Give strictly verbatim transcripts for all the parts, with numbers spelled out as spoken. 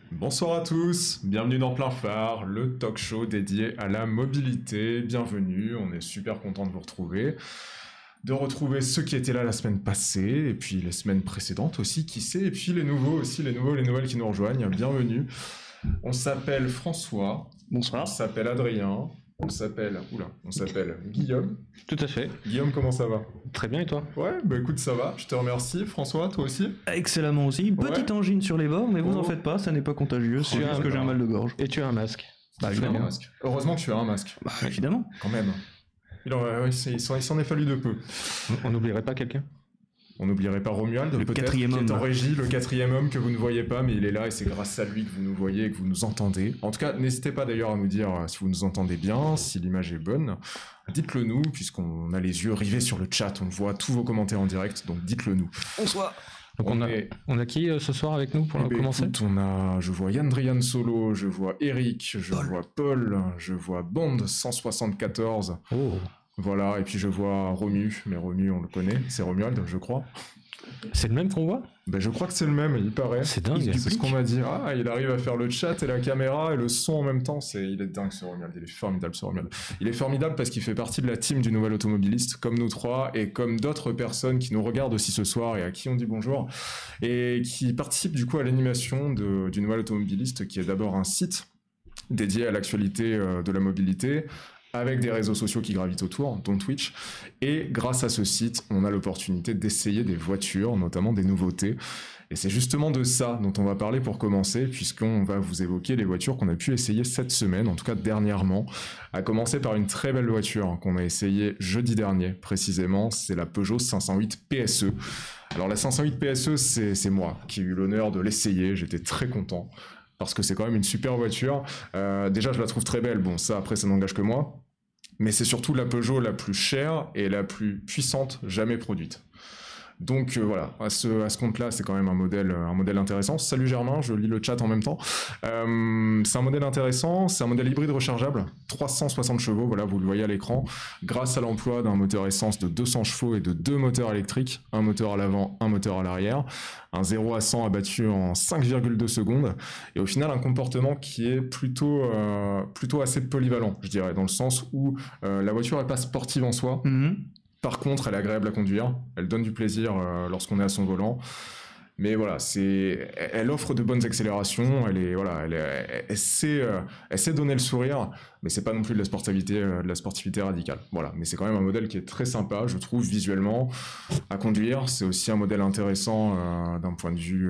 Bonsoir à tous, bienvenue dans Plein Phare, le talk show dédié à la mobilité. Bienvenue, on est super content de vous retrouver, de retrouver ceux qui étaient là la semaine passée, et puis les semaines précédentes aussi, qui sait, et puis les nouveaux aussi, les nouveaux, les nouvelles qui nous rejoignent, bienvenue. On s'appelle François, Bonsoir. On s'appelle Adrien, on s'appelle, oula, on s'appelle Guillaume. Tout à fait. Guillaume, comment ça va? Très bien, et toi? Ouais, bah écoute, ça va, je te remercie. François, toi aussi? Excellemment aussi. Petite Ouais. angine sur les bords, mais vous Oh. en faites pas, ça n'est pas contagieux. C'est Oh, juste que j'ai un mal de gorge. Et tu as un masque. Bah Tu as un évidemment. masque. Heureusement que tu as un masque, Bah évidemment. quand même. Il, en, ouais, c'est- il s'en il s'en est fallu de peu. On n'oublierait pas quelqu'un? On n'oublierait pas Romuald, Le peut-être, quatrième qui est en homme. régie, le quatrième homme que vous ne voyez pas, mais il est là et c'est grâce à lui que vous nous voyez et que vous nous entendez. En tout cas, n'hésitez pas d'ailleurs à nous dire euh, si vous nous entendez bien, si l'image est bonne. Dites-le nous, puisqu'on a les yeux rivés sur le chat, on voit tous vos commentaires en direct, donc dites-le nous. Bonsoir. Donc on, a, est- on a qui euh, ce soir avec nous pour Eh ben, commencer? écoute, on a, je vois Yandrian Solo, je vois Eric, je Paul. vois Paul, je vois Bond cent soixante-quatorze, Oh. voilà, et puis je vois Romu, mais Romu on le connaît, c'est Romuald, je crois. C'est le même qu'on voit? Ben, je crois que c'est le même, il paraît. C'est dingue. C'est ce duplique. qu'on m'a dit. Ah, il arrive à faire le chat et la caméra et le son en même temps. C'est, il est dingue ce Romuald. Il est formidable ce Romuald. Il est formidable parce qu'il fait partie de la team du Nouvel Automobiliste, comme nous trois et comme d'autres personnes qui nous regardent aussi ce soir et à qui on dit bonjour et qui participent du coup à l'animation de, du Nouvel Automobiliste, qui est d'abord un site dédié à l'actualité euh, de la mobilité, avec des réseaux sociaux qui gravitent autour, dont Twitch. Et grâce à ce site, on a l'opportunité d'essayer des voitures, notamment des nouveautés. Et c'est justement de ça dont on va parler pour commencer, puisqu'on va vous évoquer les voitures qu'on a pu essayer cette semaine, en tout cas dernièrement. À commencer par une très belle voiture qu'on a essayée jeudi dernier, précisément, c'est la Peugeot cinq cent huit P S E. Alors la cinq cent huit P S E, c'est, c'est moi qui ai eu l'honneur de l'essayer, j'étais très content. Parce que c'est quand même une super voiture. Euh, déjà, je la trouve très belle. Bon, ça, après, ça n'engage que moi. Mais c'est surtout la Peugeot la plus chère et la plus puissante jamais produite. Donc euh, voilà, à ce, à ce compte-là, c'est quand même un modèle, un modèle intéressant. Salut Germain, je lis le chat en même temps. Euh, c'est un modèle intéressant, c'est un modèle hybride rechargeable, trois cent soixante chevaux, voilà, vous le voyez à l'écran, grâce à l'emploi d'un moteur essence de deux cents chevaux et de deux moteurs électriques, un moteur à l'avant, un moteur à l'arrière, un zéro à cent abattu en cinq virgule deux secondes, et au final un comportement qui est plutôt, euh, plutôt assez polyvalent, je dirais, dans le sens où euh, la voiture n'est pas sportive en soi. Mhm. Par contre, elle est agréable à conduire, elle donne du plaisir euh, lorsqu'on est à son volant. Mais voilà, c'est, elle offre de bonnes accélérations, elle est, voilà, elle, est, elle, elle sait, euh, elle sait donner le sourire, mais c'est pas non plus de la sportivité, euh, de la sportivité radicale. Voilà, mais c'est quand même un modèle qui est très sympa, je trouve, visuellement, à conduire. C'est aussi un modèle intéressant euh, d'un point de vue, euh,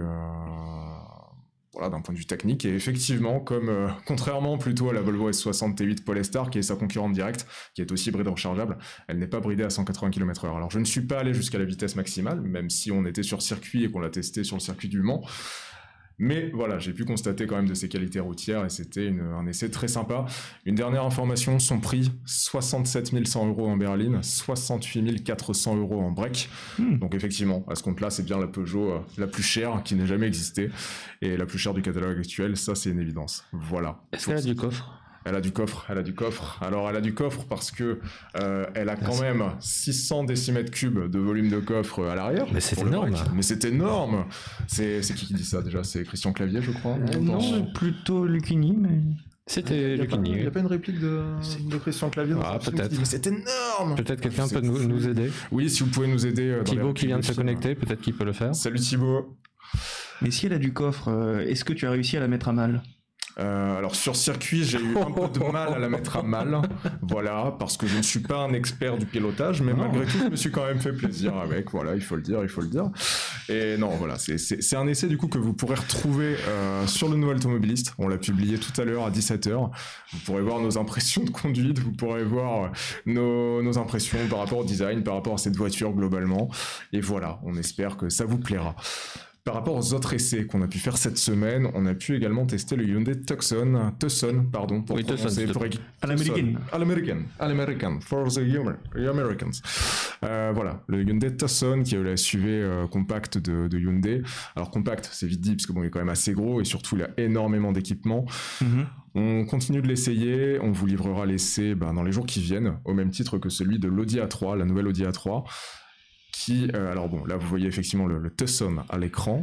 voilà, d'un point de vue technique. Et effectivement, comme euh, contrairement plutôt à la Volvo S soixante T huit Polestar, qui est sa concurrente directe, qui est aussi hybride rechargeable, elle n'est pas bridée à cent quatre-vingts kilomètres heure. Alors je ne suis pas allé jusqu'à la vitesse maximale, même si on était sur circuit et qu'on l'a testé sur le circuit du Mans. Mais voilà, j'ai pu constater quand même de ses qualités routières et c'était une, un essai très sympa. Une dernière information, son prix, soixante-sept mille cent euros en berline, soixante-huit mille quatre cents euros en break. Hmm. Donc effectivement, à ce compte-là, c'est bien la Peugeot euh, la plus chère qui n'ait jamais existé et la plus chère du catalogue actuel, ça c'est une évidence. Voilà. Est-ce qu'elle a du coffre? Elle a du coffre, elle a du coffre. Alors elle a du coffre parce que euh, elle a quand même six cents décimètres cubes de volume de coffre à l'arrière. Mais c'est pour le énorme. break. Mais c'est énorme. C'est, c'est qui qui dit ça déjà? C'est Christian Clavier, je crois. Euh, Dans- non, plutôt Lucchini, mais. C'était Il y a pas- il y Lucchini. a pas une réplique de, de Christian Clavier dans Ah, ce film peut-être. qui dit, mais c'est énorme. Peut-être quelqu'un C'est peut nous, fou. nous aider. Oui, si vous pouvez nous aider. euh, dans les Thibaut qui vient de se répliques du film. connecter, peut-être qu'il peut le faire. Salut Thibaut. Mais si elle a du coffre, euh, est-ce que tu as réussi à la mettre à mal? Euh, alors sur circuit, j'ai eu un peu de mal à la mettre à mal, voilà, parce que je ne suis pas un expert du pilotage, mais Non. malgré tout, je me suis quand même fait plaisir avec, voilà, il faut le dire, il faut le dire. Et non, voilà, c'est, c'est, c'est un essai du coup que vous pourrez retrouver euh, sur le Nouvel Automobiliste, on l'a publié tout à l'heure à dix-sept heures, vous pourrez voir nos impressions de conduite, vous pourrez voir euh, nos, nos impressions par rapport au design, par rapport à cette voiture globalement, et voilà, on espère que ça vous plaira. Par rapport aux autres essais qu'on a pu faire cette semaine, on a pu également tester le Hyundai Tucson, Tucson, pardon, pour Oui, Tucson, prononcer, s'il te pour plaît. équi- À l'américaine. Tucson. À l'américaine. À l'américaine. For the Amer- Americans. Euh, voilà, le Hyundai Tucson, qui est la S U V euh, compacte de, de Hyundai. Alors compact, c'est vite dit, parce que bon, il est quand même assez gros, et surtout, il a énormément d'équipements. Mhm. On continue de l'essayer, on vous livrera l'essai ben, dans les jours qui viennent, au même titre que celui de l'Audi A trois, la nouvelle Audi A trois, qui, euh, alors bon, là vous voyez effectivement le, le Tucson à l'écran,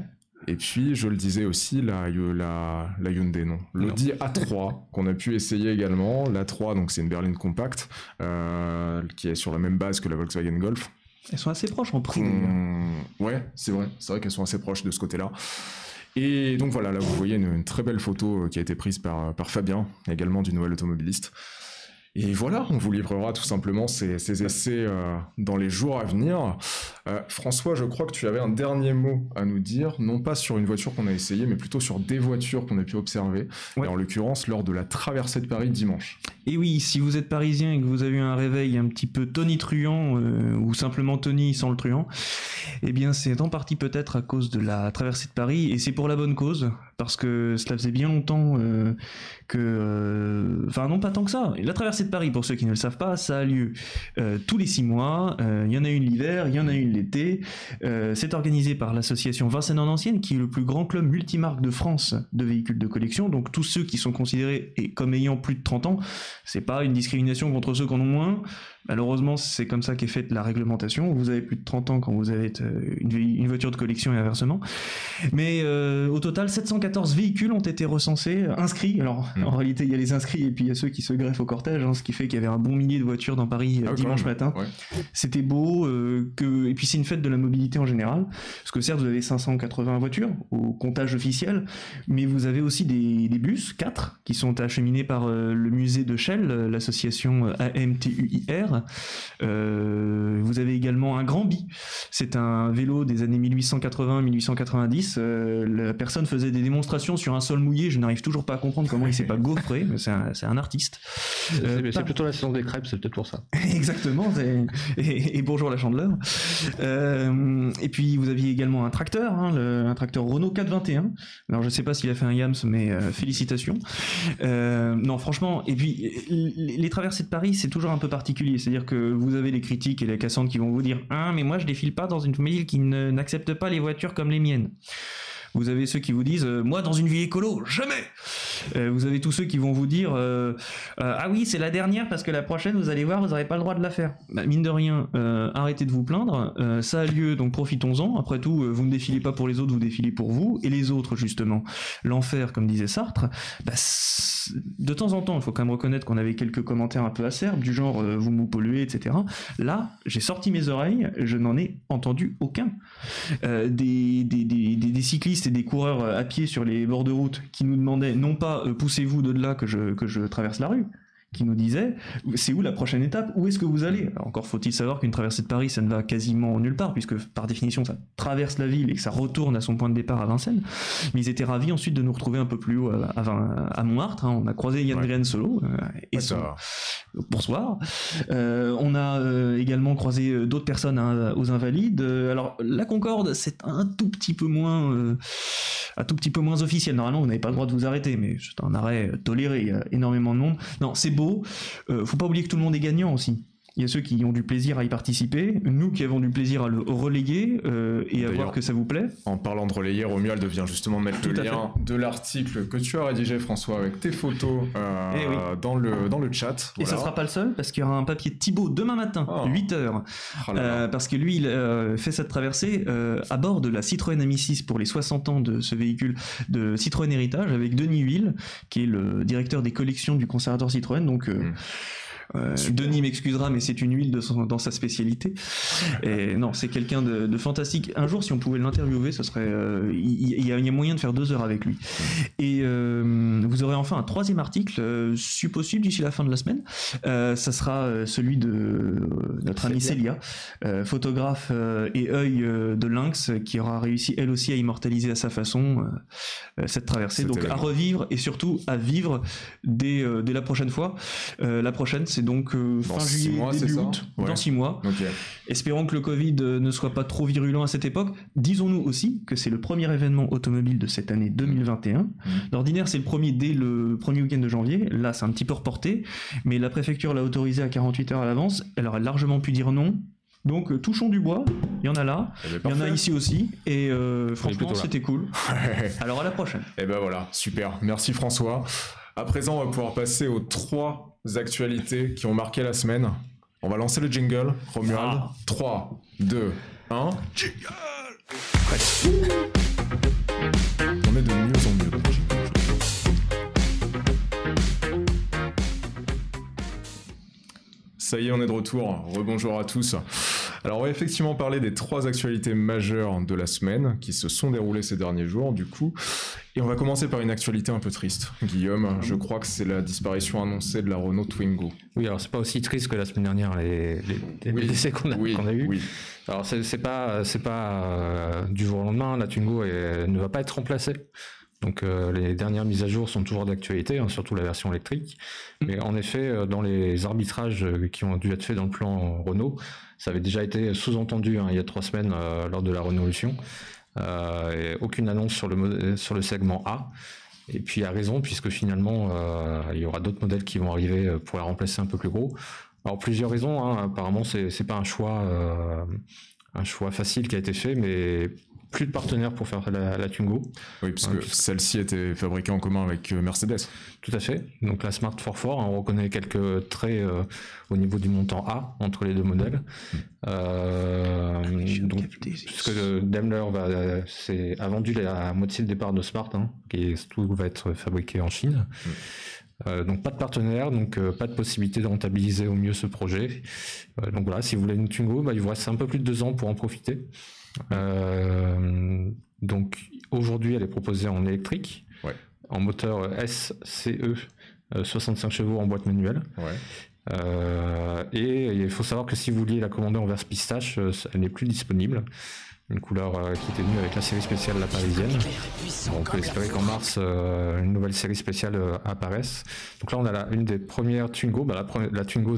Et puis, je le disais aussi, la, la, la Hyundai, non. L'Audi A trois, qu'on a pu essayer également. L'A trois, donc c'est une berline compacte, euh, qui est sur la même base que la Volkswagen Golf. Elles sont assez proches en prix. Hum, ouais, c'est vrai. C'est vrai qu'elles sont assez proches de ce côté-là. Et donc voilà, là vous voyez une, une très belle photo qui a été prise par, par Fabien, également du Nouvel Automobiliste. Et voilà, on vous livrera tout simplement ces, ces essais euh, dans les jours à venir. Euh, François, je crois que tu avais un dernier mot à nous dire, non pas sur une voiture qu'on a essayée, mais plutôt sur des voitures qu'on a pu observer, ouais. Et en l'occurrence lors de la traversée de Paris dimanche. Et oui, si vous êtes parisien et que vous avez eu un réveil un petit peu tonitruant, euh, ou simplement Tony sans le truand, eh bien c'est en partie peut-être à cause de la traversée de Paris, et c'est pour la bonne cause, parce que cela faisait bien longtemps euh, que... Enfin euh, non, pas tant que ça. La traversée de Paris, pour ceux qui ne le savent pas, ça a lieu euh, tous les six mois. Il euh, y en a une l'hiver, il y en a une l'été. Euh, c'est organisé par l'association Vincennes en Ancienne, qui est le plus grand club multimarque de France de véhicules de collection. Donc tous ceux qui sont considérés comme ayant plus de trente ans, c'est pas une discrimination contre ceux qui en ont moins. Malheureusement, c'est comme ça qu'est faite la réglementation. Vous avez plus de trente ans quand vous avez une, une voiture de collection et inversement. Mais euh, au total, sept cent quatorze véhicules ont été recensés, inscrits. Alors, mmh. en réalité, il y a les inscrits et puis il y a ceux qui se greffent au cortège, hein, ce qui fait qu'il y avait un bon millier de voitures dans Paris ah, dimanche matin. Ouais. C'était beau. Euh, que... Et puis, c'est une fête de la mobilité en général. Parce que certes, vous avez cinq cent quatre-vingts voitures au comptage officiel, mais vous avez aussi des, des bus, quatre, qui sont acheminés par euh, le musée de Shell, l'association A M T U I R. Euh, vous avez également un Grand Bi. C'est un vélo des années mille huit cent quatre-vingts mille huit cent quatre-vingt-dix. Euh, la personne faisait des démonstrations sur un sol mouillé. Je n'arrive toujours pas à comprendre comment il s'est pas gaufré. C'est un, c'est un artiste. C'est, euh, c'est pas... plutôt la saison des crêpes, c'est peut-être pour ça. Exactement. Et, et bonjour la chandeleur. Euh, et puis vous aviez également un tracteur, hein, le, un tracteur Renault quatre vingt et un. Alors je sais pas s'il a fait un Yams, mais euh, félicitations. Euh, non, franchement. Et puis les, les traversées de Paris, c'est toujours un peu particulier. C'est-à-dire que vous avez les critiques et les cassantes qui vont vous dire « Ah, mais moi je défile pas dans une ville qui ne, n'accepte pas les voitures comme les miennes ». Vous avez ceux qui vous disent euh, « Moi, dans une vie écolo, jamais !» euh, Vous avez tous ceux qui vont vous dire euh, euh, « Ah oui, c'est la dernière parce que la prochaine, vous allez voir, vous n'aurez pas le droit de la faire. » Bah, mine de rien, euh, arrêtez de vous plaindre. Euh, ça a lieu, donc profitons-en. Après tout, euh, vous ne défilez pas pour les autres, vous défilez pour vous. Et les autres, justement, l'enfer, comme disait Sartre, bah, de temps en temps, il faut quand même reconnaître qu'on avait quelques commentaires un peu acerbes, du genre euh, « Vous nous polluez », et cetera. Là, j'ai sorti mes oreilles, je n'en ai entendu aucun. Euh, des, des, des, des, des cyclistes et des coureurs à pied sur les bords de route qui nous demandaient non pas euh, poussez-vous de là que je, que je traverse la rue, qui nous disaient c'est où la prochaine étape, où est-ce que vous allez. Alors, encore faut-il savoir qu'une traversée de Paris ça ne va quasiment nulle part puisque par définition ça traverse la ville et que ça retourne à son point de départ à Vincennes, mais ils étaient ravis ensuite de nous retrouver un peu plus haut à, à, à Montmartre, hein. On a croisé Yann Brian ouais. Solo euh, et ouais, son... bonsoir. Euh, on a euh, également croisé d'autres personnes hein, aux Invalides. Euh, alors la Concorde c'est un tout petit peu moins euh, un tout petit peu moins officiel. Normalement vous n'avez pas le droit de vous arrêter, mais c'est un arrêt toléré, il y a énormément de monde. Non, c'est beau. Euh, faut pas oublier que tout le monde est gagnant aussi. Il y a ceux qui ont du plaisir à y participer, nous qui avons du plaisir à le relayer euh, et à voir que ça vous plaît. En parlant de relayer, Romuald vient justement mettre tout le lien fait. de l'article que tu as rédigé, François, avec tes photos euh, eh oui. dans, le, dans le chat. Et voilà. Ça sera pas le seul, parce qu'il y aura un papier de Thibaut demain matin, oh. huit heures, oh euh, parce que lui, il euh, fait cette traversée euh, à bord de la Citroën Ami six pour les soixante ans de ce véhicule de Citroën Héritage, avec Denis Huil, qui est le directeur des collections du conservatoire Citroën, donc... Euh, mm. Euh, Denis m'excusera, mais c'est une huile de son, dans sa spécialité. Et non, c'est quelqu'un de, de fantastique. Un jour, si on pouvait l'interviewer, ce serait. Euh, il, y a, il y a moyen de faire deux heures avec lui. Et euh, vous aurez enfin un troisième article, euh, si possible d'ici la fin de la semaine. Euh, ça sera celui de euh, notre amie Célia, euh, photographe euh, et œil euh, de lynx, qui aura réussi elle aussi à immortaliser à sa façon euh, cette traversée. C'était donc à revivre et surtout à vivre dès, euh, dès la prochaine fois. Euh, la prochaine, c'est donc euh, fin juillet, mois, début août, ouais. dans six mois. Okay. Espérons que le Covid euh, ne soit pas trop virulent à cette époque. Disons-nous aussi que c'est le premier événement automobile de cette année deux mille vingt et un. Mmh. D'ordinaire, c'est le premier dès le premier week-end de janvier. Là, c'est un petit peu reporté, mais la préfecture l'a autorisé à quarante-huit heures à l'avance. Elle aurait largement pu dire non. Donc, euh, touchons du bois. Il y en a là, il y en a ici aussi. Et euh, franchement, c'était cool. Alors, à la prochaine. Et ben voilà, super. Merci François. À présent, on va pouvoir passer aux trois actualités qui ont marqué la semaine. On va lancer le jingle, Romuald. Ah. trois, deux, un. Jingle. On est de mieux en mieux dans le jingle. Ça y est, on est de retour. Rebonjour à tous. Alors, on va effectivement parler des trois actualités majeures de la semaine qui se sont déroulées ces derniers jours, du coup. Et on va commencer par une actualité un peu triste. Guillaume, je crois que c'est la disparition annoncée de la Renault Twingo. Oui, alors c'est pas aussi triste que la semaine dernière, les, les, les oui. décès qu'on a, oui. qu'on a eu. Oui. Alors, c'est, c'est pas, c'est pas euh, du jour au lendemain, la Twingo est, ne va pas être remplacée. Donc euh, les dernières mises à jour sont toujours d'actualité, hein, surtout la version électrique. Mais en effet, euh, dans les arbitrages euh, qui ont dû être faits dans le plan Renault, ça avait déjà été sous-entendu hein, il y a trois semaines euh, lors de la Renaulution. Euh, et aucune annonce sur le, sur le segment A. Et puis à raison, puisque finalement, euh, il y aura d'autres modèles qui vont arriver pour la remplacer un peu plus gros. Alors plusieurs raisons, hein, apparemment c'est, c'est pas un choix, euh, un choix facile qui a été fait, mais plus de partenaires pour faire la, la Twingo. Oui, puisque ouais, puisque celle-ci était fabriquée en commun avec Mercedes. Tout à fait. Donc la Smart quatre quatre, on reconnaît quelques traits euh, au niveau du montant A entre les deux modèles. Mmh. Euh, donc, puisque Daimler va, c'est, a vendu la moitié de départ de Smart, hein, qui tout va être fabriqué en Chine. Mmh. Euh, donc pas de partenaire, donc euh, pas de possibilité de rentabiliser au mieux ce projet. Euh, donc voilà, si vous voulez une Twingo, bah, il vous reste un peu plus de deux ans pour en profiter. Euh, donc aujourd'hui elle est proposée en électrique, ouais. En moteur S C E, euh, soixante-cinq chevaux en boîte manuelle. Ouais. Euh, et il faut savoir que si vous vouliez la commander en verse pistache, elle n'est plus disponible. Une couleur euh, qui était venue avec la série spéciale La Parisienne. Bon, on peut espérer qu'en mars, euh, une nouvelle série spéciale euh, apparaisse. Donc là, on a la, une des premières Twingo, bah, la, la Twingo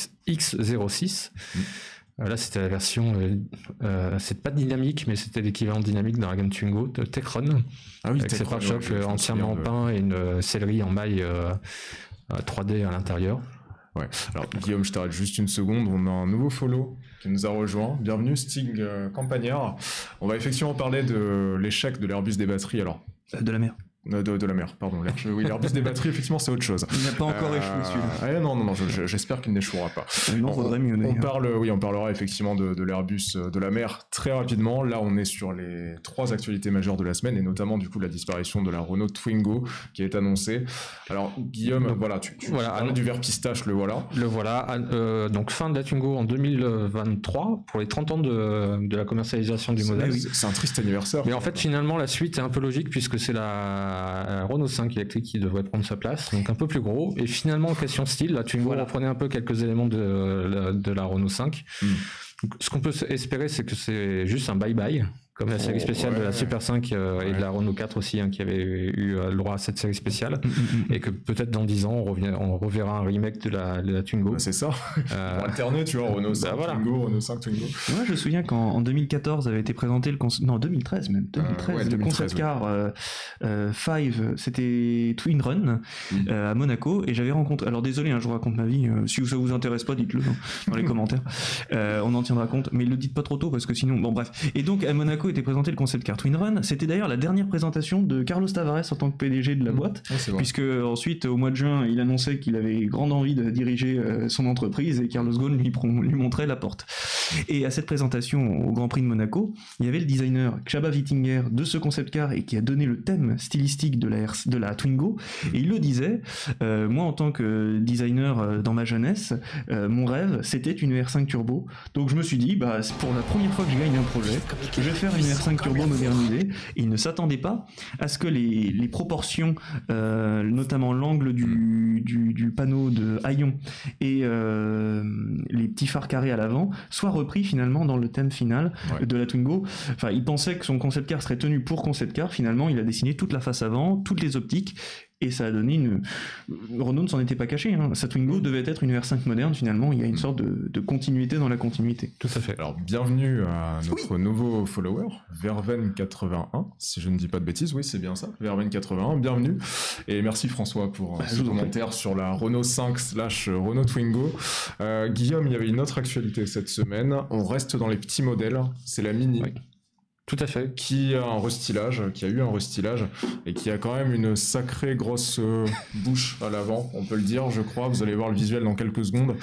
X zéro six. Mmh. Là, c'était la version, euh, euh, c'est pas dynamique, mais c'était l'équivalent dynamique dans la gamme Twingo de Tecron. Ah oui, avec ses pare-chocs ouais, entièrement peints de... et une euh, sellerie en maille euh, trois D à l'intérieur. Ouais. Alors Guillaume, je t'arrête juste une seconde. On a un nouveau follow qui nous a rejoint. Bienvenue Stig euh, Campagnard. On va effectivement parler de l'échec de l'Airbus des batteries. Alors euh, de la mer. De, de la mer, pardon. Oui, l'Airbus des batteries, effectivement, c'est autre chose. Il n'a pas encore euh, échoué celui-là. Eh, non, non, non, je, j'espère qu'il n'échouera pas. Non, on, faudrait mieux. On parle, oui, on parlera effectivement de, de l'Airbus de la mer très rapidement. Là, on est sur les trois actualités majeures de la semaine et notamment du coup la disparition de la Renault Twingo qui est annoncée. Alors, Guillaume, donc, voilà, tu, tu voilà, parlais du verre pistache, le voilà. Le voilà. Euh, donc fin de la Twingo en deux mille vingt-trois pour les trente ans de, de la commercialisation du c'est, modèle. Oui, c'est un triste anniversaire. Mais en fait, finalement, la suite est un peu logique puisque c'est la, la Renault cinq électrique qui devrait prendre sa place, donc un peu plus gros. Et finalement, question style, la Twingo voilà. reprenait un peu quelques éléments de, de la Renault cinq. Mm. Ce qu'on peut espérer, c'est que c'est juste un bye-bye, comme la série spéciale oh, ouais. de la Super cinq euh, ouais. et de la Renault quatre aussi, hein, qui avait eu euh, le droit à cette série spéciale, mm-hmm. et que peut-être dans dix ans, on, revient, on reverra un remake de la, de la Twingo. Bah, c'est ça, euh... pour alterner, tu vois, Renault cinq, bah, voilà. Twingo, Renault cinq, Twingo. Moi, je me souviens qu'en deux mille quatorze avait été présenté le concept, non, deux mille treize même, deux mille treize, euh, ouais, le concept car euh, euh, cinq, c'était Twin Run mm. euh, à Monaco, et j'avais rencontré, alors désolé, hein, je vous raconte ma vie, euh, si ça vous intéresse pas, dites-le hein, dans les commentaires, euh, on en tiendra compte, mais le dites pas trop tôt, parce que sinon, bon bref. Et donc, à Monaco était présenté le concept car Twin Run. C'était d'ailleurs la dernière présentation de Carlos Tavares en tant que P D G de la boîte, mmh, puisque ensuite au mois de juin il annonçait qu'il avait grande envie de diriger euh, son entreprise et Carlos Ghosn lui, lui montrait la porte. Et à cette présentation au Grand Prix de Monaco, il y avait le designer Csaba Wittinger de ce concept car et qui a donné le thème stylistique de la, de la Twingo, et il le disait, euh, moi en tant que designer euh, dans ma jeunesse, euh, mon rêve c'était une R cinq turbo, donc je me suis dit bah c'est pour la première fois que je gagne un projet, je vais faire une R cinq turbo modernisée. Et il ne s'attendait pas à ce que les, les proportions, euh, notamment l'angle du, du, du panneau de haillons et euh, les petits phares carrés à l'avant, soient repris finalement dans le thème final ouais. de la Twingo. Enfin, il pensait que son concept car serait tenu pour concept car. Finalement, il a dessiné toute la face avant, toutes les optiques. Et ça a donné une... Renault ne s'en était pas caché. Hein. Sa Twingo devait être une R cinq moderne. Finalement, il y a une sorte de, de continuité dans la continuité. Tout à fait. Alors, bienvenue à notre oui. nouveau follower, Verven quatre-vingt-un. Si je ne dis pas de bêtises, oui, c'est bien ça. Verven quatre-vingt-un, bienvenue. Et merci François pour bah, ce commentaire sur la Renault cinq slash Renault Twingo. Euh, Guillaume, il y avait une autre actualité cette semaine. On reste dans les petits modèles. C'est la Mini. Oui. Tout à fait. Qui a un restylage, qui a eu un restylage et qui a quand même une sacrée grosse euh, bouche à l'avant, on peut le dire, je crois. Vous allez voir le visuel dans quelques secondes.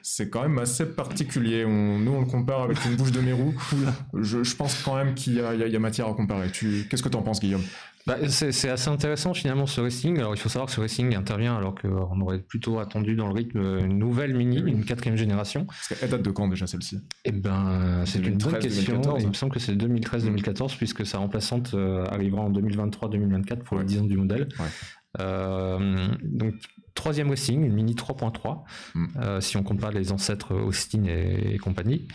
c'est quand même assez particulier. On, nous, on le compare avec une bouche de Mérou. je, je pense quand même qu'il y a, il y a, il y a matière à comparer. Tu, qu'est-ce que tu en penses, Guillaume? Bah, c'est, c'est assez intéressant finalement ce racing. Alors il faut savoir que ce racing intervient alors qu'on aurait plutôt attendu dans le rythme une nouvelle Mini, oui. une quatrième génération. Parce qu'elle date de quand déjà celle-ci? Eh ben c'est une bonne question. Il me semble que c'est deux mille treize deux mille quatorze mmh. puisque sa remplaçante euh, arrivera en deux mille vingt-trois deux mille vingt-quatre pour ouais. les dix ans du modèle. Ouais. Euh, donc troisième racing, une Mini trois point trois, mmh. euh, si on compare les ancêtres Austin et, et compagnie.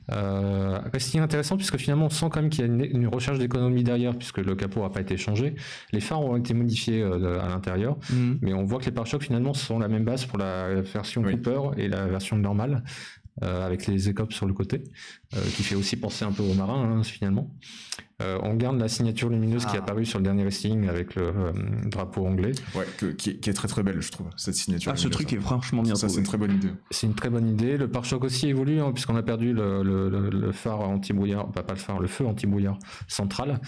Euh, racing intéressant puisque finalement on sent quand même qu'il y a une, une recherche d'économie derrière puisque le capot n'a pas été changé, les phares ont été modifiés euh, à l'intérieur, mmh. mais on voit que les pare-chocs finalement sont la même base pour la version oui. Cooper et la version normale. Euh, avec les écopes sur le côté, euh, qui fait aussi penser un peu aux marins hein, finalement. Euh, on garde la signature lumineuse ah. qui est apparue sur le dernier racing avec le euh, drapeau anglais. Ouais, que, qui, est, qui est très très belle je trouve, cette signature. Ah, ce truc est franchement bien. Ça, c'est une très bonne idée. C'est une très bonne idée. Le pare-choc aussi évolue, hein, puisqu'on a perdu le, le, le, le phare anti-brouillard, pas, pas le phare, le feu anti-brouillard central.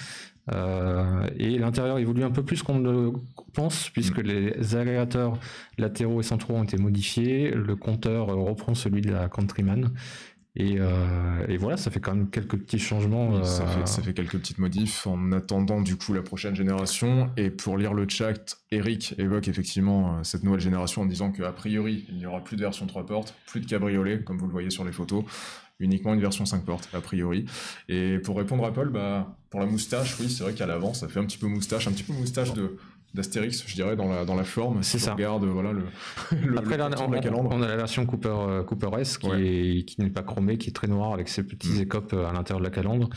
Euh, et l'intérieur évolue un peu plus qu'on ne le pense puisque mmh. les aérateurs latéraux et centraux ont été modifiés, le compteur reprend celui de la Countryman et, euh, et voilà, ça fait quand même quelques petits changements. Oui, ça, euh... fait, ça fait quelques petites modifs en attendant du coup la prochaine génération. Et pour lire le chat, Eric évoque effectivement cette nouvelle génération en disant qu'a priori il n'y aura plus de version trois portes, plus de cabriolet comme vous le voyez sur les photos, uniquement une version cinq portes a priori. Et pour répondre à Paul, bah, pour la moustache, oui c'est vrai qu'à l'avant ça fait un petit peu moustache, un petit peu moustache de d'Astérix, je dirais, dans la, dans la forme. C'est si ça. On regarde, voilà, le, le, Après, le là, on, de la calandre. On a la version Cooper, euh, Cooper S qui, ouais. est, qui n'est pas chromée, qui est très noire avec ses petits mmh. écopes à l'intérieur de la calandre.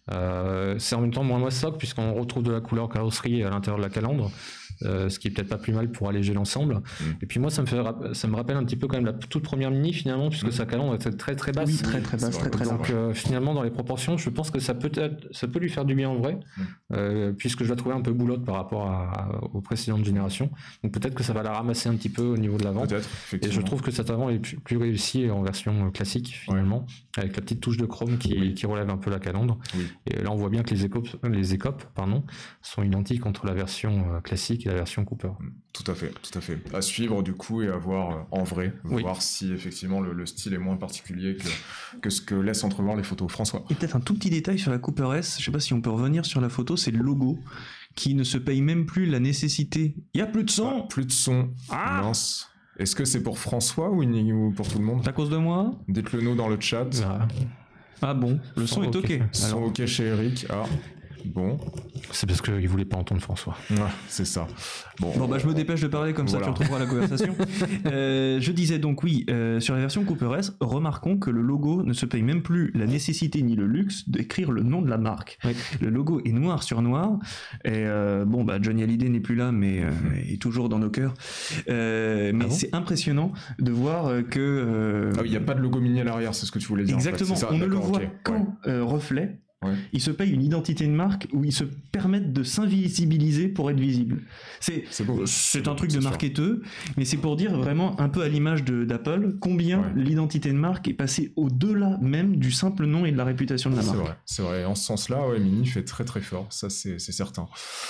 Euh, c'est en même temps moins moissoc puisqu'on retrouve de la couleur carrosserie à l'intérieur de la calandre. Euh, ce qui est peut-être pas plus mal pour alléger l'ensemble. Mmh. Et puis moi, ça me fait, ça me rappelle un petit peu quand même la toute première Mini finalement, puisque mmh. sa calandre était très très basse. Oui, très très basse, très très. Donc euh, finalement, dans les proportions, je pense que ça peut être, ça peut lui faire du bien en vrai, mmh. euh, puisque je la trouvais un peu boulotte par rapport à, à, aux précédentes générations. Donc peut-être que ça va la ramasser un petit peu au niveau de l'avant. Peut-être. Et je trouve que cet avant est plus, plus réussi en version classique finalement, ouais. avec la petite touche de chrome qui, oui. qui relève un peu la calandre. Oui. Et là, on voit bien que les écopes, les écopes, pardon, sont identiques entre la version classique et la version Cooper. Tout à fait, tout à fait. À suivre du coup et à voir en vrai, oui. voir si effectivement le, le style est moins particulier que, que ce que laissent entrevoir les photos. François. Et peut-être un tout petit détail sur la Cooper S, je sais pas si on peut revenir sur la photo, c'est le logo qui ne se paye même plus la nécessité. Il y a plus de son. Ah, plus de son. Ah mince. Est-ce que c'est pour François ou, ou pour tout le monde? C'est à cause de moi? Dites-le nous dans le chat. Ah, ah bon, le son, son est ok. okay. Son Alors... ok chez Eric. Ah. Bon. C'est parce qu'il voulait pas entendre François. Ouais, c'est ça. Bon, bon bah je me dépêche de parler comme voilà. Ça tu retrouveras la conversation. euh, je disais donc oui, euh, sur la version Cooper S, remarquons que le logo ne se paye même plus la nécessité ni le luxe d'écrire le nom de la marque. Oui. Le logo est noir sur noir. Et euh, bon bah Johnny Hallyday n'est plus là, mais euh, est toujours dans nos cœurs. Euh, mais ah bon c'est impressionnant de voir que. Euh... Ah oui, il n'y a pas de logo Mini à l'arrière, c'est ce que tu voulais dire. Exactement. En fait. Ça, on ne le voit okay. qu'en ouais. euh, reflet. Ouais. Ils se payent une identité de marque où ils se permettent de s'invisibiliser pour être visibles. C'est, c'est, beau, c'est, c'est un truc c'est de sûr. Marketeux, mais c'est pour dire vraiment un peu à l'image de, d'Apple combien ouais. l'identité de marque est passée au-delà même du simple nom et de la réputation de la c'est marque. Vrai, c'est vrai. En ce sens-là, ouais, Mini fait très très fort, ça c'est, c'est certain.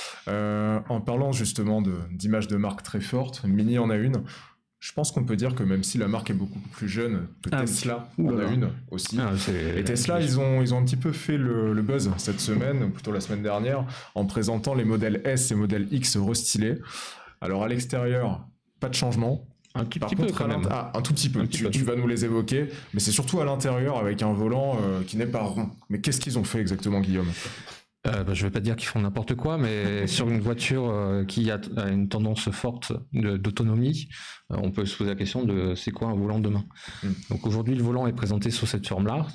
Euh, en parlant justement de, d'images de marque très fortes, Mini en a une. Je pense qu'on peut dire que même si la marque est beaucoup plus jeune que ah, Tesla, oui. en a une aussi. Ah, et Tesla, ils ont, ils ont un petit peu fait le, le buzz cette semaine, ou plutôt la semaine dernière, en présentant les modèles S et modèles X restylés. Alors à l'extérieur, pas de changement. Un petit, Par petit contre, peu quand même. Ah, un tout petit peu. Tu, tu vas nous les évoquer, mais c'est surtout à l'intérieur avec un volant euh, qui n'est pas rond. Mais qu'est-ce qu'ils ont fait exactement, Guillaume ? Euh, bah, je vais pas dire qu'ils font n'importe quoi, mais sur une voiture euh, qui a, a une tendance forte de, d'autonomie, euh, on peut se poser la question de c'est quoi un volant de demain. Mm. Donc aujourd'hui, le volant est présenté sous cette forme-là.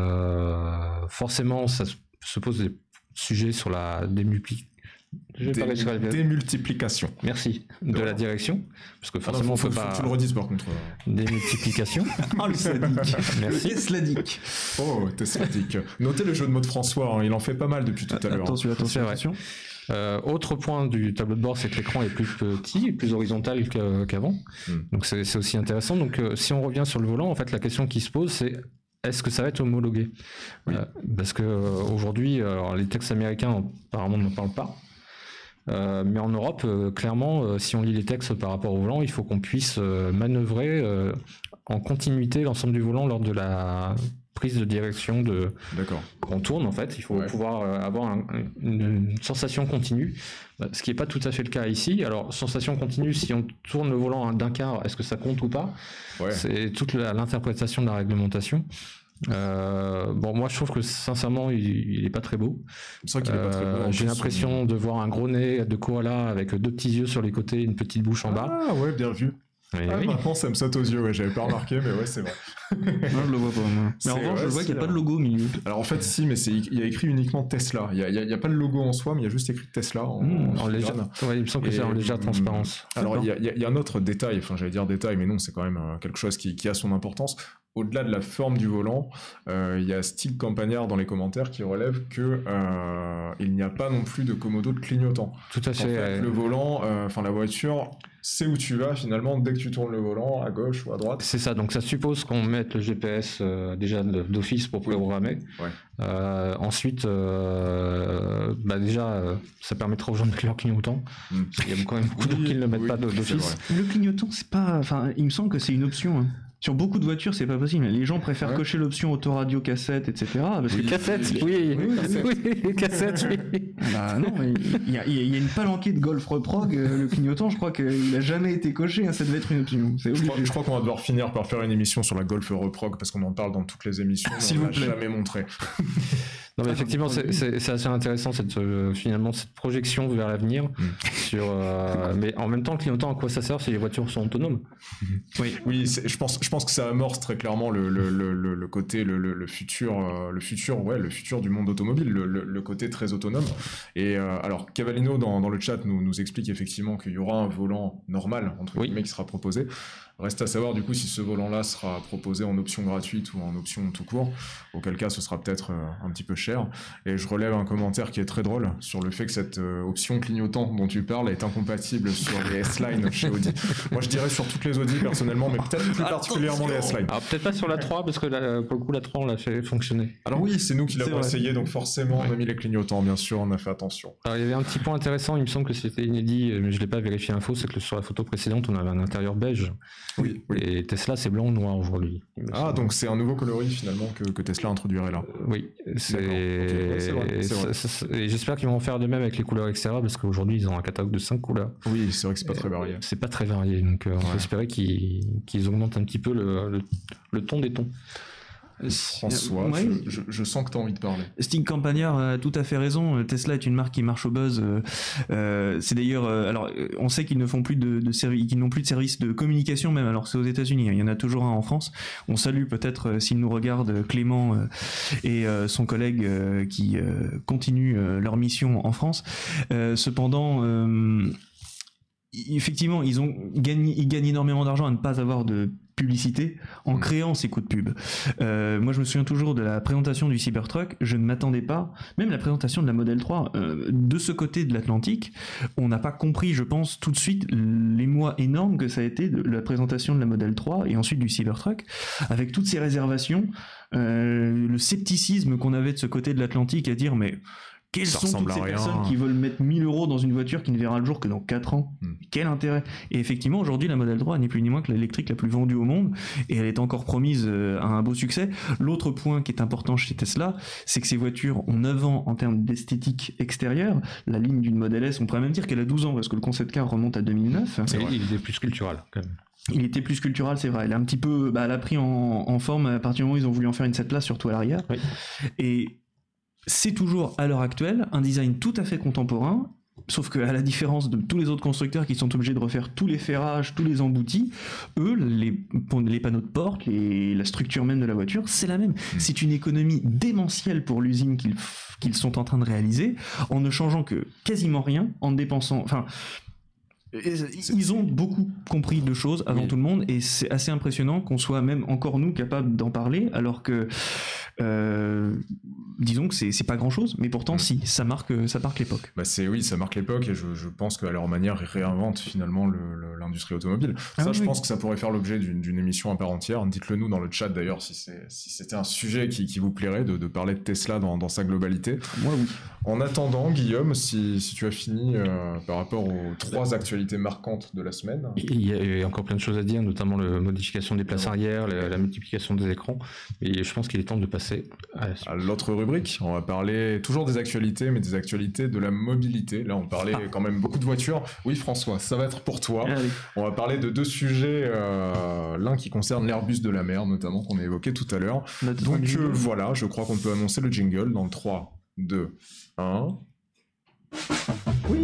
Euh, forcément, ça se pose des sujets sur la démultiplication. Dé- la... Démultiplication. Merci. De, de la direction. Parce que forcément, ah non, faut, on peut faut, pas. Faut tu le redises par contre. Démultiplication. Ah, le sadique. Merci. Le Tesladique. Oh, Tesladique. Notez le jeu de mots de François, hein, il en fait pas mal depuis tout à l'heure. Attention, attention, attention. Euh, autre point du tableau de bord, c'est que l'écran est plus petit, plus horizontal qu'avant. Mm. Donc c'est, c'est aussi intéressant. Donc euh, si on revient sur le volant, en fait, la question qui se pose, c'est est-ce que ça va être homologué ? Oui. euh, Parce que euh, aujourd'hui, euh, les textes américains apparemment n'en parlent pas. Euh, mais en Europe, euh, clairement, euh, si on lit les textes par rapport au volant, il faut qu'on puisse euh, manœuvrer euh, en continuité l'ensemble du volant lors de la prise de direction de D'accord. qu'on tourne en fait. Il faut ouais. pouvoir euh, avoir un, une, une sensation continue, ce qui n'est pas tout à fait le cas ici. Alors sensation continue, si on tourne le volant d'un quart, est-ce que ça compte ou pas? ouais. C'est toute la, l'interprétation de la réglementation. Euh, bon, moi je trouve que sincèrement il, il est pas très beau. C'est vrai qu'il est pas très beau. Euh, j'ai l'impression on... de voir un gros nez de koala avec deux petits yeux sur les côtés, une petite bouche en ah, bas. Ah ouais, bien vu. Ah, oui. Maintenant ça me saute aux yeux, ouais, j'avais pas remarqué, mais ouais, c'est vrai. Non, je le vois pas, moi. Mais en revanche, je vois qu'il n'y a pas de logo au milieu. Alors en fait, si, mais c'est, il y a écrit uniquement Tesla. Il n'y a, il y a, il y a pas le logo en soi, mais il y a juste écrit Tesla en, mmh, en légère. Ouais, il me semble que et, c'est en légère transparence. Alors il y, a, il y a un autre détail, enfin j'allais dire détail, mais non, c'est quand même quelque chose qui, qui a son importance. Au-delà de la forme du volant, euh, il y a Stig Campagnard dans les commentaires qui relève que euh, il n'y a pas non plus de commodo de clignotant. Tout à fait. En fait ouais. Le volant, enfin euh, la voiture, sait où tu vas finalement dès que tu tournes le volant, à gauche ou à droite. C'est ça, donc ça suppose qu'on mette le G P S euh, déjà d'office pour pouvoir programmer. Ouais. Euh, ensuite, euh, bah déjà, euh, ça permettra aux gens de mettre leur clignotant. Mm. Il y a quand même beaucoup oui, de gens qui ne le mettent oui, pas d'office. Le clignotant, c'est pas, enfin, il me semble que c'est une option. Hein. Sur beaucoup de voitures, c'est pas possible. Les gens préfèrent ouais. cocher l'option autoradio cassette, et cetera. Parce oui, que cassette, oui, oui, cassette, oui, cassette, oui. Bah non, il y, a, il y a une palanquée de Golf Reprog, euh, le clignotant, je crois qu'il a jamais été coché, hein, ça devait être une option. C'est je, crois, je crois qu'on va devoir finir par faire une émission sur la Golf Reprog, parce qu'on en parle dans toutes les émissions, mais on l'a jamais montré. Non mais effectivement c'est, c'est, c'est assez intéressant cette, euh, finalement cette projection vers l'avenir mm. sur euh, mais en même temps le clignotant à quoi ça sert si les voitures sont autonomes? Oui, oui c'est, je pense je pense que ça amorce très clairement le le le, le côté le, le, le futur euh, le futur ouais le futur du monde automobile le, le, le côté très autonome et euh, alors Cavallino dans dans le chat nous nous explique effectivement qu'il y aura un volant normal entre guillemets oui. qui sera proposé. Reste à savoir du coup si ce volant-là sera proposé en option gratuite ou en option tout court, auquel cas ce sera peut-être euh, un petit peu cher. Et je relève un commentaire qui est très drôle sur le fait que cette euh, option clignotant dont tu parles est incompatible sur les S-Line chez Audi. Moi je dirais sur toutes les Audi personnellement, mais peut-être plus particulièrement les S-Line. Alors peut-être pas sur la trois parce que là, pour le coup la trois on l'a fait fonctionner. Alors oui, c'est nous qui l'avons essayé, donc forcément ouais. on a mis les clignotants, bien sûr, on a fait attention. Alors il y avait un petit point intéressant, il me semble que c'était inédit, mais je l'ai pas vérifié info, c'est que sur la photo précédente on avait un intérieur beige. Oui, oui. Et Tesla c'est blanc ou noir aujourd'hui. Ah donc c'est un nouveau coloris finalement que, que Tesla introduirait là. Oui, c'est... Okay, ouais, c'est vrai, c'est vrai. C'est, c'est... et j'espère qu'ils vont en faire de même avec les couleurs extérieures parce qu'aujourd'hui ils ont un catalogue de cinq couleurs. Oui, c'est vrai que c'est pas et très varié. C'est pas très varié, donc euh, ouais. on peut espérer qu'ils, qu'ils augmentent un petit peu le, le, le ton des tons. François, ouais. je, je, je sens que tu as envie de parler. Stig Campagnard a tout à fait raison. Tesla est une marque qui marche au buzz. Euh, c'est d'ailleurs, euh, alors, on sait qu'ils ne font plus de, de service, qu'ils n'ont plus de service de communication même. Alors c'est aux États-Unis. Hein. Il y en a toujours un en France. On salue peut-être euh, s'ils nous regardent Clément euh, et euh, son collègue euh, qui euh, continuent euh, leur mission en France. Euh, cependant. Euh, Effectivement, ils ont gagné, ils gagnent énormément d'argent à ne pas avoir de publicité en créant ces coups de pub. Euh, moi, je me souviens toujours de la présentation du Cybertruck. Je ne m'attendais pas, même la présentation de la Model trois, euh, de ce côté de l'Atlantique, on n'a pas compris, je pense, tout de suite l'émoi énorme que ça a été de la présentation de la Model trois et ensuite du Cybertruck, avec toutes ces réservations, euh, le scepticisme qu'on avait de ce côté de l'Atlantique à dire mais quelles ça sont toutes ces personnes qui veulent mettre mille euros dans une voiture qui ne verra le jour que dans quatre ans? Hmm. Quel intérêt? Et effectivement, aujourd'hui, la Model trois n'est plus ni moins que l'électrique la plus vendue au monde, et elle est encore promise à un beau succès. L'autre point qui est important chez Tesla, c'est que ces voitures ont neuf ans en termes d'esthétique extérieure. La ligne d'une Model S, on pourrait même dire qu'elle a douze ans, parce que le concept car remonte à deux mille neuf. C'est vrai. Il était plus sculptural, quand même. Il était plus sculptural, c'est vrai. Elle est un petit peu, bah, elle a pris en, en forme à partir du moment où ils ont voulu en faire une sept places, surtout à l'arrière. Oui. Et c'est toujours, à l'heure actuelle, un design tout à fait contemporain, sauf qu'à la différence de tous les autres constructeurs qui sont obligés de refaire tous les ferrages, tous les emboutis, eux, les, les panneaux de porte, les, la structure même de la voiture, c'est la même. Mmh. C'est une économie démentielle pour l'usine qu'ils, qu'ils sont en train de réaliser, en ne changeant que quasiment rien, en dépensant... Enfin, ils ont beaucoup compris de choses avant oui. tout le monde, et c'est assez impressionnant qu'on soit même encore nous capables d'en parler, alors que euh, disons que c'est, c'est pas grand chose, mais pourtant mmh. si, ça marque, ça marque l'époque. Bah c'est, oui, ça marque l'époque, et je, je pense qu'à leur manière, ils réinventent finalement le, le, l'industrie automobile. Ah ça, oui, je oui. pense que ça pourrait faire l'objet d'une, d'une émission à part entière. Dites-le nous dans le chat d'ailleurs si, c'est, si c'était un sujet qui, qui vous plairait de, de parler de Tesla dans, dans sa globalité. Moi oui. En attendant, Guillaume, si, si tu as fini euh, par rapport aux trois actualités marquantes de la semaine. Il y, a, il y a encore plein de choses à dire, notamment la modification des places arrière, la, la multiplication des écrans. Et je pense qu'il est temps de passer à, la à l'autre rubrique. On va parler toujours des actualités, mais des actualités de la mobilité. Là, on parlait ah. quand même beaucoup de voitures. Oui, François, ça va être pour toi. Allez. On va parler de deux sujets. Euh, l'un qui concerne l'Airbus de la mer, notamment, qu'on a évoqué tout à l'heure. Donc euh, voilà, je crois qu'on peut annoncer le jingle dans trois, deux, un... Oui.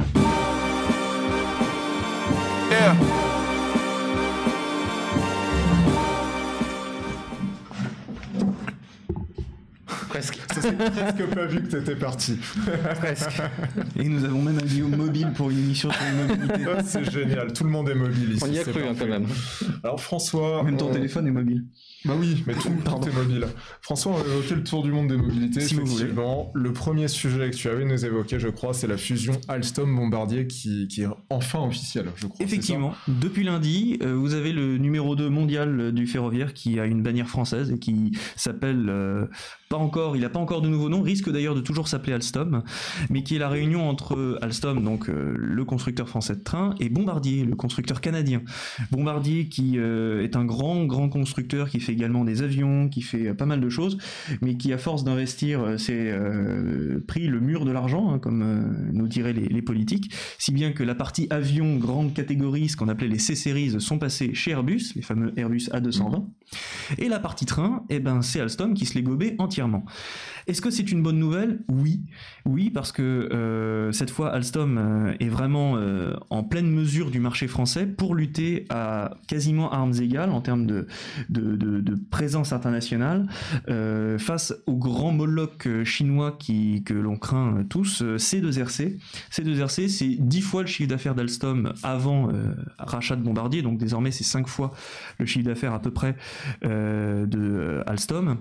Yeah. Presque. Ça s'est presque pas vu que t'étais parti. Presque. Et nous avons même un Guillaume mobile pour une émission sur la mobilité. Oh, c'est génial, tout le monde est mobile ici. On y a cru hein, quand même. Alors François... Même ton on... téléphone est mobile. Bah oui, mais tout, tout est mobile. François, on a évoqué le tour du monde des mobilités. Si effectivement, le premier sujet que tu avais nous évoqué, je crois, c'est la fusion Alstom-Bombardier qui, qui est enfin officielle, je crois. Effectivement, depuis lundi, euh, vous avez le numéro deux mondial du ferroviaire qui a une bannière française et qui s'appelle, euh, pas encore, il n'a pas encore de nouveau nom, risque d'ailleurs de toujours s'appeler Alstom, mais qui est la réunion entre Alstom, donc euh, le constructeur français de train, et Bombardier, le constructeur canadien. Bombardier qui euh, est un grand, grand constructeur qui fait également des avions, qui fait pas mal de choses, mais qui à force d'investir s'est euh, pris le mur de l'argent, hein, comme euh, nous diraient les, les politiques, si bien que la partie avion grande catégorie, ce qu'on appelait les C-Series, sont passés chez Airbus, les fameux Airbus A deux cent vingt, et la partie train, eh ben, c'est Alstom qui se les gobait entièrement. Est-ce que c'est une bonne nouvelle ? Oui, oui, parce que euh, cette fois Alstom euh, est vraiment euh, en pleine mesure du marché français pour lutter à quasiment armes égales en termes de, de, de, de présence internationale euh, face aux grands molochs chinois qui, que l'on craint tous, C deux R C. C deux R C, c'est dix fois le chiffre d'affaires d'Alstom avant euh, rachat de Bombardier, donc désormais c'est cinq fois le chiffre d'affaires à peu près euh, de euh, Alstom.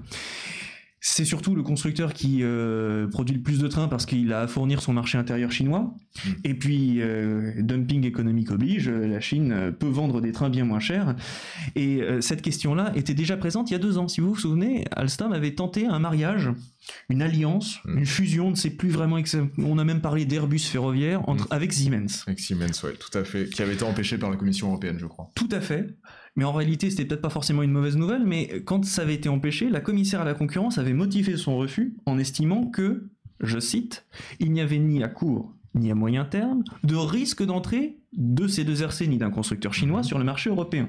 C'est surtout le constructeur qui euh, produit le plus de trains parce qu'il a à fournir son marché intérieur chinois. Mmh. Et puis, euh, dumping économique oblige, la Chine peut vendre des trains bien moins chers. Et euh, cette question-là était déjà présente il y a deux ans. Si vous vous souvenez, Alstom avait tenté un mariage, une alliance, mmh. une fusion, on ne sait plus vraiment. Ex- on a même parlé d'Airbus ferroviaire entre, mmh. avec Siemens. Avec Siemens, oui, tout à fait. Qui avait été empêché par la Commission européenne, je crois. Tout à fait. Mais en réalité, c'était peut-être pas forcément une mauvaise nouvelle, mais quand ça avait été empêché, la commissaire à la concurrence avait motivé son refus en estimant que, je cite, il n'y avait ni à court ni à moyen terme de risque d'entrée de C deux R C ni d'un constructeur chinois sur le marché européen.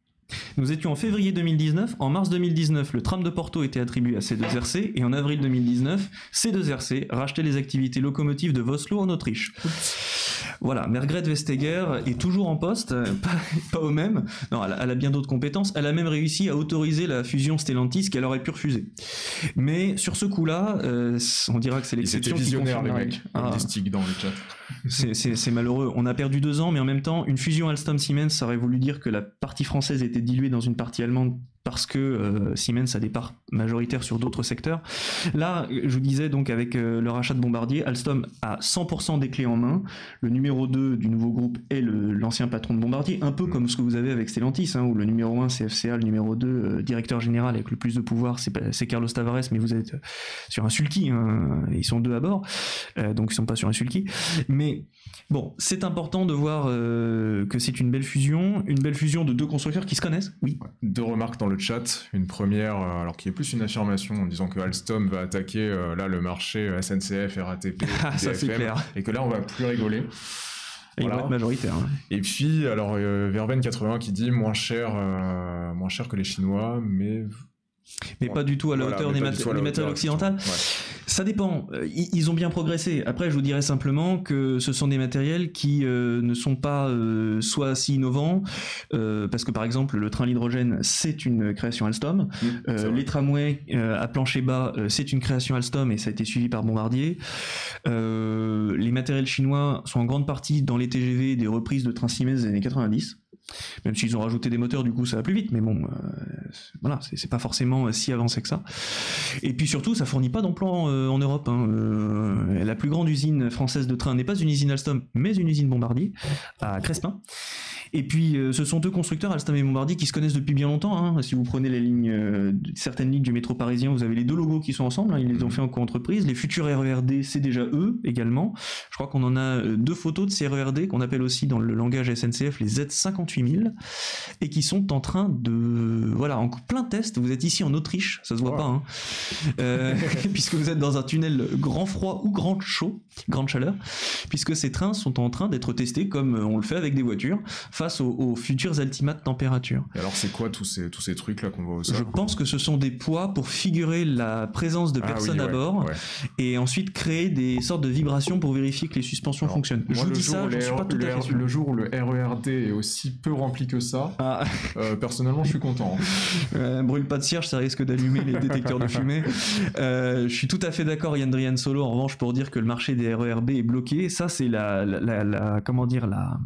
Nous étions en février deux mille dix-neuf, en mars deux mille dix-neuf, le tram de Porto était attribué à C deux R C, et en avril deux mille dix-neuf, C deux R C rachetait les activités locomotives de Vossloh en Autriche. Voilà, Margrethe Vestager est toujours en poste, pas, pas au même. Non, elle a, elle a bien d'autres compétences. Elle a même réussi à autoriser la fusion Stellantis qu'elle aurait pu refuser. Mais sur ce coup-là, euh, on dira que c'est l'exception. Ils étaient visionnaires, les mecs. Ah. Des sticks dans le chat. C'est, c'est, c'est malheureux. On a perdu deux ans, mais en même temps, une fusion Alstom-Siemens, ça aurait voulu dire que la partie française était diluée dans une partie allemande parce que euh, Siemens a des parts majoritaires sur d'autres secteurs. Là, je vous disais donc avec euh, le rachat de Bombardier, Alstom a cent pour cent des clés en main. Le numéro deux du nouveau groupe est le, l'ancien patron de Bombardier, un peu comme ce que vous avez avec Stellantis, hein, où le numéro un c'est F C A, le numéro deux euh, directeur général avec le plus de pouvoir c'est, c'est Carlos Tavares, mais vous êtes sur un sulky, hein, ils sont deux à bord, euh, donc ils sont pas sur un sulky. Mais bon, c'est important de voir euh, que c'est une belle fusion, une belle fusion de deux constructeurs qui se connaissent. Oui. Deux remarques dans le chat. Une première, euh, alors qui est plus une affirmation en disant que Alstom va attaquer euh, là le marché S N C F, R A T P, ah, ça, c'est clair. Et que là on va plus rigoler. Et voilà. Il va être majoritaire. Hein. Et puis alors euh, Verben quatre-vingts qui dit moins cher, euh, moins cher que les Chinois, mais mais pas du tout à la voilà, hauteur des, mat- des matériaux occidentaux. Ouais. Ça dépend. Ils ont bien progressé. Après, je vous dirais simplement que ce sont des matériels qui euh, ne sont pas euh, soit si innovants, euh, parce que par exemple, le train à l'hydrogène, c'est une création Alstom. Mmh, euh, les tramways euh, à plancher bas, euh, c'est une création Alstom et ça a été suivi par Bombardier. Euh, les matériels chinois sont en grande partie dans les T G V des reprises de trains Siemens des années quatre-vingt-dix. Même s'ils ont rajouté des moteurs, du coup ça va plus vite, mais bon, euh, voilà, c'est, c'est pas forcément si avancé que ça. Et puis surtout, ça fournit pas d'emploi en, euh, en Europe. Hein. Euh, la plus grande usine française de train n'est pas une usine Alstom, mais une usine Bombardier à Crespin. Et puis euh, ce sont deux constructeurs, Alstom et Bombardier, qui se connaissent depuis bien longtemps. Hein. Si vous prenez les lignes, euh, certaines lignes du métro parisien, vous avez les deux logos qui sont ensemble. Hein. Ils les ont fait en co-entreprise. Les futurs R E R D, c'est déjà eux également. Je crois qu'on en a deux photos de ces R E R D qu'on appelle aussi dans le langage S N C F les Z cinquante-huit mille et qui sont en train de, voilà, en plein test. Vous êtes ici en Autriche, ça se voit wow. pas, hein. euh, puisque vous êtes dans un tunnel grand froid ou grand chaud, grande chaleur, puisque ces trains sont en train d'être testés comme on le fait avec des voitures face aux, aux futures ultimates températures. Et alors c'est quoi tous ces tous ces trucs là qu'on voit au sol ? Je pense que ce sont des poids pour figurer la présence de personnes ah oui, à ouais, bord ouais. et ensuite créer des sortes de vibrations pour vérifier que les suspensions alors, fonctionnent. Moi, je vous dis ça, je suis pas tout à fait sûr. Le jour où le R E R D est aussi peu rempli que ça, ah. euh, personnellement je suis content. Euh, brûle pas de cierge, ça risque d'allumer les détecteurs de fumée. Euh, je suis tout à fait d'accord, Yann Drian Solo, en revanche, pour dire que le marché des R E R B est bloqué. Ça, c'est la, la, la, la comment dire, la...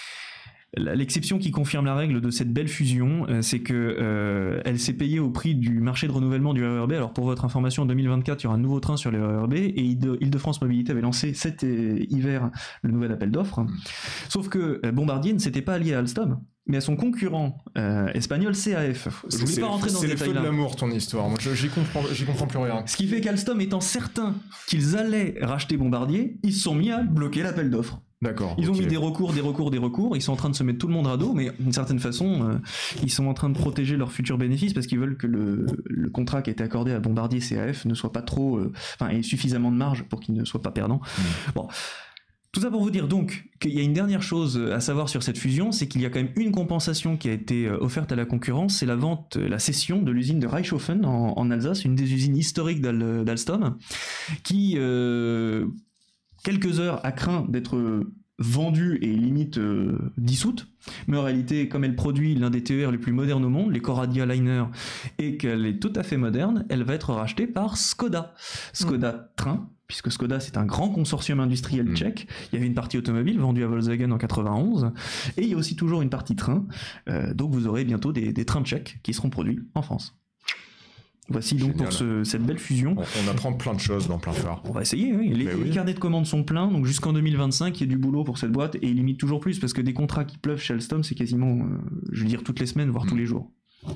l'exception qui confirme la règle de cette belle fusion, c'est que euh, elle s'est payée au prix du marché de renouvellement du R E R B. Alors pour votre information, en deux mille vingt-quatre, il y aura un nouveau train sur le R E R B et Île-de-France Mobilité avait lancé cet hiver le nouvel appel d'offres. Sauf que Bombardier ne s'était pas allié à Alstom, mais à son concurrent euh, espagnol C A F. Je voulais pas rentrer dans ce détail-là. C'est le feu de l'amour, ton histoire. Moi, j'y comprends, j'y comprends plus rien. Ce qui fait qu'Alstom, étant certain qu'ils allaient racheter Bombardier, ils se sont mis à bloquer l'appel d'offres. D'accord. Ils okay. ont mis des recours, des recours, des recours. Ils sont en train de se mettre tout le monde à dos, mais d'une certaine façon, euh, ils sont en train de protéger leurs futurs bénéfices parce qu'ils veulent que le, le contrat qui a été accordé à Bombardier C A F ne soit pas trop, euh, enfin, ait suffisamment de marge pour qu'il ne soit pas perdant. Mmh. Bon. Tout ça pour vous dire donc qu'il y a une dernière chose à savoir sur cette fusion, c'est qu'il y a quand même une compensation qui a été offerte à la concurrence, c'est la vente, la cession de l'usine de Reichshofen en, en Alsace, une des usines historiques d'Al, d'Alstom, qui, euh, quelques heures a craint d'être vendue et limite euh, dissoute, mais en réalité, comme elle produit l'un des T E R les plus modernes au monde, les Coradia Liner, et qu'elle est tout à fait moderne, elle va être rachetée par Skoda. Skoda mmh. Train, puisque Skoda c'est un grand consortium industriel mmh. tchèque. Il y avait une partie automobile vendue à Volkswagen en quatre-vingt-onze, et il y a aussi toujours une partie train, euh, donc vous aurez bientôt des, des trains tchèques qui seront produits en France. Voici donc Génial. Pour ce, cette belle fusion. On, on apprend plein de choses dans plein phare. On va essayer, oui. Les, oui. les carnets de commandes sont pleins, donc jusqu'en deux mille vingt-cinq, il y a du boulot pour cette boîte, et limite toujours plus, parce que des contrats qui pleuvent chez Alstom, c'est quasiment, euh, je veux dire, toutes les semaines, voire mmh. tous les jours.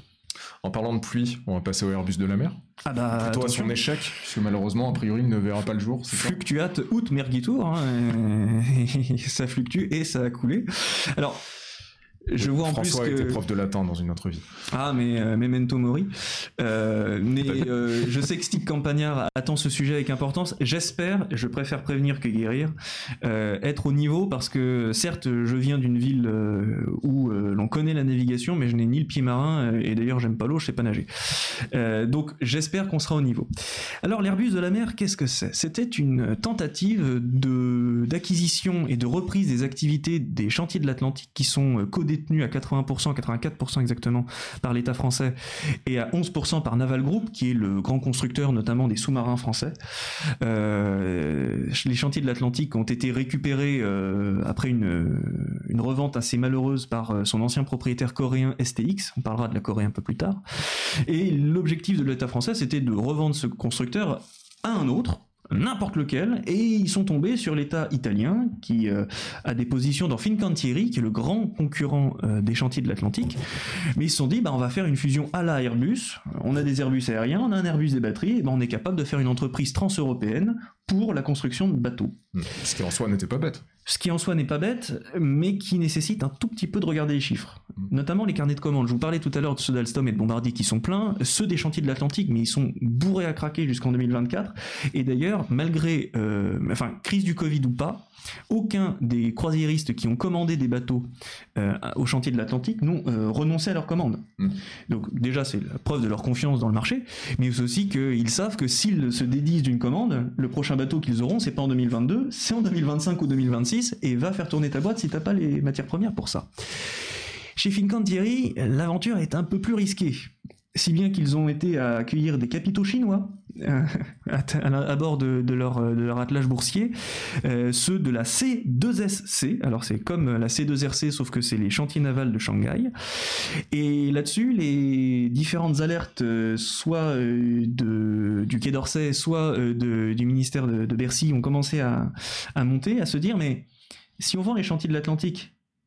En parlant de pluie, on va passer au Airbus de la mer. Ah bah, plutôt attention. À son échec, puisque malheureusement, a priori, il ne verra pas le jour. Fluctuate out mergitur, hein, ça fluctue et ça a coulé. Alors, je vois en François plus que... était prof de latin dans une autre vie. Ah, mais euh, memento mori. Euh, mais euh, je sais que Steve Campagnard attend ce sujet avec importance. J'espère, je préfère prévenir que guérir, euh, être au niveau, parce que certes, je viens d'une ville euh, où euh, l'on connaît la navigation, mais je n'ai ni le pied marin, euh, et d'ailleurs j'aime pas l'eau, je sais pas nager. Euh, donc j'espère qu'on sera au niveau. Alors l'Airbus de la mer, qu'est-ce que c'est ? C'était une tentative de, d'acquisition et de reprise des activités des chantiers de l'Atlantique qui sont codés détenu à quatre-vingts pour cent, quatre-vingt-quatre pour cent exactement par l'État français et à onze pour cent par Naval Group, qui est le grand constructeur notamment des sous-marins français. Euh, les chantiers de l'Atlantique ont été récupérés euh, après une, une revente assez malheureuse par son ancien propriétaire coréen S T X, on parlera de la Corée un peu plus tard, et l'objectif de l'État français c'était de revendre ce constructeur à un autre, n'importe lequel, et ils sont tombés sur l'État italien qui euh, a des positions dans Fincantieri, qui est le grand concurrent euh, des chantiers de l'Atlantique, mais ils se sont dit bah, on va faire une fusion à la Airbus, on a des Airbus aériens, on a un Airbus des batteries, et bah, on est capable de faire une entreprise transeuropéenne pour la construction de bateaux. Ce qui en soi n'était pas bête. Ce qui en soi n'est pas bête, mais qui nécessite un tout petit peu de regarder les chiffres. Mmh. Notamment les carnets de commandes. Je vous parlais tout à l'heure de ceux d'Alstom et de Bombardier qui sont pleins, ceux des chantiers de l'Atlantique, mais ils sont bourrés à craquer jusqu'en deux mille vingt-quatre. Et d'ailleurs, malgré, euh, enfin, crise du Covid ou pas, aucun des croisiéristes qui ont commandé des bateaux euh, au chantier de l'Atlantique n'ont euh, renoncé à leurs commandes. Mmh. Donc déjà, c'est la preuve de leur confiance dans le marché, mais c'est aussi qu'ils savent que s'ils se dédisent d'une commande, le prochain bateau qu'ils auront, c'est pas en deux mille vingt-deux, c'est en deux mille vingt-cinq ou deux mille vingt-six, et va faire tourner ta boîte si t'as pas les matières premières pour ça. Chez Fincantieri, l'aventure est un peu plus risquée. Si bien qu'ils ont été à accueillir des capitaux chinois euh, à, à, à bord de, de, leur, de leur attelage boursier, euh, ceux de la C deux S C, alors c'est comme la C deux R C sauf que c'est les chantiers navals de Shanghai, et là-dessus les différentes alertes euh, soit euh, de, du Quai d'Orsay, soit euh, de, du ministère de, de Bercy ont commencé à, à monter, à se dire mais si on vend les chantiers de l'Atlantique,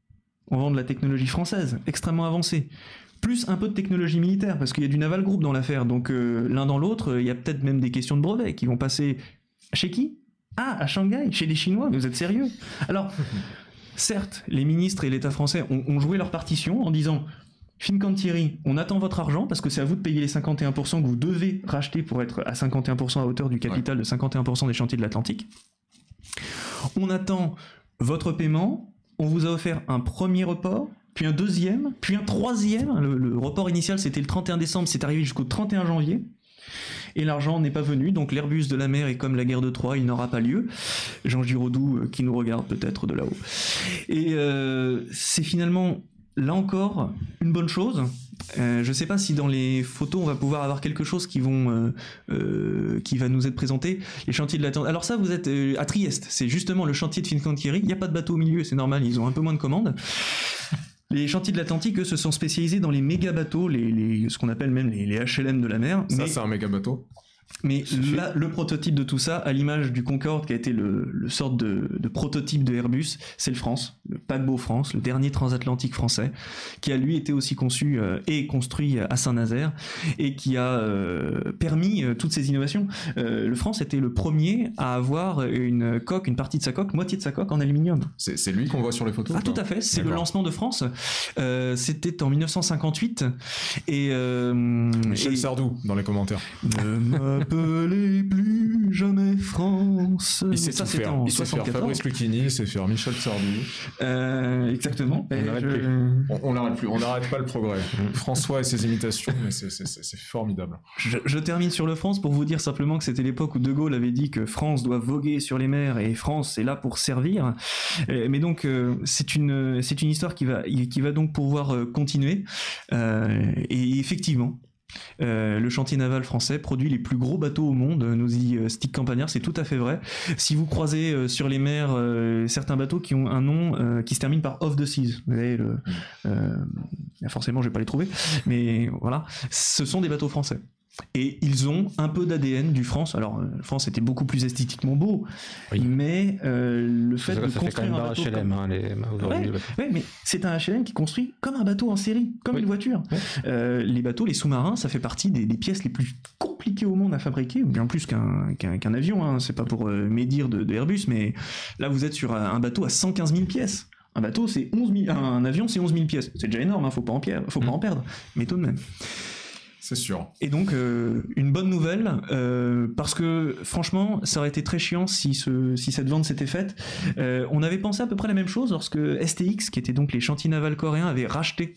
on vend de la technologie française, extrêmement avancée. Plus un peu de technologie militaire, parce qu'il y a du Naval Group dans l'affaire. Donc euh, l'un dans l'autre, il y a peut-être même des questions de brevets qui vont passer chez qui ? Ah, à Shanghai, chez les Chinois, vous êtes sérieux ? Alors, certes, les ministres et l'État français ont, ont joué leur partition en disant « Fincantieri, on attend votre argent parce que c'est à vous de payer les cinquante et un pour cent que vous devez racheter pour être à cinquante et un pour cent à hauteur du capital ouais. de cinquante et un pour cent des chantiers de l'Atlantique. On attend votre paiement, on vous a offert un premier report, puis un deuxième, puis un troisième. Le, le report initial, c'était le trente et un décembre, c'est arrivé jusqu'au trente et un janvier. Et l'argent n'est pas venu, donc l'Airbus de la mer est comme la guerre de Troie, il n'aura pas lieu. Jean Giraudoux euh, qui nous regarde peut-être de là-haut. Et euh, c'est finalement, là encore, une bonne chose. Euh, je ne sais pas si dans les photos on va pouvoir avoir quelque chose qui, vont, euh, euh, qui va nous être présenté. Les chantiers de l'Atlantique. Alors ça, vous êtes euh, à Trieste, c'est justement le chantier de Fincantieri. Il n'y a pas de bateau au milieu, c'est normal, ils ont un peu moins de commandes. Les chantiers de l'Atlantique, eux, se sont spécialisés dans les méga bateaux, les, les, ce qu'on appelle même les, les H L M de la mer. Ça, mais, c'est un méga bateau. Mais là, le prototype de tout ça, à l'image du Concorde, qui a été le, le sorte de, de prototype de Airbus, c'est le France, le paquebot France, le dernier transatlantique français, qui a lui été aussi conçu euh, et construit à Saint-Nazaire, et qui a euh, permis euh, toutes ces innovations. Euh, le France était le premier à avoir une coque, une partie de sa coque, moitié de sa coque en aluminium. C'est, c'est lui qu'on voit sur les photos? Ah, tout à fait, c'est D'accord. le lancement de France. Euh, c'était en dix-neuf cent cinquante-huit. Et, euh, Michel et... Sardou, dans les commentaires. Ne m'appelez plus jamais France. Il sait ça, c'était en soixante-quatorze. Fabrice Lucchini, il sait faire Michel Sardou. Euh, exactement. On n'arrête je... plus. On, on l'arrête plus. On n'arrête pas le progrès. François et ses imitations, mais c'est, c'est, c'est, c'est formidable. Je, je termine sur le France pour vous dire simplement que c'était l'époque où De Gaulle avait dit que France doit voguer sur les mers et France est là pour servir. Euh, mais donc euh, c'est une c'est une histoire qui va qui va donc pouvoir euh, continuer. Euh, et effectivement. Euh, le chantier naval français produit les plus gros bateaux au monde, nous dit euh, Stick Campagnard, c'est tout à fait vrai. Si vous croisez euh, sur les mers euh, certains bateaux qui ont un nom euh, qui se termine par Of the Seas, vous savez, le, euh, forcément je vais pas les trouver, mais voilà, ce sont des bateaux français. Et ils ont un peu d'A D N du France. Alors, euh, France était beaucoup plus esthétiquement beau, oui. mais euh, le fait ça, de ça construire fait un bateau H L M, comme... hein, les... ouais, ouais, mais c'est un H L M qui construit comme un bateau en série, comme oui. une voiture. Oui. Euh, les bateaux, les sous-marins, ça fait partie des, des pièces les plus compliquées au monde à fabriquer, bien plus qu'un, qu'un, qu'un avion. Hein. C'est pas pour euh, médire de, de Airbus, mais là vous êtes sur un bateau à cent quinze mille pièces. Un bateau, c'est onze mille, un avion, c'est onze mille pièces. C'est déjà énorme, hein, faut pas en perdre, faut mmh. pas en perdre, mais tout de même. C'est sûr. Et donc, euh, une bonne nouvelle, euh, parce que franchement, ça aurait été très chiant si, ce, si cette vente s'était faite. Euh, on avait pensé à peu près la même chose lorsque S T X, qui étaient donc les chantiers navals coréens, avaient racheté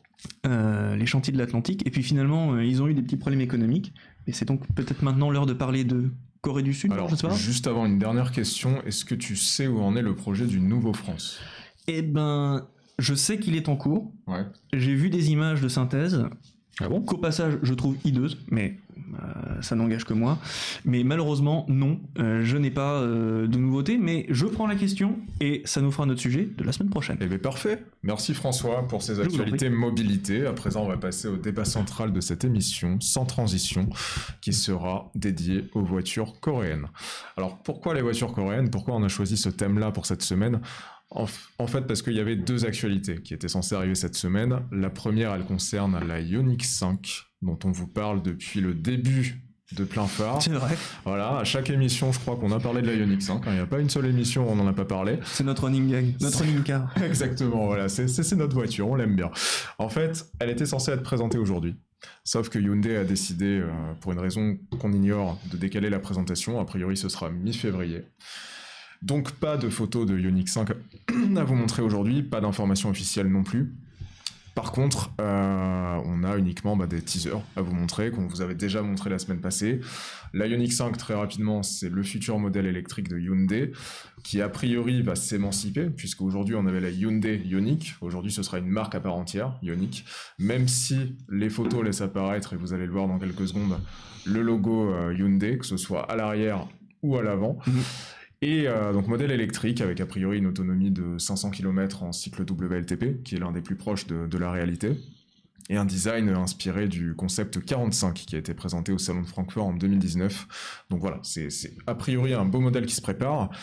euh, les chantiers de l'Atlantique, et puis finalement, euh, ils ont eu des petits problèmes économiques. Et c'est donc peut-être maintenant l'heure de parler de Corée du Sud. Alors, je sais pas. Juste avant, une dernière question. Est-ce que tu sais où en est le projet du Nouveau France ? Eh ben, je sais qu'il est en cours. Ouais. J'ai vu des images de synthèse. Ah bon ? Qu'au passage, je trouve hideuse, mais euh, ça n'engage que moi. Mais malheureusement, non, euh, je n'ai pas euh, de nouveautés, mais je prends la question et ça nous fera notre sujet de la semaine prochaine. Eh bien, parfait. Merci François pour ces actualités mobilité. À présent, on va passer au débat central de cette émission, sans transition, qui sera dédié aux voitures coréennes. Alors, pourquoi les voitures coréennes ? Pourquoi on a choisi ce thème-là pour cette semaine ? En, f- en fait, parce qu'il y avait deux actualités qui étaient censées arriver cette semaine. La première, elle concerne la Ioniq cinq, dont on vous parle depuis le début de plein phare. C'est vrai. Voilà, à chaque émission, je crois qu'on a parlé de la Ioniq cinq. Il n'y a pas une seule émission où on n'en a pas parlé. C'est notre running gag, notre c'est... running car. Exactement, voilà, c'est, c'est, c'est notre voiture, on l'aime bien. En fait, elle était censée être présentée aujourd'hui. Sauf que Hyundai a décidé, euh, pour une raison qu'on ignore, de décaler la présentation. A priori, ce sera mi-février. Donc pas de photos de Ioniq cinq à vous montrer aujourd'hui, pas d'informations officielles non plus. Par contre, euh, on a uniquement bah, des teasers à vous montrer, qu'on vous avait déjà montré la semaine passée. La Ioniq cinq, très rapidement, c'est le futur modèle électrique de Hyundai, qui a priori va s'émanciper, puisqu'aujourd'hui on avait la Hyundai Ioniq, aujourd'hui ce sera une marque à part entière, Ioniq, même si les photos laissent apparaître, et vous allez le voir dans quelques secondes, le logo euh, Hyundai, que ce soit à l'arrière ou à l'avant. Mmh. Et euh, donc modèle électrique avec a priori une autonomie de cinq cents kilomètres en cycle W L T P, qui est l'un des plus proches de, de la réalité, et un design inspiré du concept quarante-cinq qui a été présenté au Salon de Francfort en deux mille dix-neuf. Donc voilà, c'est, c'est a priori un beau modèle qui se prépare.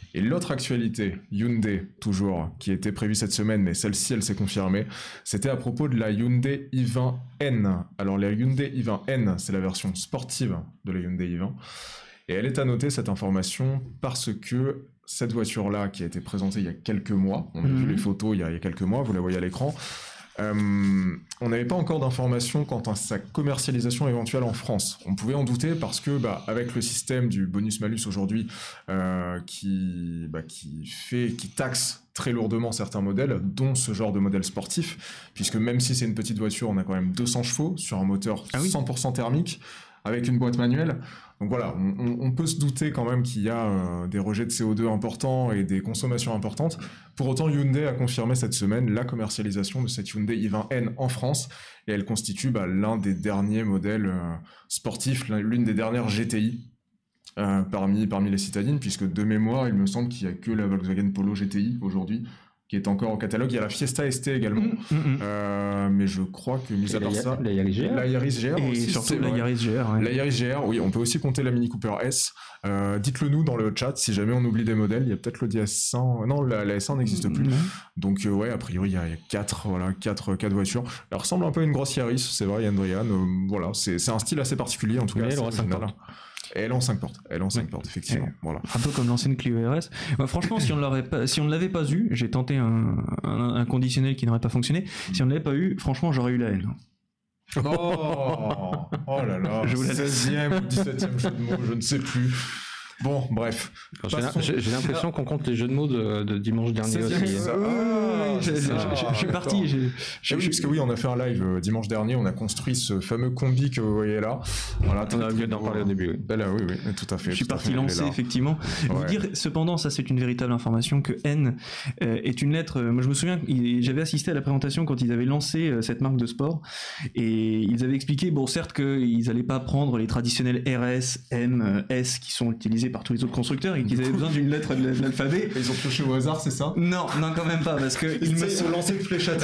Et l'autre actualité, Hyundai, toujours, qui était prévue cette semaine, mais celle-ci, elle s'est confirmée, c'était à propos de la Hyundai i vingt N. Alors, la Hyundai i vingt N, c'est la version sportive de la Hyundai i vingt. Et elle est à noter, cette information, parce que cette voiture-là, qui a été présentée il y a quelques mois, on a mmh. vu les photos il y a, il y a quelques mois, vous la voyez à l'écran, Euh, on n'avait pas encore d'informations quant à sa commercialisation éventuelle en France. On pouvait en douter parce que, bah, avec le système du bonus-malus aujourd'hui, euh, qui, bah, qui fait, qui taxe très lourdement certains modèles, dont ce genre de modèle sportif, puisque même si c'est une petite voiture, on a quand même deux cents chevaux sur un moteur ah oui. cent pour cent thermique, avec une boîte manuelle. Donc voilà, on, on peut se douter quand même qu'il y a euh, des rejets de C O deux importants et des consommations importantes. Pour autant, Hyundai a confirmé cette semaine la commercialisation de cette Hyundai i vingt N en France, et elle constitue bah, l'un des derniers modèles euh, sportifs, l'une des dernières G T I euh, parmi, parmi les citadines, puisque de mémoire, il me semble qu'il n'y a que la Volkswagen Polo G T I aujourd'hui qui est encore au catalogue. Il y a la Fiesta S T également, mmh, mmh. Euh, mais je crois que, mis à part ça, la Yaris G R, la Yaris G R et aussi, surtout la Yaris G R. Ouais. La Yaris G R, oui, on peut aussi compter la Mini Cooper S. Euh, dites-le nous dans le chat si jamais on oublie des modèles. Il y a peut-être l'Audi S cent. Non, la, la S cent n'existe plus. Mmh. Donc euh, ouais, a priori il y a, il y a quatre, voilà, quatre, quatre voitures. Elle ressemble un peu à une grosse Yaris, c'est vrai, Yann Drian. Euh, voilà, c'est, c'est un style assez particulier en tout mais cas. Elle aura cinq portes. Et elle en cinq portes, elle en cinq oui. portes, effectivement. Et voilà. Un peu comme l'ancienne Clio R S. Bah, franchement, si on l'aurait pas, si on ne l'avait pas eu, j'ai tenté un, un, un conditionnel qui n'aurait pas fonctionné. Si on ne l'avait pas eu, franchement, j'aurais eu la haine. Oh, oh là là, je vous la seizième ou dix-septième jeu de mots, je ne sais plus. Bon, bref. J'ai, j'ai l'impression qu'on compte les jeux de mots de, de dimanche dernier aussi. Ah, oui, je, je, je, je suis parti. J'ai, je, oui, parce que oui, on a fait un live euh, dimanche dernier, on a construit ce fameux combi que vous voyez là. Voilà, on a oublié d'en parler au début. Oui, là, oui, oui, tout à fait. Je suis parti lancer, effectivement. Ouais. Vous dire, cependant, ça c'est une véritable information, que N euh, est une lettre. Euh, moi, je me souviens, il, j'avais assisté à la présentation quand ils avaient lancé euh, cette marque de sport, et ils avaient expliqué, bon, certes qu'ils n'allaient pas prendre les traditionnels R S, M, S qui sont utilisés par tous les autres constructeurs et qu'ils avaient besoin d'une lettre de l'alphabet. Ils ont pioché au hasard, c'est ça ? Non, non, quand même pas, parce que ils me sont lancés une fléchette.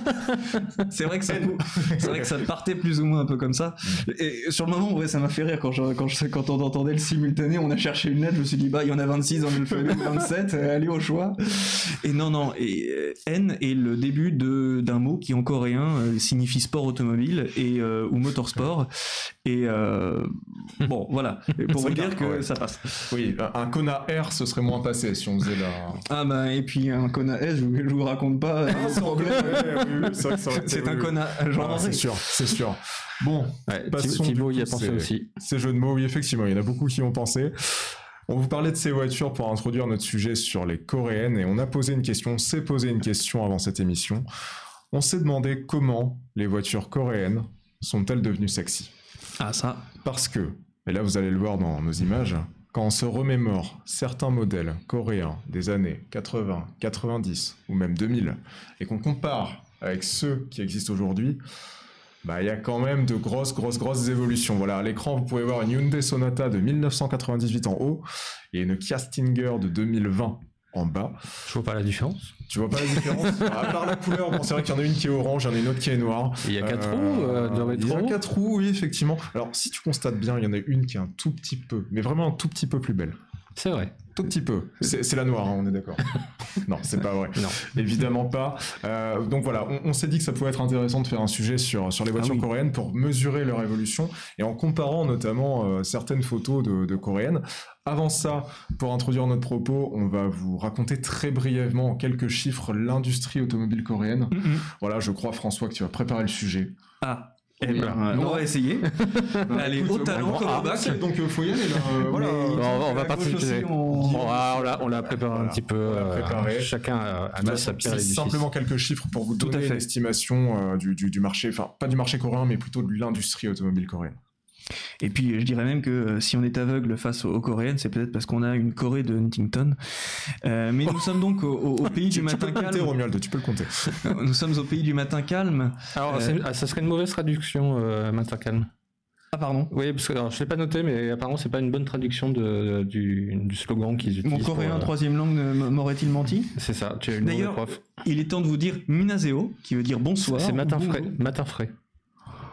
C'est vrai que ça, c'est vrai que ça partait plus ou moins un peu comme ça. Et sur le moment, ouais, ça m'a fait rire quand je, quand je, quand on entendait le simultané, on a cherché une lettre, je me suis dit bah il y en a vingt-six dans l'alphabet, vingt-sept, allez au choix. Et non, non, et N est le début de d'un mot qui en coréen euh, signifie sport automobile et euh, ou motorsport. Et euh, bon, voilà, pour vous dire que ouais. ça passe. Oui, un Kona R, ce serait moins passé si on faisait la... Ah bah, et puis un Kona S, je, je vous raconte pas le problème. Ouais, oui, oui, c'est vrai que ça aurait été, c'est oui, un oui. Kona, genre ah, c'est sûr, c'est sûr. Bon, ouais, Thibaut y a pensé aussi. Ces jeux de mots, oui, effectivement, il y en a beaucoup qui ont pensé. On vous parlait de ces voitures pour introduire notre sujet sur les coréennes, et on a posé une question, on s'est posé une question avant cette émission. On s'est demandé comment les voitures coréennes sont-elles devenues sexy. Ah ça. Parce que, et là vous allez le voir dans nos images, quand on se remémore certains modèles coréens des années quatre-vingts, quatre-vingt-dix ou même deux mille, et qu'on compare avec ceux qui existent aujourd'hui, bah, il y a quand même de grosses, grosses, grosses évolutions. Voilà, à l'écran, vous pouvez voir une Hyundai Sonata de dix-neuf cent quatre-vingt-dix-huit en haut et une Kia Stinger de deux mille vingt en bas. Je vois pas la différence. Tu vois pas la différence? À part la couleur, bon, c'est vrai qu'il y en a une qui est orange, il y en a une autre qui est noire. Il y a quatre euh, roues euh, de rétro. Il y a quatre roues, oui, effectivement. Alors, si tu constates bien, il y en a une qui est un tout petit peu, mais vraiment un tout petit peu plus belle. C'est vrai. Tout petit peu. C'est, c'est la noire, hein, on est d'accord. Non, c'est pas vrai. Non, évidemment pas. Euh, donc voilà, on, on s'est dit que ça pouvait être intéressant de faire un sujet sur, sur les voitures ah oui. coréennes pour mesurer leur évolution et en comparant notamment euh, certaines photos de, de coréennes. Avant ça, pour introduire notre propos, on va vous raconter très brièvement en quelques chiffres l'industrie automobile coréenne. Mm-hmm. Voilà, je crois, François, que tu vas préparer le sujet. Ah. Eh ben, euh, on va essayer. Allez, au talent comme au bac. Donc, il faut y aller, là. Euh, voilà. On, on, on va participer. On, on, on, l'a, on l'a préparé voilà. un petit peu. Euh, préparé. Chacun a, a mis sa pierre à l'édifice. Simplement quelques chiffres pour vous donner une estimation euh, du, du, du marché, enfin, pas du marché coréen, mais plutôt de l'industrie automobile coréenne. Et puis je dirais même que euh, si on est aveugle face aux, aux coréennes, c'est peut-être parce qu'on a une Corée de Huntington. Euh, mais nous sommes donc au, au, au pays tu, du matin calme. Tu peux le compter, Romuald, tu peux le compter. Nous sommes au pays du matin calme. Alors, euh... ça serait une mauvaise traduction, euh, matin calme. Ah pardon. Oui, parce que alors, je l'ai pas noté, mais apparemment c'est pas une bonne traduction de, du, du slogan qu'ils utilisent. Mon coréen pour, euh... troisième langue m'aurait-il menti? C'est ça. Tu as une D'ailleurs, il est temps de vous dire Minaseo, qui veut dire bonsoir. C'est matin frais. Matin frais.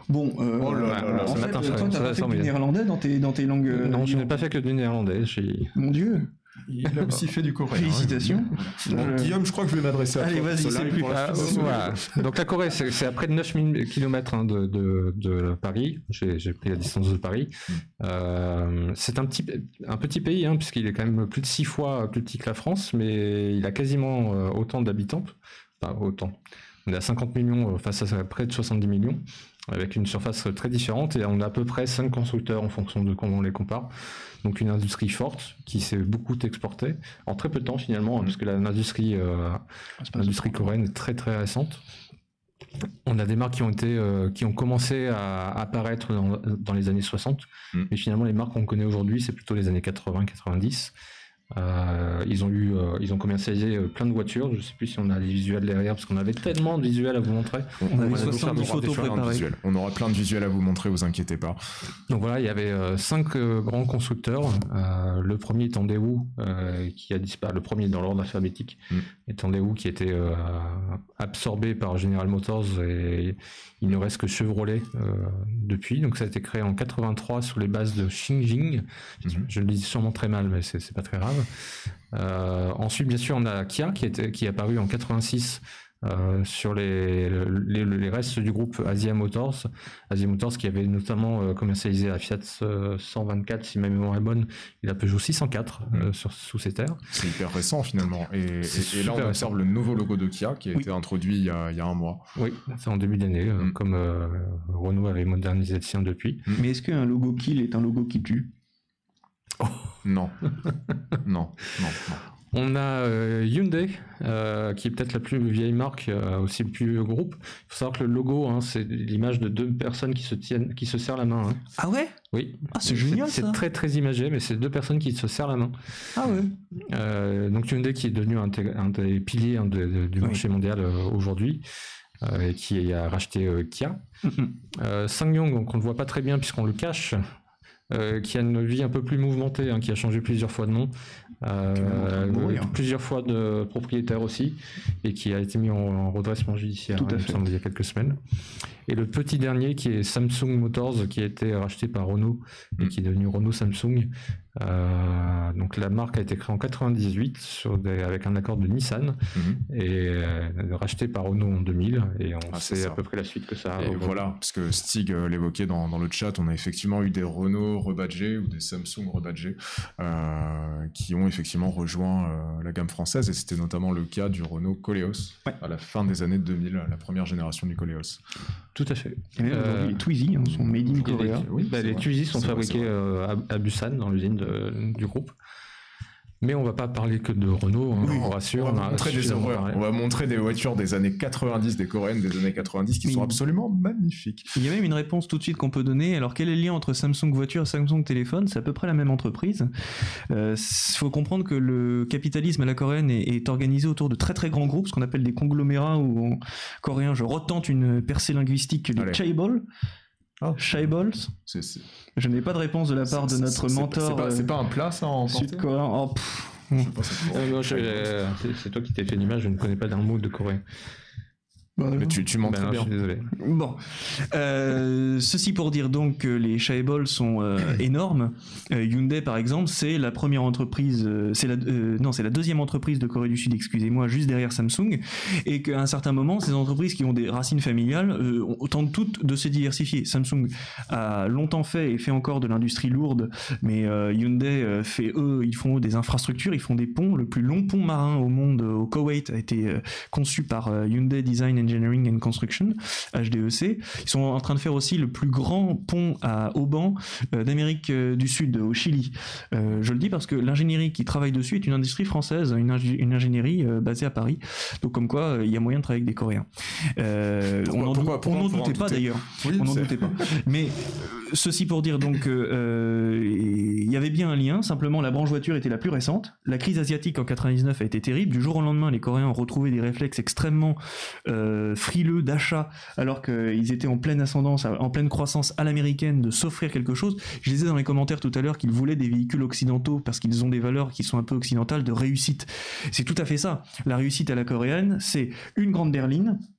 Bon, euh, Oh là là là, en ce fait, matin, toi, ça- t'as ça pas va fait sans du médias. néerlandais dans tes, dans tes langues. euh, Non, je n'ai vivantes. pas fait que du néerlandais. J'ai... Mon Dieu. Il a aussi fait du coréen. Félicitations. Hein, bon, Je- Guillaume, je crois que je vais m'adresser à Allez, toi. vas-y, Parce que c'est là, plus- pour la Ah, finance, voilà. Donc la Corée, c'est, c'est à près de neuf mille kilomètres hein, de, de, de Paris. J'ai, j'ai pris la distance de Paris. Mm. Euh, c'est un petit, un petit pays, hein, puisqu'il est quand même plus de six fois plus petit que la France, mais il a quasiment euh, autant d'habitants. Enfin, autant. On est à cinquante millions face à près de soixante-dix millions, avec une surface très différente, et on a à peu près cinq constructeurs en fonction de comment on les compare. Donc une industrie forte qui s'est beaucoup exportée en très peu de temps finalement, hein, parce que l'industrie, euh, l'industrie coréenne est très très récente. On a des marques qui ont été, euh, qui ont commencé à apparaître dans, dans les années soixante, Mm. mais finalement les marques qu'on connaît aujourd'hui, c'est plutôt les années quatre-vingts quatre-vingt-dix. Euh, ils ont eu, euh, ils ont commercialisé euh, plein de voitures. Je sais plus si on a des visuels derrière parce qu'on avait tellement de visuels à vous montrer. On avait va soixante-dix faire des photos différents préparées. visuels. On aura plein de visuels à vous montrer, vous inquiétez pas. Donc voilà, il y avait euh, cinq euh, grands constructeurs. Euh, le premier étant Daewoo, euh, qui a disparu. Le premier dans l'ordre alphabétique Mm. étant Daewoo, qui a été euh, absorbé par General Motors, et il ne reste que Chevrolet euh, depuis. Donc ça a été créé en quatre-vingt-trois sur les bases de Xinjiang. Mhm. Je le dis sûrement très mal, mais c'est, c'est pas très grave. Euh, ensuite, bien sûr, on a Kia qui, était, qui est apparu en quatre-vingt-six euh, sur les, les, les restes du groupe Asia Motors. Asia Motors qui avait notamment euh, commercialisé la Fiat euh, cent vingt-quatre, si ma mémoire est bonne, et la Peugeot six cent quatre euh, sur, sous ses terres. C'est hyper récent finalement. Et, C'est et- et là, on super observe le nouveau logo de Kia qui a Oui. été introduit il y a, il y a un mois. Oui, c'est en début d'année, euh, Mm. comme euh, Renault avait modernisé le sien depuis. Mais est-ce qu'un logo kill est un logo qui tue? Non. non, non, non. On a euh, Hyundai, euh, qui est peut-être la plus vieille marque, euh, aussi le plus vieux groupe. Il faut savoir que le logo, hein, c'est l'image de deux personnes qui se tiennent, qui se serrent la main. Hein. Ah ouais? Oui. Ah, c'est génial, C'est ça. très très imagé, mais c'est deux personnes qui se serrent la main. Ah ouais. Euh, donc Hyundai qui est devenu un, té- un des piliers hein, de- de- du Oui. marché mondial euh, aujourd'hui, euh, et qui a racheté euh, Kia. Mhm. Euh, SsangYong, donc on ne le voit pas très bien puisqu'on le cache. Euh, qui a une vie un peu plus mouvementée, hein, qui a changé plusieurs fois de nom, euh, Qui est en train de mourir. plusieurs fois de propriétaire aussi, et qui a été mis en, en redressement judiciaire, Tout à hein, il me fait. semble, il y a quelques semaines. Et le petit dernier qui est Samsung Motors, qui a été racheté par Renault, et Mm. qui est devenu Renault Samsung. Euh, donc la marque a été créée en quatre-vingt-dix-huit sur des- avec un accord de Nissan, Mhm. et euh, racheté par Renault en deux mille, et on Ah, c'est sait ça. à peu près la suite que ça a. Et voilà, parce que Stig euh, l'évoquait dans, dans le chat, on a effectivement eu des Renault rebadgés ou des Samsung rebadgés euh, qui ont effectivement rejoint euh, la gamme française, et c'était notamment le cas du Renault Koleos Ouais. à la fin des années deux mille, la première génération du Koleos. Tout à fait. Et même Euh, aujourd'hui, les Twizy hein, sont made in Et les- Korea. Oui, bah, c'est les vrai. Twizy sont C'est vrai, fabriqués c'est vrai. euh, à, à Busan, dans l'usine de- du groupe. Mais on va pas parler que de Renault, hein, Oui, on vous rassure. on va on a montrer des suffisamment horreurs. parlé. On va montrer des voitures des années quatre-vingt-dix, des coréennes des années quatre-vingt-dix qui Mais- sont absolument magnifiques. Il y a même une réponse tout de suite qu'on peut donner. Alors, quel est le lien entre Samsung voiture et Samsung téléphone? C'est à peu près la même entreprise. Il euh, faut comprendre que le capitalisme à la coréenne est, est organisé autour de très très grands groupes, ce qu'on appelle des conglomérats, ou en coréen, je retente une percée linguistique, les Allez. chaebol. Ah. Chaebols. C'est c'est- Je n'ai pas de réponse de la part de c'est- notre c'est- mentor C'est pas, c'est pas un plat ça en euh, sud-coréen. Oh, pff. Je sais pas, c'est- Euh, moi, je- euh, c'est- c'est toi qui t'es fait l'image, je ne connais pas d'un mot de coréen. Mais tu, tu mens Ben très non, je bien. suis désolé. Bon, Euh, ceci pour dire donc que les chaebols sont euh, énormes. Euh, Hyundai, par exemple, c'est la première entreprise, euh, c'est la, euh, non, c'est la deuxième entreprise de Corée du Sud, excusez-moi, juste derrière Samsung, et qu'à un certain moment, ces entreprises qui ont des racines familiales euh, ont- tentent toutes de se diversifier. Samsung a longtemps fait et fait encore de l'industrie lourde, mais euh, Hyundai euh, fait eux, ils font des infrastructures, ils font des ponts. Le plus long pont marin au monde, euh, au Koweït, a été euh, conçu par euh, Hyundai Design Engineering and Construction, H D E C. Ils sont en train de faire aussi le plus grand pont à Auban euh, d'Amérique euh, du Sud, au Chili. Euh, je le dis parce que l'ingénierie qui travaille dessus est une industrie française, une, ingé- une ingénierie euh, basée à Paris. Donc comme quoi, euh, il y a moyen de travailler avec des Coréens. Euh, Pourquoi- on n'en pourquoi- pourquoi on on n'en pourrait en doutait pas douter d'ailleurs. Oui, On n'en c'est- doutait pas. Mais euh, ceci pour dire donc que euh, il y avait bien un lien, simplement la branche voiture était la plus récente. La crise asiatique en quatre-vingt-dix-neuf a été terrible. Du jour au lendemain, les Coréens ont retrouvé des réflexes extrêmement euh, frileux d'achat, alors qu'ils étaient en pleine ascendance, en pleine croissance à l'américaine, de s'offrir quelque chose. Je disais dans les commentaires tout à l'heure qu'ils voulaient des véhicules occidentaux parce qu'ils ont des valeurs qui sont un peu occidentales de réussite. C'est tout à fait ça. La réussite à la coréenne, c'est une grande berline,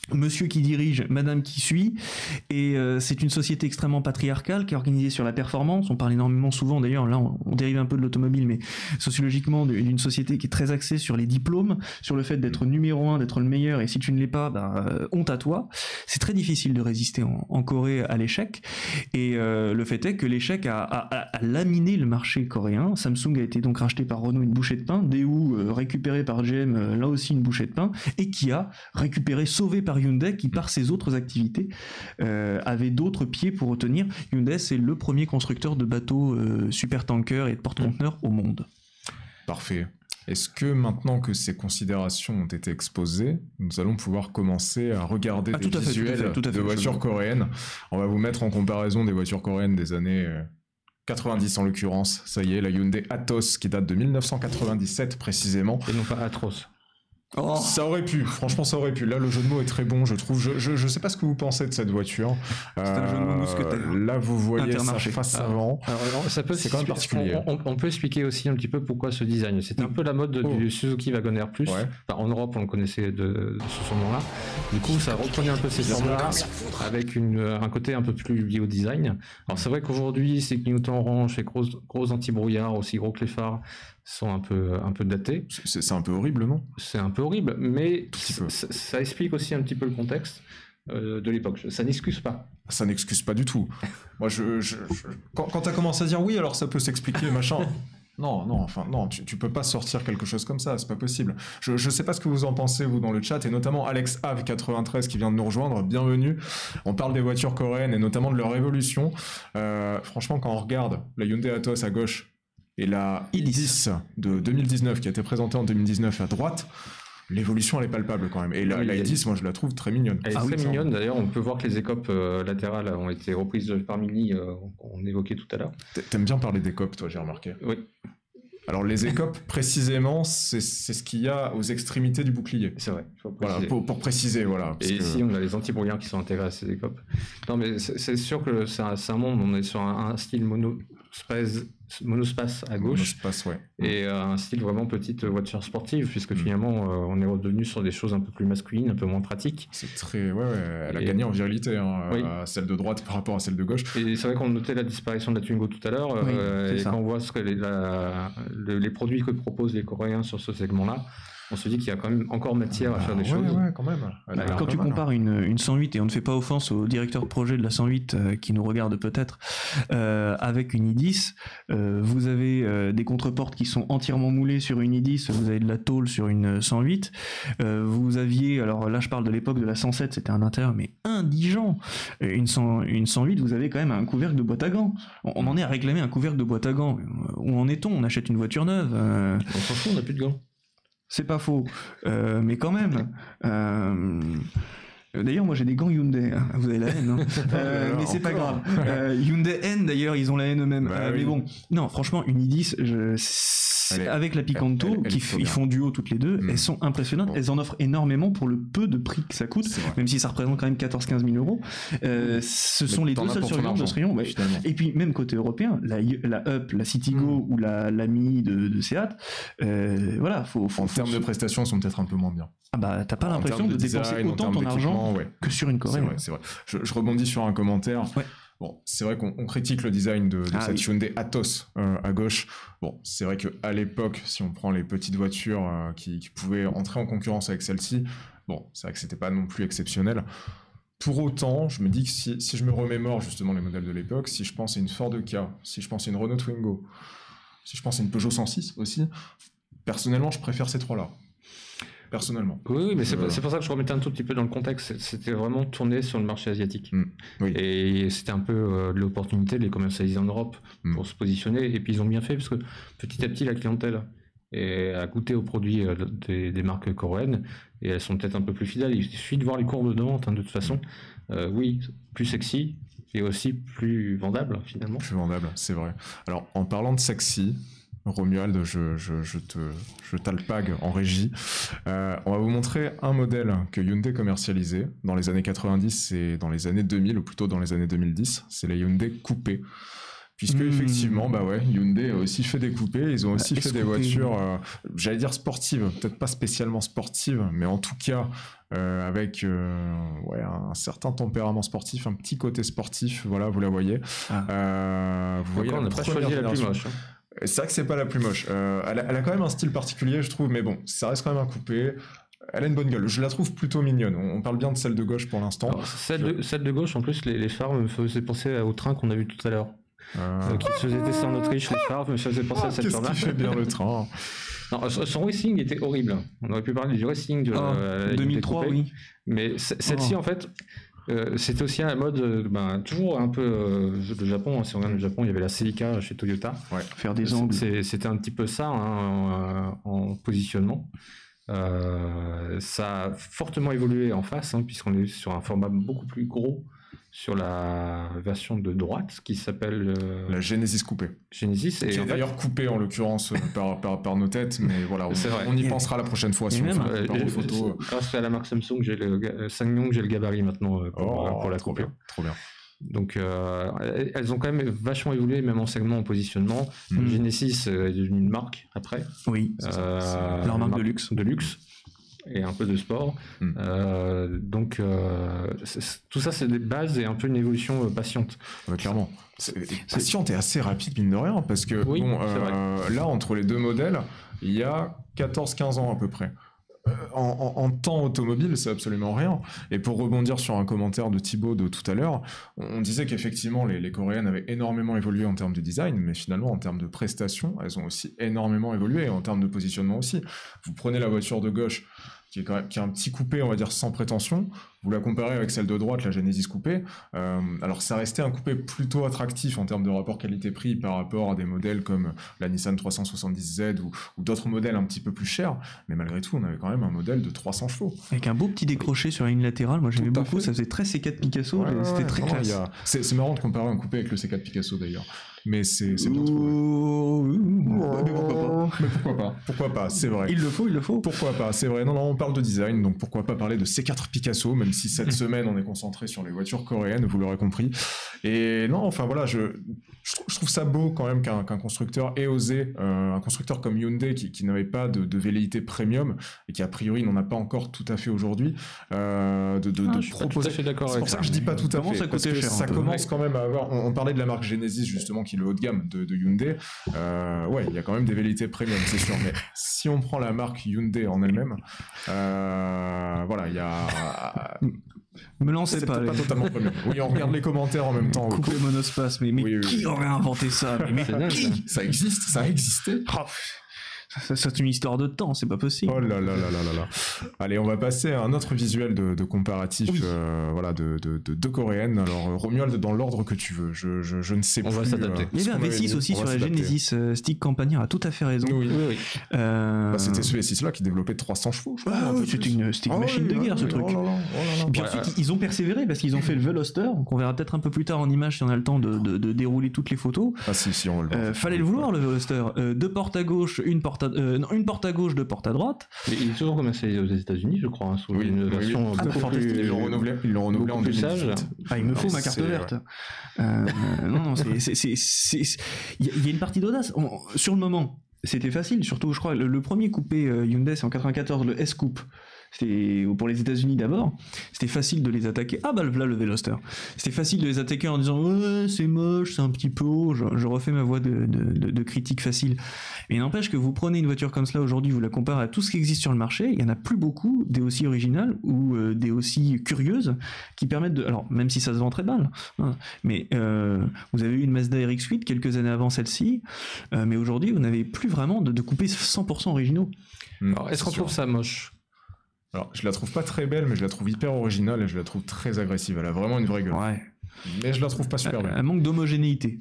Monsieur qui dirige, madame qui suit, et euh, c'est une société extrêmement patriarcale qui est organisée sur la performance. On parle énormément souvent, d'ailleurs, là on, on dérive un peu de l'automobile, mais sociologiquement d'une société qui est très axée sur les diplômes, sur le fait d'être numéro un, d'être le meilleur, et si tu ne l'es pas, bah, euh, honte à toi. C'est très difficile de résister en, en Corée à l'échec, et euh, le fait est que l'échec a, a, a, a laminé le marché coréen. Samsung a été donc racheté par Renault, une bouchée de pain, Daewoo euh, récupéré par G M, euh, là aussi une bouchée de pain, et Kia récupéré, sauvé par Hyundai qui par ses autres activités euh, avait d'autres pieds pour retenir. Hyundai c'est le premier constructeur de bateaux euh, supertankers et de porte-conteneurs au monde. Parfait. Est-ce que maintenant que ces considérations ont été exposées, nous allons pouvoir commencer à regarder ah, des tout à fait, visuels tout à fait, tout à fait, de voitures je... coréennes? On va vous mettre en comparaison des voitures coréennes des années euh, quatre-vingt-dix en l'occurrence. Ça y est, la Hyundai Atos qui date de mille neuf cent quatre-vingt-dix-sept précisément. Et non pas Atros. Oh. Ça aurait pu, franchement ça aurait pu. Là le jeu de mots est très bon, je trouve. Je, je, je sais pas ce que vous pensez de cette voiture. C'est euh, un jeu de mots mousquetaire. Là vous voyez sa face avant. Alors, ça peut, c'est quand même particulier. On, on, on peut expliquer aussi un petit peu pourquoi ce design. C'était un peu la mode oh. du Suzuki Wagon R plus. Ouais. Enfin, en Europe on le connaissait de, de ce nom-là. Du coup ça reprenait un peu ces formes-là avec une, un côté un peu plus lié au design. Alors c'est vrai qu'aujourd'hui ces clignotants orange, ces gros, gros anti-brouillard, aussi gros que les phares, sont un peu, un peu datés. C'est, c'est un peu horrible, non? C'est un peu horrible, mais ça, ça explique aussi un petit peu le contexte euh, de l'époque. Ça n'excuse pas. Ça n'excuse pas du tout. Moi, je, je, je... quand, quand t'as commencé à dire oui, alors ça peut s'expliquer, machin. Non, non, enfin, non, tu, tu peux pas sortir quelque chose comme ça, c'est pas possible. Je, je sais pas ce que vous en pensez, vous, dans le chat, et notamment Alex Ave quatre-vingt-treize qui vient de nous rejoindre, bienvenue. On parle des voitures coréennes et notamment de leur évolution. Euh, franchement, quand on regarde la Hyundai Atos à gauche, et la i dix de deux mille dix-neuf qui a été présentée en deux mille dix-neuf à droite, l'évolution elle est palpable quand même. Et la, oui, la i dix, moi je la trouve très mignonne. Elle est ah, très oui, mignonne, d'ailleurs on peut voir que les écopes euh, latérales ont été reprises par Mini, euh, qu'on évoquait tout à l'heure. T'aimes bien parler d'écopes toi, j'ai remarqué. Oui. Alors les écopes, précisément, c'est, c'est ce qu'il y a aux extrémités du bouclier. C'est vrai. Faut voilà, pour, pour préciser, voilà. Et ici, que... on a les anti-brouillards qui sont intégrés à ces écopes. Non, mais c'est, c'est sûr que c'est un, c'est un monde, on est sur un, un style monospace, monospace à gauche. Monospace, ouais. Et euh, un style vraiment petite voiture sportive, puisque mmh. finalement, euh, on est redevenu sur des choses un peu plus masculines, un peu moins pratiques. C'est très... Ouais, ouais, elle a et... gagné en virilité, hein, oui. à celle de droite par rapport à celle de gauche. Et c'est vrai qu'on notait la disparition de la Twingo tout à l'heure, oui, euh, et ça. Quand on voit ce que les, la, le, les produits que proposent les Coréens sur ce segment-là, on se dit qu'il y a quand même encore matière à faire des ouais, choses. Ouais, quand même. Bah, quand tu mal, compares hein. une, une cent huit, et on ne fait pas offense au directeur de projet de la cent huit euh, qui nous regarde peut-être, euh, avec une i dix, euh, vous avez euh, des contreportes qui sont entièrement moulées sur une i dix, vous avez de la tôle sur une cent huit, euh, vous aviez, alors là je parle de l'époque de la cent sept, c'était un intérieur mais indigent, une, cent, une cent huit, vous avez quand même un couvercle de boîte à gants. On, on en est à réclamer un couvercle de boîte à gants. Où en est-on? On achète une voiture neuve. Euh... On s'en fout, on n'a plus de gants. C'est pas faux, euh, mais quand même. Euh... D'ailleurs, moi j'ai des gants Hyundai, hein. Vous avez la haine, hein. euh, mais c'est pas grave. Euh, Hyundai N d'ailleurs, ils ont la haine eux-mêmes. Bah, euh, oui. Mais bon, non, franchement, une i dix, je... est, avec la Picanto, elle, elle, elle qui ils font duo toutes les deux, mmh. elles sont impressionnantes. Bon. Elles en offrent énormément pour le peu de prix que ça coûte, même si ça représente quand même quatorze à quinze mille euros. Euh, ce mais sont les deux seuls survivants de ce rayon. Ouais. Et puis même côté européen, la, la Up, la Citigo mmh. ou la, la Mini de, de Seat, euh, voilà, faut, faut. En termes de prestations, elles sont peut-être un peu moins bien. Ah bah t'as pas en l'impression de, de design, dépenser autant ton argent ouais. que sur une Coréenne. C'est vrai, c'est vrai. Je, je rebondis sur un commentaire. Ouais. Bon, c'est vrai qu'on on critique le design de, de ah, cette oui. Hyundai Atos euh, à gauche. Bon, c'est vrai qu'à l'époque, si on prend les petites voitures euh, qui, qui pouvaient entrer en concurrence avec celle-ci, bon, c'est vrai que c'était pas non plus exceptionnel. Pour autant, je me dis que si, si je me remémore justement les modèles de l'époque, si je pense à une Ford Ka, si je pense à une Renault Twingo, si je pense à une Peugeot cent six aussi, personnellement, je préfère ces trois-là. Personnellement. Oui, oui mais c'est, euh... c'est pour ça que je remettais un tout petit peu dans le contexte. C'était vraiment tourné sur le marché asiatique. Mmh, oui. Et c'était un peu euh, de l'opportunité de les commercialiser en Europe mmh. pour se positionner. Et puis ils ont bien fait parce que petit à petit, la clientèle a goûté aux produits euh, des, des marques coréennes et elles sont peut-être un peu plus fidèles. Il suffit de voir les courbes de vente hein, de toute façon. Euh, oui, plus sexy et aussi plus vendable finalement. Plus vendable, c'est vrai. Alors en parlant de sexy, Romuald, je, je, je te je t'alpague en régie. Euh, on va vous montrer un modèle que Hyundai commercialisait dans les années quatre-vingt-dix et dans les années deux mille, ou plutôt dans les années deux mille dix. C'est la Hyundai Coupé. Puisque Mmh. effectivement, bah ouais, Hyundai a aussi fait des coupés, ils ont aussi Bah, fait des S-coupé. voitures, euh, j'allais dire sportives, peut-être pas spécialement sportives, mais en tout cas euh, avec euh, ouais, un certain tempérament sportif, un petit côté sportif, voilà, vous la voyez. Ah. Euh, vous voyez Encore, on la n'a pas première choisi la plus génération. moche. hein. C'est vrai que c'est pas la plus moche. Euh, elle, a, elle a quand même un style particulier, je trouve, mais bon, ça reste quand même un coupé. Elle a une bonne gueule. Je la trouve plutôt mignonne. On, on parle bien de celle de gauche pour l'instant. Alors, celle, Je- de, celle de gauche, en plus, les, les phares me faisaient penser au train qu'on a vu tout à l'heure. Euh, Euh, qui se faisait tester en Autriche, les phares me faisaient penser à cette Qu'est-ce format. qui fait bien le train? Non, son son racing était horrible. On aurait pu parler du racing de Ah, euh, deux mille trois, Hyundai oui. Coupé. Mais c- celle-ci, Oh. en fait, euh, c'était aussi un mode, euh, ben, toujours un peu euh, le Japon. hein. Si on regarde le Japon, il y avait la Celica chez Toyota. Faire des angles. C'est- C'était un petit peu ça hein, en, en positionnement. Euh, ça a fortement évolué en face, hein, puisqu'on est sur un format beaucoup plus gros sur la version de droite qui s'appelle euh, La Genesis coupée. Genesis. Qui Et est en fait, d'ailleurs coupée en l'occurrence euh, par, par, par nos têtes, mais voilà, on, C'est vrai. on y Et- pensera la prochaine fois si et on même, fait un euh, compare aux euh, photos. grâce à la marque Samsung, j'ai le ga- Ssangyong, j'ai le gabarit maintenant euh, pour, Oh, euh, pour la trop couper. bien, trop bien. Donc euh, elles- elles ont quand même vachement évolué, même en segment, en positionnement. Mhm. Genesis euh, est devenue une marque après. Oui. C'est ça, Euh, c'est leur marque une de luxe. De luxe et un peu de sport. Mm. Euh, donc euh, c'est- c'est- tout ça, c'est des bases et un peu une évolution euh, patiente. Ouais, clairement. C'est patiente et assez rapide, mine de rien, parce que Oui, bon, c'est euh, là, entre les deux modèles, il y a quatorze quinze ans à peu près. Euh, En, en- en temps automobile, c'est absolument rien. Et pour rebondir sur un commentaire de Thibaut de tout à l'heure, on, on disait qu'effectivement, les, les Coréennes avaient énormément évolué en termes de design, mais finalement, en termes de prestations, elles ont aussi énormément évolué, et en termes de positionnement aussi. Vous prenez la voiture de gauche, qui est, quand même, qui est un petit coupé, on va dire, sans prétention. Vous la comparez avec celle de droite, la Genesis coupé. Euh, alors, ça restait un coupé plutôt attractif en termes de rapport qualité-prix par rapport à des modèles comme la Nissan trois cent soixante-dix Z ou, ou d'autres modèles un petit peu plus chers. Mais malgré tout, on avait quand même un modèle de trois cents chevaux. Avec un beau petit décroché sur la ligne latérale, moi j'aimais Tout à beaucoup, fait. ça faisait très C quatre Picasso, Ouais, ouais, c'était ouais, très vraiment, classe. il y a- C'est c'est marrant de comparer un coupé avec le C quatre Picasso d'ailleurs. Mais c'est c'est bien trouvé. Oh, mais pourquoi pas. Mais pourquoi pas? Pourquoi pas? C'est vrai. Il le faut, il le faut. Pourquoi pas? C'est vrai. Non, non, on parle de design, donc pourquoi pas parler de C quatre Picasso, même si cette semaine on est concentré sur les voitures coréennes, vous l'aurez compris. Et non, enfin voilà, je, je, trouve, je trouve ça beau quand même qu'un qu'un constructeur ait osé, euh, un constructeur comme Hyundai qui, qui n'avait pas de, de velléité premium et qui a priori n'en a pas encore tout à fait aujourd'hui, euh, de, de, Ah, de je suis pas tout proposer. à fait d'accord C'est avec pour ça ça. que je dis pas tout à Commence fait, à parce coûter que cher un ça peu. commence Ouais. quand même à avoir. On, on parlait de la marque Genesis justement, qui est le haut de gamme de, de Hyundai. Euh, ouais, il y a quand même des velléités premium, c'est sûr. Mais si on prend la marque Hyundai en elle-même, euh, voilà, il y a. Me lancez C'est pas. peut-être pas les- totalement premium. Oui, on regarde les commentaires en même temps. Coupe le monospace, mais, mais Oui, oui, qui oui. aurait inventé ça? Mais, mais C'est dingue, qui? Ça existe, ça a existé. Oh, ça, ça, c'est une histoire de temps, c'est pas possible. Oh là là là là là là. Allez, on va passer à un autre visuel de, de comparatif, Oui. euh, voilà, de, de, de deux coréennes. Alors, euh, Romuald, dans l'ordre que tu veux. Je, je, je ne sais On plus. va s'adapter. Il y ce avait un qu'on V six dit. aussi On sur va la s'adapter. Genesis, euh, Stick Campagna a tout à fait raison. Oui, Oui, oui. Euh, Bah, c'était ce V six là qui développait trois cents chevaux, je crois. Ah un peu oui, c'était plus. une, c'était une Ah machine oui, de guerre ah ce oui, truc. Oh là là, oh là là. Et puis Ouais, ensuite, ouais. ils ont persévéré parce qu'ils ont fait le Veloster, donc on verra peut-être un peu plus tard en image si on a le temps de, de- de dérouler toutes les photos. Ah si, si, on va le voir. Euh, fallait le vouloir le Veloster. Euh, deux portes à gauche, une porte à, euh, non, une porte à gauche, deux portes à droite. Mais il est toujours commercialisé aux États-Unis, je crois, hein, sous Oui, une oui, version oui. Ah, beaucoup bah, plus. Ils l'ont renouvelé, ils l'ont renouvelé en beaucoup plus deux mille dix-huit. sage. Ah, il me faut Ouais, ma carte c'est- verte. Euh, non, non, c'est, c'est, c'est, c'est- c'est- il y, a- il y a une partie d'audace. On- sur le moment, c'était facile. Surtout, je crois, le, le premier coupé euh, Hyundai, c'est en quatre-vingt-quatorze, le S-Coupe. C'était pour les États-Unis d'abord. C'était facile de les attaquer. Ah bah voilà le Veloster. C'était facile de les attaquer en disant ouais c'est moche, c'est un petit peu haut. Je, je refais ma voix de, de, de, de critique facile. Mais il n'empêche que vous prenez une voiture comme cela aujourd'hui, vous la comparez à tout ce qui existe sur le marché. Il y en a plus beaucoup des aussi originales ou euh, des aussi curieuses qui permettent de. Alors même si ça se vend très mal, hein, mais euh, vous avez eu une Mazda R X huit quelques années avant celle-ci, euh, mais aujourd'hui vous n'avez plus vraiment de, de coupés cent pour cent originaux. Alors, est-ce qu'on trouve ça moche? Alors, je la trouve pas très belle, mais je la trouve hyper originale et je la trouve très agressive. Elle a vraiment une vraie gueule. Ouais. Mais je la trouve pas super Elle, belle. elle manque d'homogénéité.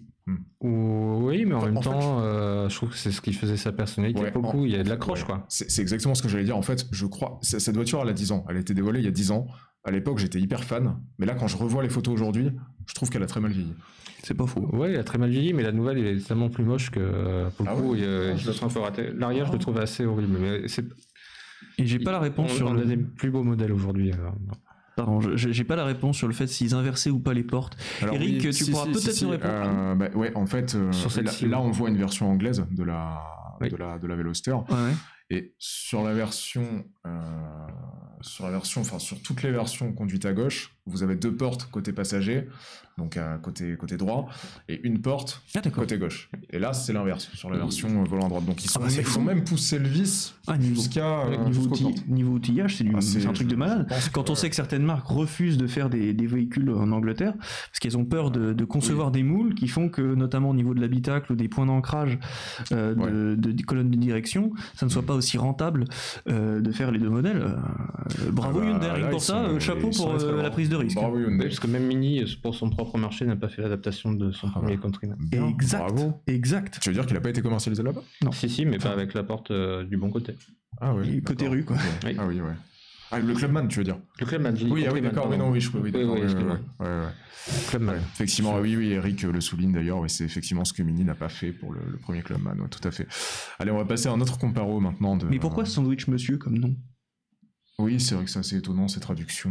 Oui, mais en En même fait, temps, euh, je trouve que c'est ce qui faisait sa personnalité. Ouais, beaucoup, en- il y a de l'accroche, Ouais. quoi. C'est c'est exactement ce que j'allais dire. En fait, je crois. c- Cette voiture, elle a dix ans. Elle a été dévoilée il y a dix ans. À l'époque, j'étais hyper fan. Mais là, quand je revois les photos aujourd'hui, je trouve qu'elle a très mal vieilli. C'est pas faux. Ouais, il a très mal vieilli, mais la nouvelle il est tellement plus moche que euh, pour le Ah coup, ouais il, euh, Ah, il je se le sent un peu raté. L'arrière, je le trouve assez horrible. Mais c'est Et j'ai pas la réponse on, sur on le. a des plus beaux modèles aujourd'hui. euh, Pardon, je, j'ai pas la réponse sur le fait s'ils inversaient ou pas les portes. Alors, Eric, oui, tu si, pourras si, peut-être si, nous si, répondre. euh, bah, ouais, en fait, euh, Sur là, celle-ci, là, oui. on voit une version anglaise de la, Oui. de la, de la Veloster. Ouais, ouais. Et sur la version, euh, sur la version, enfin sur toutes les versions conduite à gauche, vous avez deux portes côté passager, donc à côté côté droit, et une porte Ah, d'accord. côté gauche. Et là, c'est l'inverse sur la version euh, volant à droite. Donc ils sont, bah, c'est ils fou. ont même poussé le vis Ah, niveau, jusqu'à ouais, euh, niveau, jusqu'aux outil- portes. niveau outillage, c'est, du, Ah, c'est un truc de je- malade. je pense Quand que, on sait que certaines marques refusent de faire des, des véhicules en Angleterre, parce qu'elles ont peur de, de concevoir des moules qui font que, notamment au niveau de l'habitacle ou des points d'ancrage euh, de, Ouais. de, de colonnes de direction, ça ne soit pas aussi rentable euh, de faire les deux modèles. Euh, bravo Ah bah, Hyundai, là, rien que pour ils ça, sont- euh, chapeau ils sont pour allés très euh, loin. la prise de risque. Bravo Oui, Hyundai. parce que même Mini, pour son propre marché, n'a pas fait l'adaptation de son Ah premier bah. Countryman. Bien, Exact, bravo. exact. Tu veux dire qu'il n'a pas été commercialisé là-bas? Non. Si, si, mais pas avec la porte euh, du bon côté. Ah oui. Et côté d'accord. rue, quoi. Ok. Oui. Ah oui, ouais. Ah, le Clubman, tu veux dire? Le Clubman, j'ai dit Oui, ah oui, Countryman, d'accord, mais pardon. non, oui, je oui, Oui, d'accord, oui, ouais, ouais, excuse-moi. ouais, ouais, ouais. Clubman. Ouais, effectivement, oui, oui, Eric le souligne d'ailleurs, et c'est effectivement ce que Mini n'a pas fait pour le, le premier Clubman, ouais, tout à fait. Allez, on va passer à un autre comparo maintenant. De, Mais pourquoi euh, Sandwich Monsieur comme nom? Oui, c'est vrai que c'est assez étonnant, ces traductions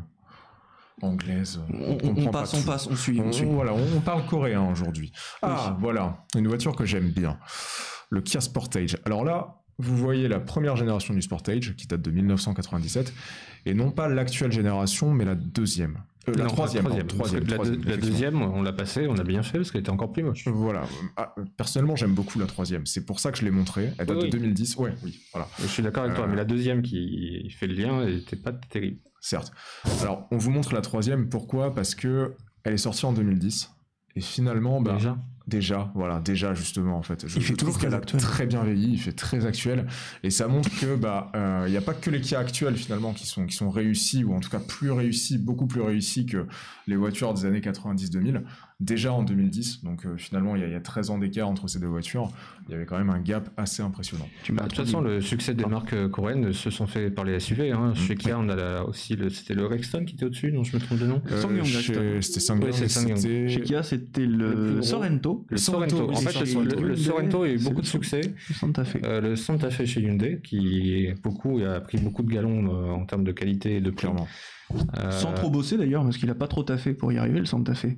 euh, anglaises. on, on, comprend on pas passe, on tout. passe, on suit, on On, suit. voilà, on, on parle coréen aujourd'hui. Ah, voilà, une voiture que j'aime bien. Le Kia Sportage. Alors là, vous voyez la première génération du Sportage, qui date de mille neuf cent quatre-vingt-dix-sept, et non pas l'actuelle génération, mais la deuxième. Euh, la Non, troisième, pardon, Parce que troisième, la, troisième, deux- la effectivement. deuxième, on l'a passée, on a bien fait parce qu'elle était encore plus moche. Voilà. Ah, personnellement, j'aime beaucoup la troisième. C'est pour ça que je l'ai montrée. Elle date Oui, de oui. deux mille dix. Ouais, oui, voilà. Je suis d'accord avec toi, Euh. mais la deuxième qui fait le lien, elle était pas terrible. Certes. Alors, on vous montre la troisième. Pourquoi? Parce que elle est sortie en deux mille dix. Et finalement, bah, Déjà. Déjà, voilà, déjà justement en fait. Je, Il fait je trouve toujours qu'elle très a actuel. très bien vieilli, il fait très actuel, et ça montre que bah il n'y a pas que les Kia actuels finalement qui sont qui sont réussis, ou en tout cas plus réussis, beaucoup plus réussis que les voitures des années quatre-vingt-dix deux mille. Déjà en deux mille dix, donc euh, finalement il y, a- il y a treize ans d'écart entre ces deux voitures. Il y avait quand même un gap assez impressionnant. Tu Bah, m'as de toute façon, le succès des marques euh, coréennes se sont fait par les S U V. Hein. Chez Kia, on a la- aussi le, c'était le Rexton qui était au-dessus, non je me trompe de nom. Euh, Sangyong, chez- Rexton. C'était Sangyong. Oui, c'est Sangyong. c'était- Chez Kia, c'était Le plus le, gros. Sorento, Le Sorento. Sorento, En oui, fait, c'est le, Sorento. le- le Sorento a eu C'est beaucoup le- de succès. le Santa Fe. Euh, le Santa Fe chez Hyundai, qui est beaucoup, a pris beaucoup de galons euh, en termes de qualité et de prix. Clairement. Euh, Sans trop bosser d'ailleurs, parce qu'il a pas trop taffé pour y arriver, le Santa Fe.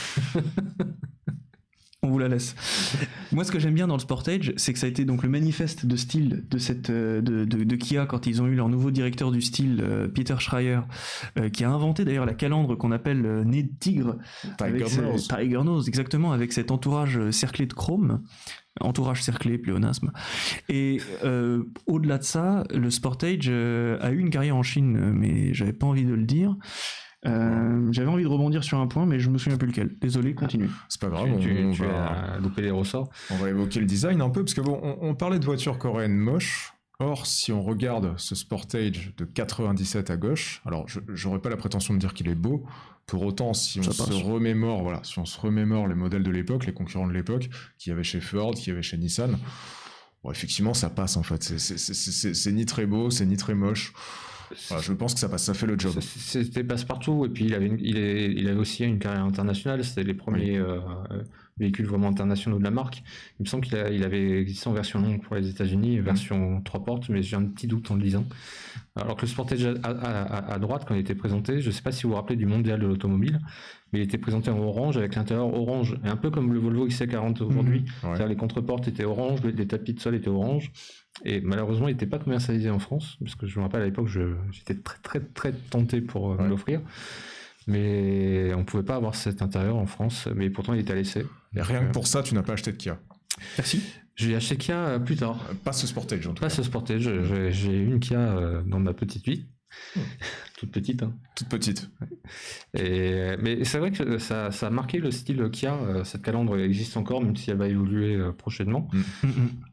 On vous la laisse. Moi, ce que j'aime bien dans le Sportage, c'est que ça a été donc le manifeste de style de cette euh, de, de, de Kia quand ils ont eu leur nouveau directeur du style, euh, Peter Schreier, euh, qui a inventé d'ailleurs la calandre qu'on appelle euh, nez de tigre. avec Tiger ce- Nose. Tiger Nose, exactement, avec cet entourage euh, cerclé de chrome. Entourage cerclé, pléonasme. Et euh, au-delà de ça, le Sportage euh, a eu une carrière en Chine, euh, mais j'avais pas envie de le dire. Euh, j'avais envie de rebondir sur un point, mais je me souviens plus lequel. Désolé, continue. C'est pas grave. tu, tu- on, tu va, as loupé les ressorts. on va évoquer le design un peu, parce que bon, on, on parlait de voitures coréennes moches. Or, si on regarde ce Sportage de quatre-vingt-dix-sept à gauche, alors je j'aurais pas la prétention de dire qu'il est beau. Pour autant, si on Ça se passe. remémore, voilà, si on se remémore les modèles de l'époque, les concurrents de l'époque, qu'il y avait chez Ford, qu'il y avait chez Nissan, bon, effectivement, ça passe en fait. C'est- c'est- c'est c'est- c'est ni très beau, c'est ni très moche. Voilà, je pense que ça passe, ça fait le job. C'est- C'était passe-partout, et puis il avait, une- il, est- il avait aussi une carrière internationale. C'était les premiers euh, euh, véhicules vraiment internationaux de la marque. Il me semble qu'il a- il avait existé en version longue pour les États-Unis, version trois portes, mais j'ai un petit doute en le lisant. Alors que le Sportage à, à- à- à droite, quand il était présenté, je ne sais pas si vous vous rappelez du mondial de l'automobile, mais il était présenté en orange avec l'intérieur orange, et un peu comme le Volvo X C quarante aujourd'hui. Ouais. C'est-à-dire les contreportes étaient orange, les, les tapis de sol étaient orange. Et malheureusement, il n'était pas commercialisé en France, parce que je me rappelle à l'époque, je- j'étais très très très tenté pour euh, me Ouais. l'offrir. Mais on ne pouvait pas avoir cet intérieur en France, mais pourtant il était à l'essai. Et rien que pour ça, tu n'as pas acheté de Kia. Merci. J'ai acheté Kia euh, plus tard. Euh, Pas ce Sportage en tout Pas cas. ce Sportage, j'ai j'ai eu une Kia euh, dans ma petite vie. Toute petite, hein. Toute petite. Et, mais c'est vrai que ça, ça a marqué le style Kia. euh, Cette calandre existe encore, même si elle va évoluer euh, prochainement. Mm, mm.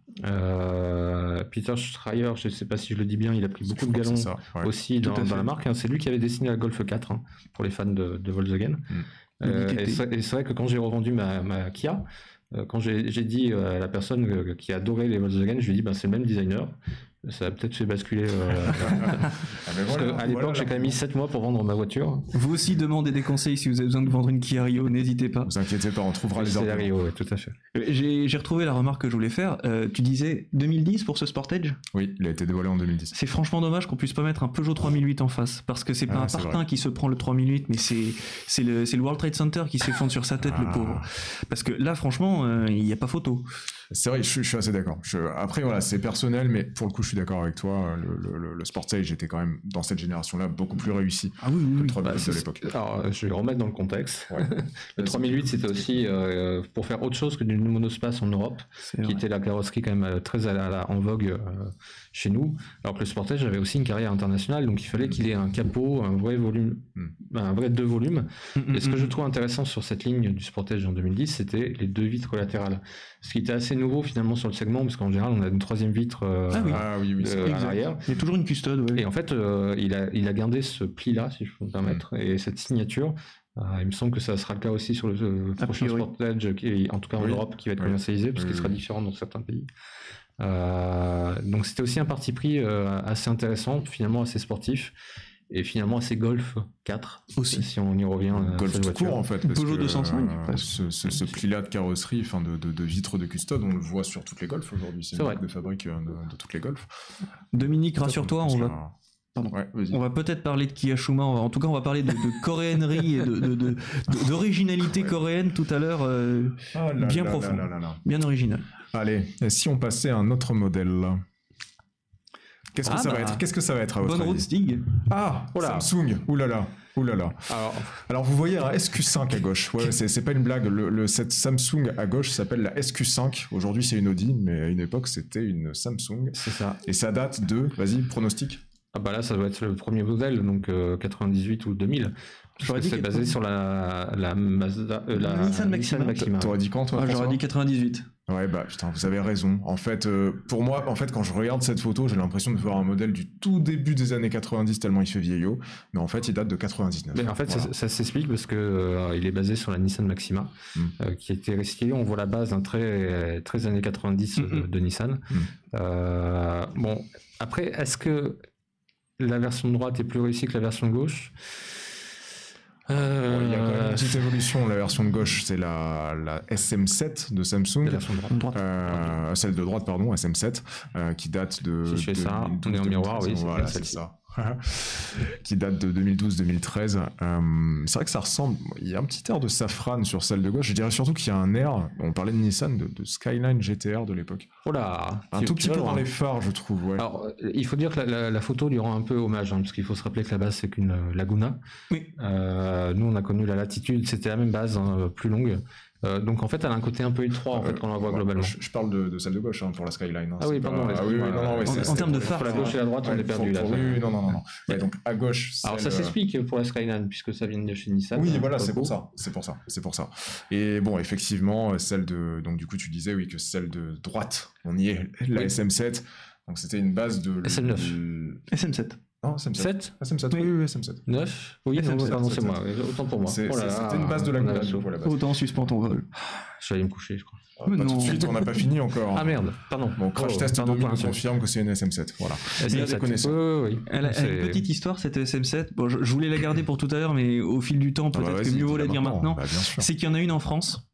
Euh, Peter Schreier, je ne sais pas si je le dis bien, il a pris beaucoup Je de crois que galons c'est ça, ouais. aussi Tout dans, à fait. dans la marque. hein. C'est lui qui avait dessiné la Golf quatre hein, pour les fans de, de Volkswagen. Mm. Euh, Le et I T T. c'est et c'est vrai que quand j'ai revendu ma, ma Kia, euh, quand j'ai j'ai dit euh, à la personne euh, qui adorait les Volkswagen, je lui ai dit ben, c'est le même designer. Ça a peut-être fait basculer. Euh, ah, parce voilà, qu'à l'époque, voilà, j'ai quand même mis sept mois pour vendre ma voiture. Vous aussi demandez des conseils si vous avez besoin de vendre une Kia Rio, n'hésitez pas. Vous inquiétez pas, on trouvera les arguments. Rio, ouais, tout à fait. J'ai, j'ai retrouvé la remarque que je voulais faire. Euh, tu disais deux mille dix pour ce Sportage ? Oui, il a été dévoilé en deux mille dix. C'est franchement dommage qu'on puisse pas mettre un Peugeot trois mille huit en face, parce que c'est pas ah, un parpaing qui se prend le trois mille huit, mais c'est, c'est, le, c'est le World Trade Center qui s'effondre sur sa tête, ah. le pauvre. Parce que là, franchement, il euh, n'y a pas photo. C'est vrai, je, je suis assez d'accord. Je, après, voilà, c'est personnel, mais pour le coup, je suis d'accord avec toi. Le, le, le Sportage était quand même, dans cette génération-là, beaucoup plus réussi ah oui, oui, que le oui. trois mille huit bah, de l'époque. Alors, je vais le remettre dans le contexte. Ouais. Le trois mille huit, c'était aussi euh, pour faire autre chose que du monospace en Europe, c'est qui vrai. était la carrosserie quand même très à la, à la, en vogue euh, chez nous. Alors que le Sportage avait aussi une carrière internationale, donc il fallait qu'il ait un capot, un vrai volume, mm. un vrai deux volumes. Mm-hmm. Et ce que je trouve intéressant sur cette ligne du Sportage en deux mille dix, c'était les deux vitres latérales. Ce qui était assez nouveau finalement sur le segment, parce qu'en général, on a une troisième vitre euh, ah oui. Ah, oui, oui, euh, à l'arrière. Il y a toujours une custode. Ouais. Et en fait, euh, il, a, il a gardé ce pli-là, si je peux me permettre, mm. et cette signature. Euh, il me semble que ça sera le cas aussi sur le euh, prochain Sportage, qui, en tout cas en oui. Europe, qui va être oui. commercialisé, parce oui, qu'il oui. sera différent dans certains pays. Euh, donc c'était aussi un parti pris euh, assez intéressant, finalement assez sportif. Et finalement assez Golf quatre aussi, si on y revient. Golf tout court en fait. Peugeot deux cent cinq. Euh, ce ce, ce pli-là de carrosserie, enfin de, de, de vitres de custode, on le voit sur toutes les Golf aujourd'hui. C'est, c'est une marque de fabrique de, de toutes les Golf. Dominique, rassure-toi, on va. Pardon. Ouais, on va peut-être parler de Kia Shuma, en tout cas on va parler de, de coréennerie et de, de, de, de, d'originalité ouais. coréenne tout à l'heure, euh, oh là bien là profond, là là là. Bien original. Allez, et si on passait à un autre modèle là. Qu'est-ce que ah ça bah, va être Qu'est-ce que ça va être à votre Bonne route Stig. Ah, oula. Samsung. Oulala. Oulala. Alors, alors vous voyez un S Q cinq à gauche. Ouais, c'est, c'est pas une blague. Le, le cette Samsung à gauche s'appelle la S Q cinq. Aujourd'hui, c'est une Audi, mais à une époque, c'était une Samsung. C'est ça. Et ça date de. Vas-y, pronostic. Ah bah là, ça doit être le premier modèle, donc euh, quatre-vingt-dix-huit ou deux mille. J'aurais dit c'est basé que... sur la la Mazda, euh, la Nissan Maxima. Maxima. T'aurais dit quand toi ah, J'aurais dit quatre-vingt-dix-huit. Ouais bah putain, vous avez raison. En fait, euh, pour moi, en fait, quand je regarde cette photo, j'ai l'impression de voir un modèle du tout début des années quatre-vingt-dix tellement il fait vieillot, mais en fait, il date de quatre-vingt-dix-neuf. Mais en fait, voilà. ça, ça s'explique parce que euh, il est basé sur la Nissan Maxima, mm. euh, qui a été recyclée. On voit la base d'un très très années quatre-vingt-dix mm-hmm. de, de Nissan. Mm. Euh, bon, après, est-ce que la version de droite est plus réussie que la version de gauche? Euh... Bon, il y a quand même une petite évolution. La version de gauche, c'est la, la S M sept de Samsung. La version de droite. Euh, celle de droite, pardon, S M sept, euh, qui date de. Si je fais de ça, on est en miroir, oui, c'est voilà, c'est ça. qui date de deux mille douze deux mille treize. Euh, c'est vrai que ça ressemble. Il y a un petit air de safran sur celle de gauche. Je dirais surtout qu'il y a un air. On parlait de Nissan, de, de Skyline G T R de l'époque. Oh là, un tout petit peu dans les phares, je trouve. Ouais. Alors, il faut dire que la, la, la photo lui rend un peu hommage, hein, parce qu'il faut se rappeler que la base c'est qu'une Laguna. Oui. Euh, nous, on a connu la Latitude. C'était la même base, hein, plus longue. Euh, donc en fait, elle a un côté un peu étroit en fait euh, quand on la voit globalement. Je, je parle de, de celle de gauche hein, pour la Skyline. Hein, ah oui, pardon. Pas... Ah oui, oui, non, non, ouais, en, en termes de phare, la gauche et la droite, ouais, on est perdu là. Oui, non, non, non, non. Ouais, donc à gauche. Alors ça s'explique pour la Skyline puisque ça vient de chez Nissan. Oui, voilà, c'est pour ça, c'est pour ça, c'est pour ça. Et bon, effectivement, celle de, donc du coup, tu disais oui que celle de droite, on y est, la oui. S M sept. Donc c'était une base de. S M neuf. S M sept. Non, S M sept. sept S M sept, oui, oui, S M sept. neuf Oui, S M sept, pardon, c'est moi, autant pour moi. C'est, oh là, c'était une base de la Laguna. Autant suspend ton vol. Je vais aller me coucher, je crois. Ah, pas non. Tout de suite, on n'a pas fini encore. Ah merde, pardon. Bon, Crash oh, Test deux mille confirme que c'est une S M sept. Voilà. S M sept. Oui, oui. Elle a, elle a une petite histoire, cette S M sept. Bon, je, je voulais la garder pour tout à l'heure, mais au fil du temps, peut-être ah bah, que mieux vaut la dire maintenant. Bah, c'est qu'il y en a une en France.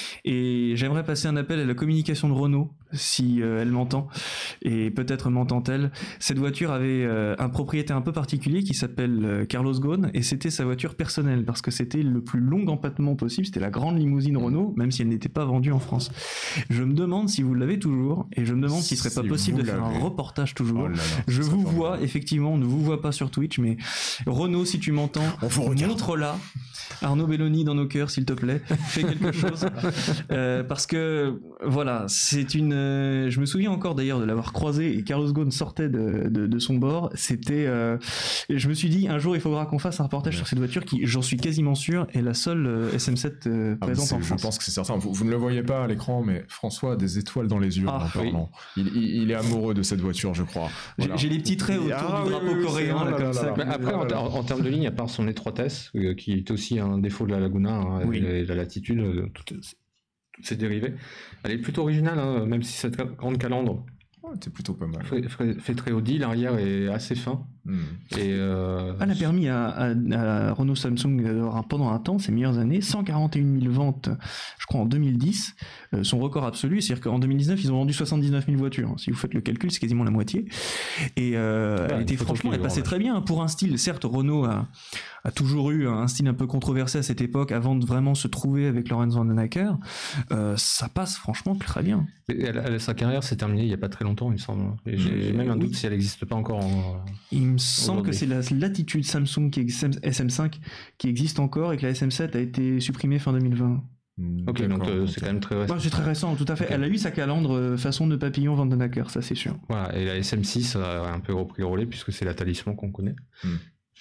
Et j'aimerais passer un appel à la communication de Renault, si euh, elle m'entend, et peut-être m'entend-elle. Cette voiture avait euh, un propriétaire un peu particulier qui s'appelle euh, Carlos Ghosn, et c'était sa voiture personnelle, parce que c'était le plus long empattement possible, c'était la grande limousine Renault, même si elle n'était pas vendue en France. Je me demande si vous l'avez toujours, et je me demande s'il serait si pas possible de faire un reportage toujours. Oh là là, je vous vois, bien. Effectivement, on ne vous voit pas sur Twitch, mais Renault, si tu m'entends, montre-la. Arnaud Belloni dans nos cœurs, s'il te plaît, fais quelque chose. Euh, parce que voilà, c'est une. Euh, je me souviens encore d'ailleurs de l'avoir croisé et Carlos Ghosn sortait de, de, de son bord. C'était. Euh, et je me suis dit un jour il faudra qu'on fasse un reportage ouais. sur cette voiture qui, j'en suis quasiment sûr, est la seule euh, S M sept euh, ah, présente en France. Je pense que c'est certain. Vous, vous ne le voyez pas à l'écran, mais François a des étoiles dans les yeux. Ah, oui. il, il, il est amoureux de cette voiture, je crois. Voilà. J'ai, j'ai les petits traits autour ah, du drapeau oui, oui, coréen là, là, comme là, ça. Là, là. Après, en, en, en termes de ligne, à part son étroitesse, euh, qui est aussi un défaut de la Laguna, hein, oui. et la latitude. Euh, tout, c'est dérivé. Elle est plutôt originale, hein, même si cette grande calandre Ouais, c'est plutôt pas mal. Fait, fait, fait très Audi, l'arrière est assez fin. Mmh. Et euh, Elle a permis à, à, à Renault Samsung d'avoir pendant un temps, ses meilleures années, cent quarante et une mille ventes, je crois en deux mille dix, euh, son record absolu, c'est-à-dire qu'en deux mille dix-neuf, ils ont vendu soixante-dix-neuf mille voitures. Si vous faites le calcul, c'est quasiment la moitié. Et euh, ouais, elle était franchement, elle passait très bien pour un style. Certes, Renault a, a toujours eu un style un peu controversé à cette époque, avant de vraiment se trouver avec Lorenz van den Acker. Euh, ça passe franchement très bien. Et elle, elle, sa carrière s'est terminée il n'y a pas très longtemps, il me semble. Et j'ai même un doute oui. si elle n'existe pas encore en... Il me semble que c'est la Latitude Samsung qui est S M cinq qui existe encore et que la S M sept a été supprimée fin deux mille vingt. Ok, donc euh, c'est quand même très récent. Ouais, c'est très récent, tout à fait. Okay. Elle a eu sa calandre euh, façon de papillon Van den Acker, ça c'est sûr. Voilà, et la S M six a un peu repris le relais puisque c'est la Talisman qu'on connaît. Mm.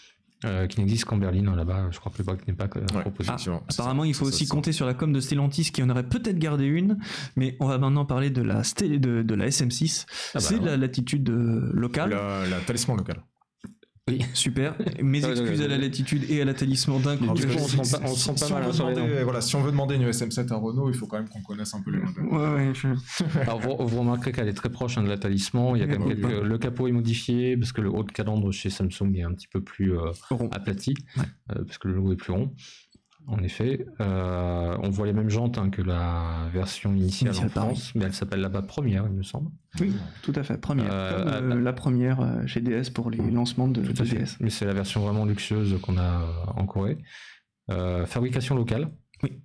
Euh, qui n'existe qu'en berline, là-bas, je crois que le bac n'est pas que ouais, proposition. Ah, apparemment, il faut aussi ça, compter ça. sur la com de Stellantis qui en aurait peut-être gardé une, mais on va maintenant parler de la, Sté- de, de la S M six. Ah bah, c'est ouais. la latitude euh, locale. La, la Talisman locale. Oui, super. Mes excuses à la latitude et à la Talisman d'un coup. On se sent pas, on si, pas si mal on demander, voilà, si on veut demander une S M sept à Renault, il faut quand même qu'on connaisse un peu les modèles. Ouais, ouais, je... Alors vous, vous remarquerez qu'elle est très proche hein, de la Talisman. Il y a quand même quelques... ouais. Le capot est modifié parce que le haut de calandre chez Samsung est un petit peu plus euh, aplati, ouais. euh, parce que le logo est plus rond. En effet, euh, on voit les mêmes jantes hein, que la version initiale Initial en France, Paris. Mais elle s'appelle là-bas première, il me semble. Oui, tout à fait, première. Euh, Comme, euh, euh, la première euh, chez D S pour les lancements de, de D S. Mais c'est la version vraiment luxueuse qu'on a en Corée. Euh, fabrication locale. Oui.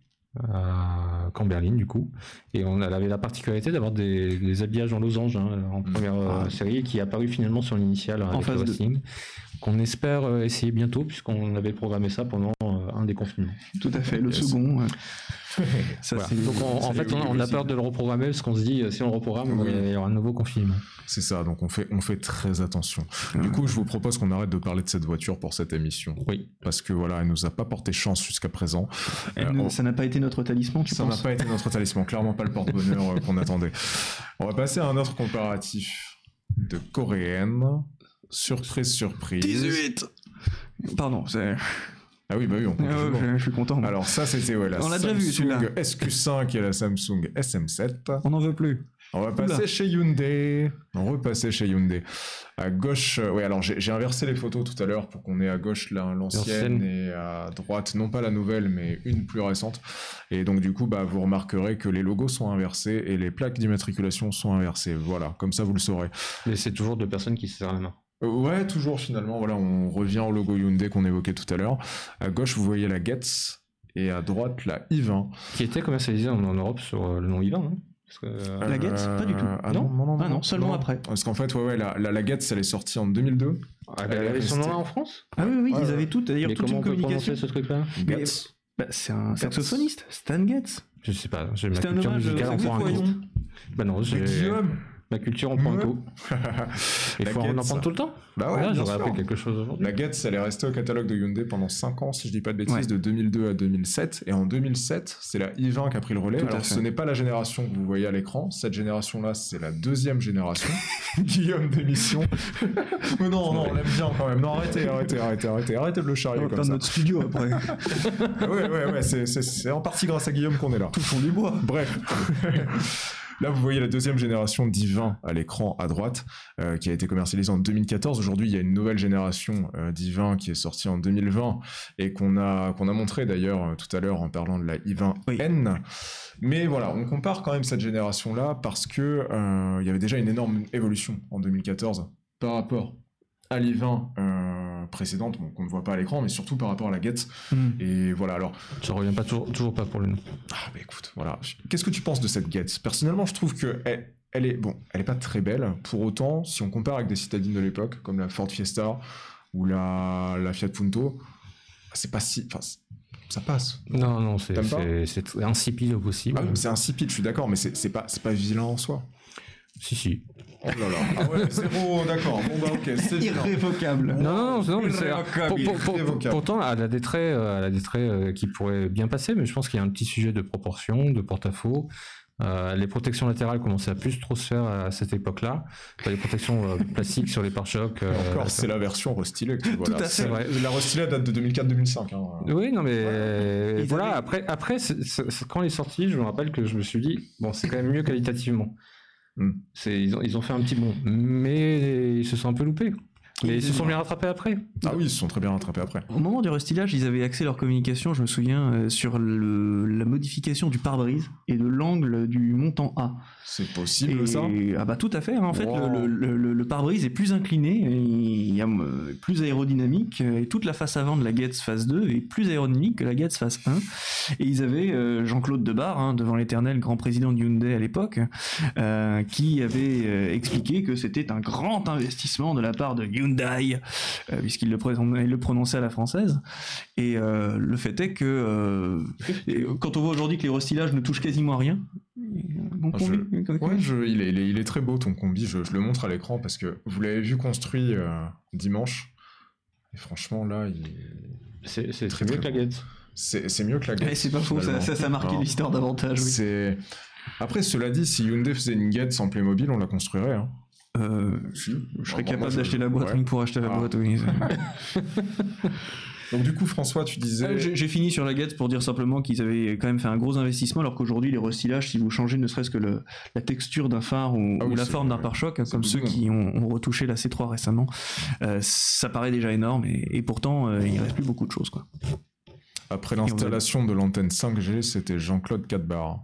Euh, qu'en berline du coup. Et on avait la particularité d'avoir des, des habillages en losange hein, en première ah. euh, série qui est apparu finalement sur l'initiale en phase deux. Qu'on espère euh, essayer bientôt puisqu'on avait programmé ça pendant euh, un des confinements. Tout à fait, le et second. Euh, ça, voilà. Donc on, en fait, on, on a peur de le reprogrammer parce qu'on se dit si on le reprogramme, oui. il y aura un nouveau confinement. C'est ça, donc on fait, on fait très attention. Du coup, je vous propose qu'on arrête de parler de cette voiture pour cette émission. Oui. Parce que voilà, elle nous a pas porté chance jusqu'à présent. Euh, on... Ça n'a pas été notre talisman, tu ça penses ? Ça n'a pas été notre talisman, clairement pas le porte-bonheur qu'on attendait. On va passer à un autre comparatif de coréenne. Surprise, surprise. dix-huit Pardon, c'est... Ah oui, bah oui, on compte. Ah ouais, je, je suis content. Alors ça, c'était ouais, la on l'a Samsung déjà vu, celui-là. S Q cinq et la Samsung S M sept. On n'en veut plus. On va passer Oula. chez Hyundai. On va repasser chez Hyundai. À gauche, euh, ouais, alors j'ai, j'ai inversé les photos tout à l'heure pour qu'on ait à gauche la, l'ancienne, l'ancienne et à droite, non pas la nouvelle, mais une plus récente. Et donc du coup, bah, vous remarquerez que les logos sont inversés et les plaques d'immatriculation sont inversées. Voilà, comme ça vous le saurez. Mais c'est toujours deux personnes qui se serrent la main. Ouais, toujours finalement. Voilà, on revient au logo Hyundai qu'on évoquait tout à l'heure. À gauche, vous voyez la Getz et à droite la i vingt. Qui était commercialisée en, en Europe sur le nom i vingt, non ? Parce que, euh... La Getz, pas du tout. Ah non, non, non, ah non seulement non. après. Parce qu'en fait, ouais, ouais, la, la, la Getz, elle est sortie en deux mille deux. Ah, elle avait son nom là en France ? Ah oui, oui, ouais, ils ouais. avaient tout, d'ailleurs, mais toute comment une on peut communication. Ce truc-là Getz. Bah, c'est un saxophoniste, Stan Getz. Je sais pas, j'ai ma C'était culture un musicale en prend un coup. Bah non, j'ai... Ma culture en prend un coup. Il faut en prendre tout le temps. Bah ouais, là, j'aurais appris quelque chose aujourd'hui. La Getz, elle est restée au catalogue de Hyundai pendant cinq ans, si je dis pas de bêtises, ouais. de deux mille deux à deux mille sept. Et en deux mille sept, c'est la i vingt qui a pris le relais. Tout Alors, ce n'est pas la génération que vous voyez à l'écran. Cette génération-là, c'est la deuxième génération. Guillaume d'émission. Mais non, non, on l'aime bien quand même. Non, arrêtez, arrêtez, arrêtez, arrêtez, arrêtez de le charrier comme ça. Dans notre studio après. ouais, ouais, ouais, c'est, c'est, c'est en partie grâce à Guillaume qu'on est là. Touchons du bois. Bref. Là, vous voyez la deuxième génération d'i vingt à l'écran à droite, euh, qui a été commercialisée en deux mille quatorze. Aujourd'hui, il y a une nouvelle génération euh, d'i vingt qui est sortie en deux mille vingt et qu'on a, qu'on a montré d'ailleurs euh, tout à l'heure en parlant de la i vingt N. Oui. Mais voilà, on compare quand même cette génération-là parce que euh, il y avait déjà une énorme évolution en deux mille quatorze par rapport à l'i vingt euh, précédente, bon, qu'on ne voit pas à l'écran, mais surtout par rapport à la Getz. Mm. Et voilà, alors... Ça revient pas toujours, toujours pas pour le nom. Ah bah écoute, voilà. Qu'est-ce que tu penses de cette Getz ? Personnellement, je trouve que elle, elle est, bon, elle est pas très belle. Pour autant, si on compare avec des citadines de l'époque, comme la Ford Fiesta ou la, la Fiat Punto, c'est pas si... Enfin, ça passe. Non, non, c'est, c'est, c'est insipide au possible. Ah oui, mais c'est insipide, je suis d'accord, mais c'est, c'est, pas, c'est pas vilain en soi. Si, si. Oh là là. Ah ouais, zéro, d'accord. Bon bah ok, c'est irrévocable. Non, non, non, non mais c'est pour, pour, pour, pourtant, elle a des traits, elle a des traits qui pourraient bien passer, mais je pense qu'il y a un petit sujet de proportion, de porte-à-faux. Euh, les protections latérales commençaient à plus trop se faire à cette époque-là. Les protections euh, plastiques sur les pare-chocs. Euh, encore, c'est la version restylée que tu vois. Tout là. à fait. C'est vrai. La restylée date de deux mille quatre deux mille cinq. Hein. Oui, non, mais ouais. voilà. Avaient... Après, après c'est, c'est, quand elle est sortie, je me rappelle que je me suis dit, bon, c'est quand même mieux qualitativement. Mm. C'est, ils, ont, ils ont fait un petit bond, mais ils se sont un peu loupés. Mais ils se sont bien rattrapés après. Ah oui, ils se sont très bien rattrapés après. Au moment du restylage, ils avaient axé leur communication, je me souviens, euh, sur le, la modification du pare-brise et de l'angle du montant A. C'est possible et, ça Ah bah tout à fait. Hein. En fait, wow. le, le, le, le pare-brise est plus incliné, et il y a euh, plus aérodynamique, et toute la face avant de la Getz phase deux est plus aérodynamique que la Getz phase un. Et ils avaient euh, Jean-Claude Debarre, hein, devant l'éternel grand président de Hyundai à l'époque, euh, qui avait euh, expliqué que c'était un grand investissement de la part de Hyundai. Euh, puisqu'il le, il le prononçait à la française. Et euh, le fait est que euh, et quand on voit aujourd'hui que les restylages ne touchent quasiment à rien, bon combi, je, ouais, je, il, est, il, est, il est très beau ton combi, je, je le montre à l'écran parce que vous l'avez vu construit euh, dimanche, et franchement là il... c'est, c'est très mieux que la Getz. C'est, c'est mieux que la Getz. Ouais, c'est pas faux, ça, ça, ça a marqué l'histoire davantage. Oui. C'est... Après cela dit, si Hyundai faisait une Getz en Playmobil, on la construirait. Hein. Euh, je, je serais capable moi, d'acheter je... la boîte ouais. pour acheter la ah. boîte, oui. Donc du coup, François, tu disais... Euh, j'ai, j'ai fini sur la Getz pour dire simplement qu'ils avaient quand même fait un gros investissement, alors qu'aujourd'hui, les restylages, si vous changez ne serait-ce que le, la texture d'un phare ou, ah oui, ou la forme d'un pare-choc, hein, comme ceux bon. qui ont, ont retouché la C trois récemment, euh, ça paraît déjà énorme, et, et pourtant, euh, il reste plus beaucoup de choses, quoi. Après l'installation de l'antenne cinq G, c'était Jean-Claude Cadbar.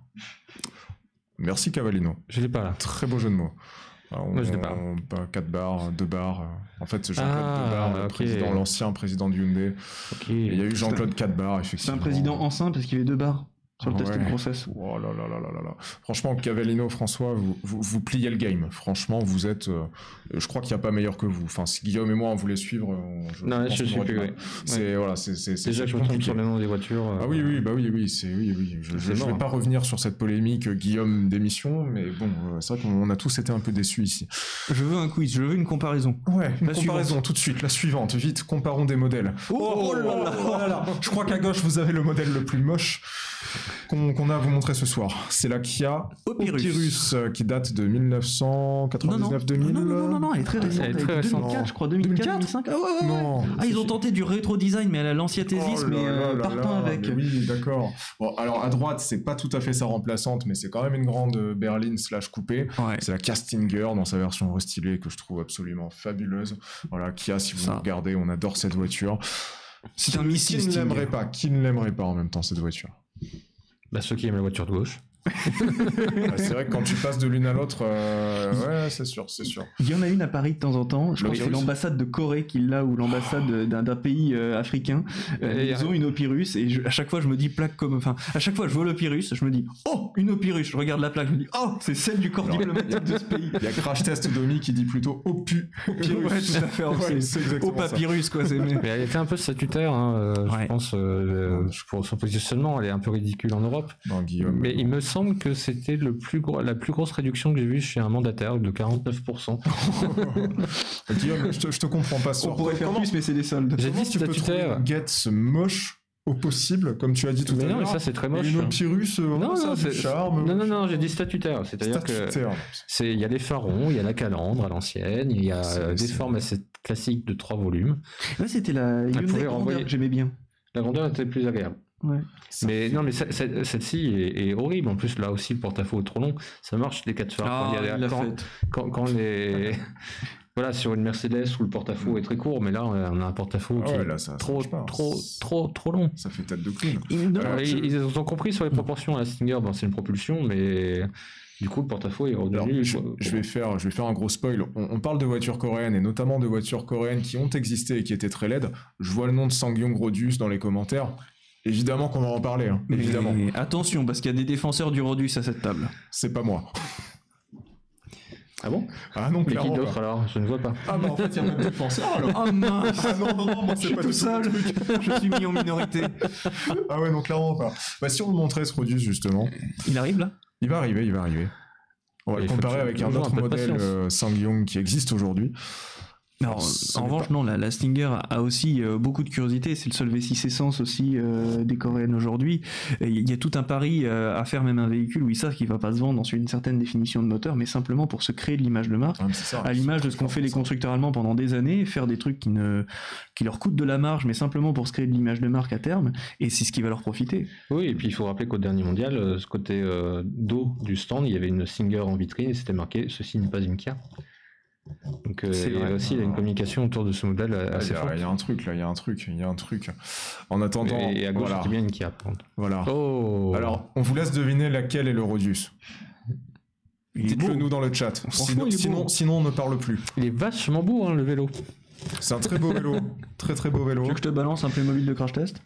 Merci Cavallino. Je l'ai pas là. Très beau jeu de mots. On, Moi, je l'ai pas. quatre barres, deux barres. En fait, c'est Jean-Claude ah, Debarre, le okay. président, l'ancien président du Hyundai. Okay. Il y a eu Jean-Claude Cadbar, effectivement. C'est un président ancien parce qu'il y avait deux barres sur le ouais. test de grossesse. Oh là là là là là là. Franchement, Cavallino, François, vous, vous, vous pliez le game. Franchement, vous êtes. Euh, je crois qu'il n'y a pas meilleur que vous. Enfin, si Guillaume et moi on voulait suivre, on, je, non, je, je suis plus. Ouais. C'est ouais. voilà, c'est c'est c'est déjà que je me trompe sur le nom des voitures. Euh... Ah oui oui bah oui oui c'est oui oui. Je, je, je vais pas revenir sur cette polémique Guillaume d'émission, mais bon, euh, c'est vrai qu'on a tous été un peu déçus ici. Je veux un quiz, je veux une comparaison. Ouais, une la comparaison suivante. Tout de suite. La suivante, vite, comparons des modèles. Oh, oh, oh là là, oh là là. Je crois qu'à gauche vous avez le modèle le plus moche qu'on, qu'on a à vous montrer ce soir. C'est la Kia Opirus, Opirus euh, qui date de dix-neuf cent quatre-vingt-dix-neuf deux mille. Non, non, non, non, non, elle est très récente. Elle est très récente. deux mille quatre, je crois, deux mille quatre, deux mille cinq. Ah ouais, ouais, ouais. Non. Ah, ils ont tenté du rétro-design, mais à la Lancia-Thesis, oh mais euh, là partant là, avec. Mais oui, d'accord. Bon, alors à droite, c'est pas tout à fait sa remplaçante, mais c'est quand même une grande berline slash coupée. Ouais. C'est la Castinger dans sa version restylée que je trouve absolument fabuleuse. Voilà, Kia, si vous Ça. nous regardez, on adore cette voiture. C'est qui, un missile. Qui ne l'aimerait pas Qui ne l'aimerait pas en même temps, cette voiture? Bah, ceux qui aiment la voiture de gauche. Bah, c'est vrai que quand tu passes de l'une à l'autre, euh, ouais, c'est sûr, c'est sûr. Il y en a une à Paris de temps en temps. Je Le crois que c'est Opirus. l'ambassade de Corée qui l'a ou l'ambassade d'un, d'un pays euh, africain. Euh, Et ils ont une Opirus et je, à chaque fois je me dis plaque comme, enfin, à chaque fois je vois l'Opirus, je me dis oh une Opirus. Je regarde la plaque, je me dis oh c'est celle du corps Alors, diplomatique de ce pays. Il y a Crash Test Domi qui dit plutôt Opu, Opirus. Ouais, tout à fait. Ouais, c'est, c'est exactement au papyrus quoi. C'est mais elle était un peu statutaire, hein, euh, ouais. je pense. Euh, pour son positionnement, elle est un peu ridicule en Europe. Non, Guillaume. Mais il me semble que c'était le plus gros, la plus grosse réduction que j'ai vue chez un mandataire de quarante-neuf pour cent. Guillaume, je te, je te comprends pas. On pourrait faire Comment, plus, mais c'est des soldes. J'ai comment dit tu peux trouver statutaire. une Getz moche au possible, comme tu as dit tout mais à non, l'heure. Mais ça c'est très moche. Et une Opirus, euh, non, ça non, a c'est, du charme. Non, non, non, j'ai dit statutaire. C'est-à-dire statutaire. que c'est, il y a les pharons, il y a la calandre à l'ancienne, il y a c'est, des c'est... formes assez classiques de trois volumes. Là, c'était la Hyundai renvoyer... que j'aimais bien. La grandeur était plus agréable. Ouais. Mais non, mais cette, cette, celle-ci est, est horrible. En plus, là aussi, le porte-à-faux est trop long. Ça marche les quatre phares. Ah, quand, il y a, quand, quand, quand les voilà, sur une Mercedes où le porte-à-faux est très court, mais là, on a un porte-à-faux ah qui ouais, est là, ça, trop, ça trop, trop, trop long. Ça fait tête de clown. Euh, ils, ils ont compris sur les proportions. La Stinger, bon, c'est une propulsion, mais du coup, le porte-à-faux est redevenu. Je, je vais faire, je vais faire un gros spoil. On, on parle de voitures coréennes et notamment de voitures coréennes qui ont existé et qui étaient très laides. Je vois le nom de Sang-Yong Rodius dans les commentaires. Évidemment qu'on va en parler, hein. Évidemment. Mais attention, parce qu'il y a des défenseurs du Rodius à cette table. C'est pas moi. Ah bon? Ah non, mais clairement. qui d'autre pas. alors? Je ne vois pas. Ah bah en fait, il y a même des défenseurs alors. Oh mince! Ah non, non, non, moi c'est je pas tout seul. Je suis mis en minorité. Ah ouais, non, clairement pas. Bah si on le montrait ce Rodius justement. Il arrive là? Il va arriver, il va arriver. On va il le comparer avec un autre un modèle euh, Sang-Yong qui existe aujourd'hui. Alors, en revanche, non, la, la Stinger a aussi euh, beaucoup de curiosité. C'est le seul V six Essence aussi euh, des Coréennes aujourd'hui. Il y a tout un pari euh, à faire même un véhicule où ils savent qu'il va pas se vendre dans une certaine définition de moteur, mais simplement pour se créer de l'image de marque, Ouais, ça, à l'image de ce qu'ont fait les constructeurs allemands pendant des années, faire des trucs qui ne qui leur coûtent de la marge, mais simplement pour se créer de l'image de marque à terme. Et c'est ce qui va leur profiter. Oui, et puis il faut rappeler qu'au dernier mondial, euh, ce côté euh, dos du stand, il y avait une Stinger en vitrine et c'était marqué « Ceci n'est pas une Kia ». Donc euh, C'est il y a vrai. aussi il y a une communication autour de ce modèle Il assez y, a, forte. il y a un truc là, il y a un truc, il y a un truc. En attendant, Et à gauche, voilà. c'était bien une Kia. par contre. voilà. Oh. Alors, on vous laisse deviner laquelle est le Rodius. Il est Dites-le beau. nous dans le chat. Franchement, Sinon, il est beau. sinon, sinon, on ne parle plus. il est vachement beau hein, le vélo. C'est un très beau vélo, très très beau vélo. Tu veux que je te balance un Playmobil de crash test?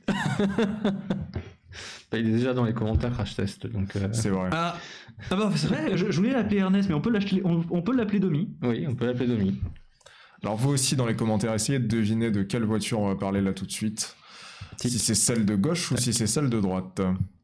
Bah, il est déjà dans les commentaires crash test, donc euh, C'est vrai. Ah, ah bah, c'est vrai, je, je voulais l'appeler Ernest, mais on peut l'appeler, on, on peut l'appeler Domi. oui, on peut l'appeler Domi. Alors vous aussi dans les commentaires, essayez de deviner de quelle voiture on va parler là tout de suite. Si c'est celle de gauche ou si c'est celle de droite.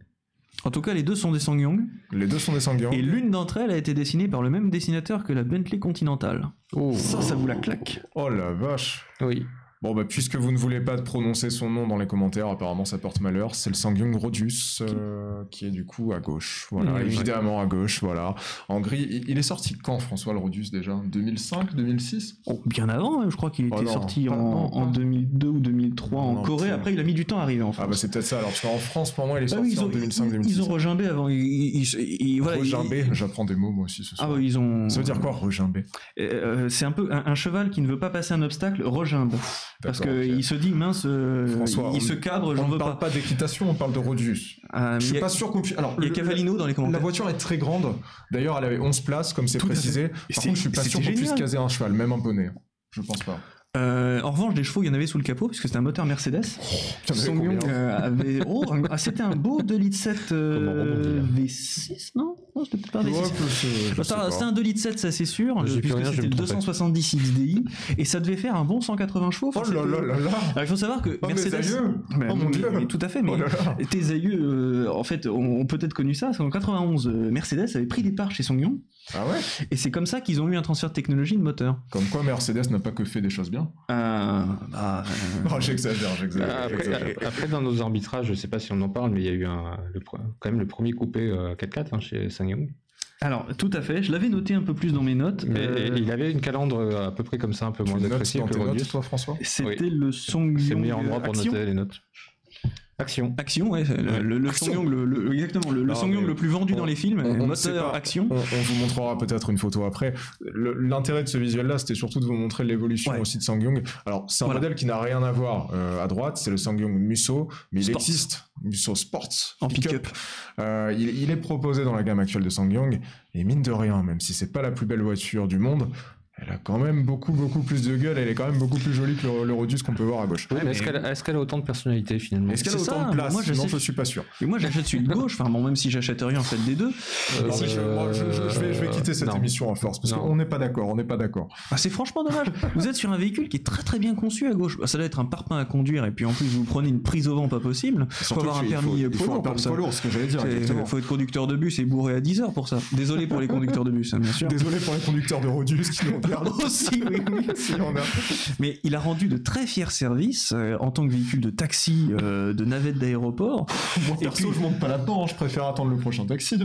En tout cas, les deux sont des Sangyong, Les deux sont des sanguins. et l'une d'entre elles a été dessinée par le même dessinateur que la Bentley Continental. Oh. Ça, ça vous la claque. Oh la vache. Oui. Bon bah puisque vous ne voulez pas prononcer son nom dans les commentaires, apparemment ça porte malheur, c'est le Sangyong Rodius euh, qui est du coup à gauche. Voilà, Oui, évidemment à gauche, voilà. En gris, il, il est sorti quand François le Rodius déjà deux mille cinq, deux mille six Oh, bien avant, hein, je crois qu'il était Oh non, sorti pas- en, non, en pas. deux mille deux ou deux mille trois en Non, Corée. putain. Après, il a mis du temps à arriver en France. Ah bah c'est peut-être ça alors, parce qu'en France pour moi il est Bah sorti oui, ils, ont, en deux mille cinq ils- deux mille six. ils ont regimbé avant. Ils, ils, ils- ils- voilà, ils- Regimbé, j'apprends des mots moi aussi ce Ah soir. ouais, ils ont. Ça veut dire quoi regimbé? Euh, C'est un peu un, un cheval qui ne veut pas passer un obstacle, regimbe. Parce D'accord, qu'il ok. se dit, mince, euh, François, il on- se cabre, j'en On ne veux parle pas. pas d'équitation, on parle de Rodius. Euh, Je il suis y a- pas sûr qu'on puisse. Alors, il y a le- Cavallino dans les La commentaires. voiture est très grande. D'ailleurs, elle avait onze places, comme c'est Tout à précisé. fait. Par C'est- contre, je suis pas c'était sûr qu'on puisse génial. caser un cheval, même un poney. Je pense pas. Euh, en revanche, des chevaux, il y en avait sous le capot, puisque c'était un moteur Mercedes. Il y en avait Sangyong combien euh, avait. Oh, un- ah, c'était un beau deux litres sept euh, Comment rebondir V six, non Non, c'était peut-être pas un V six. Ouais, je sais- je Bah, sais C'était pas. c'était un deux litres sept, ça c'est sûr, Je euh, sais plus puisque rien, je c'était vais le me deux cent soixante-dix X D I, et ça devait faire un bon cent quatre-vingts chevaux. Oh Enfin, là c'était- là là là. Alors, il faut savoir que Oh, mes Mercedes. aïeux. Bah, Oh, mon mais- Dieu. mais tout à fait, mais Oh là là. tes aïeux, euh, en fait, ont, ont peut-être connu ça, parce qu'en quatre-vingt-onze, euh, Mercedes avait pris des parts chez Sangyong, Ah ouais. et c'est comme ça qu'ils ont eu un transfert de technologie de moteur. Comme quoi, Mercedes n'a pas que fait des choses bien. Euh, bah, euh, Non, j'exagère, j'exagère. Après, j'exagère. après, dans nos arbitrages, je sais pas si on en parle, mais il y a eu un, le, pre- quand même le premier coupé euh, quatre quatre hein, chez Sangyong. Alors, tout à fait, je l'avais noté un peu plus dans mes notes. Mais euh, il avait une calandre euh, à peu près comme ça, un peu Tu moins notes agressive dans que tes le notes, Rodius. toi, François? C'était Oui. le Sangyong C'est le meilleur endroit pour Action. noter les notes. Action. Action, ouais, le, Ouais. le, le Action. Sangyong, le, le- exactement, le, le Non, Sangyong mais le plus vendu on- dans les films, on- on ne sait moteur pas. action. On, on vous montrera peut-être une photo après. Le- L'intérêt de ce visuel-là, c'était surtout de vous montrer l'évolution Ouais. aussi de Sangyong. Alors, c'est un Voilà. modèle qui n'a rien à voir euh, à droite, c'est le Sangyong Musso, mais il Sports. existe, Musso Sports, En pick-up. Euh, il, il est proposé dans la gamme actuelle de Sangyong, et mine de rien, même si c'est pas la plus belle voiture du monde, elle a quand même beaucoup, beaucoup plus de gueule, elle est quand même beaucoup plus jolie que le, le Rodius qu'on peut voir à gauche. Oui, mais mais- est-ce qu'elle est-ce qu'elle a autant de personnalité finalement Est-ce qu'elle a C'est autant ça, de place? moi, je Non, sais- je suis pas sûr. Et moi j'achète celui de gauche, enfin bon, même si j'achète rien, faites des deux. Euh, Non, mais je, moi, je- je- je vais, je vais quitter cette non. émission à force, parce Non. qu'on n'est pas d'accord, on n'est pas d'accord. Ah, c'est franchement dommage. Vous êtes sur un véhicule qui est très très bien conçu à gauche. Bah, ça doit être un parpaing à conduire, et puis en plus vous prenez une prise au vent pas possible. Il faut avoir un qu'il permis il poids faut un lourd permis pour ça. poids lourd, ce que j'allais dire. Il exactement. faut être conducteur de bus et bourré à dix heures pour ça. Désolé pour les conducteurs de bus, hein, bien sûr. Désolé pour les conducteurs de Rodius qui nous regardent. Aussi, oui, oui. Si on a- Mais il a rendu de très fiers services euh, en tant que véhicule de taxi, euh, de navette d'aéroport. Moi, Et perso, puis- je monte pas là-dedans, hein, je préfère attendre le prochain taxi.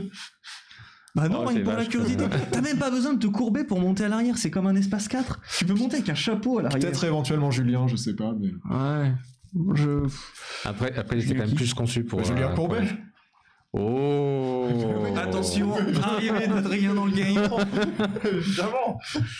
Bah non, Oh, rien c'est que pour la vache, curiosité. quoi. T'as même pas besoin de te courber pour monter à l'arrière, c'est comme un espace quatre. Tu peux monter avec un chapeau à l'arrière. Peut-être éventuellement Julien, je sais pas, mais. Ouais. Je... Après, après, il était Julien quand même qui plus conçu pour. Julien euh, Courbet. pour- Oh. Attention, arrivée d'Adrien dans le game. Évidemment.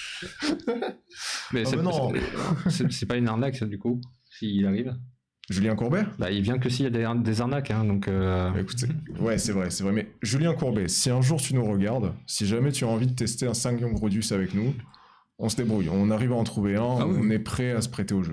Mais Ah c'est bah non. c'est- c'est pas une arnaque ça du coup, s'il arrive. Julien Courbet. Bah, il vient que s'il y a des, ar- des arnaques, hein, donc. euh, Bah, écoutez, ouais, c'est vrai, c'est vrai. Mais Julien Courbet, si un jour tu nous regardes, si jamais tu as envie de tester un Sangyong Rodius avec nous, on se débrouille. On arrive à en trouver un, Ah oui. on est prêt à se prêter au jeu. Voilà.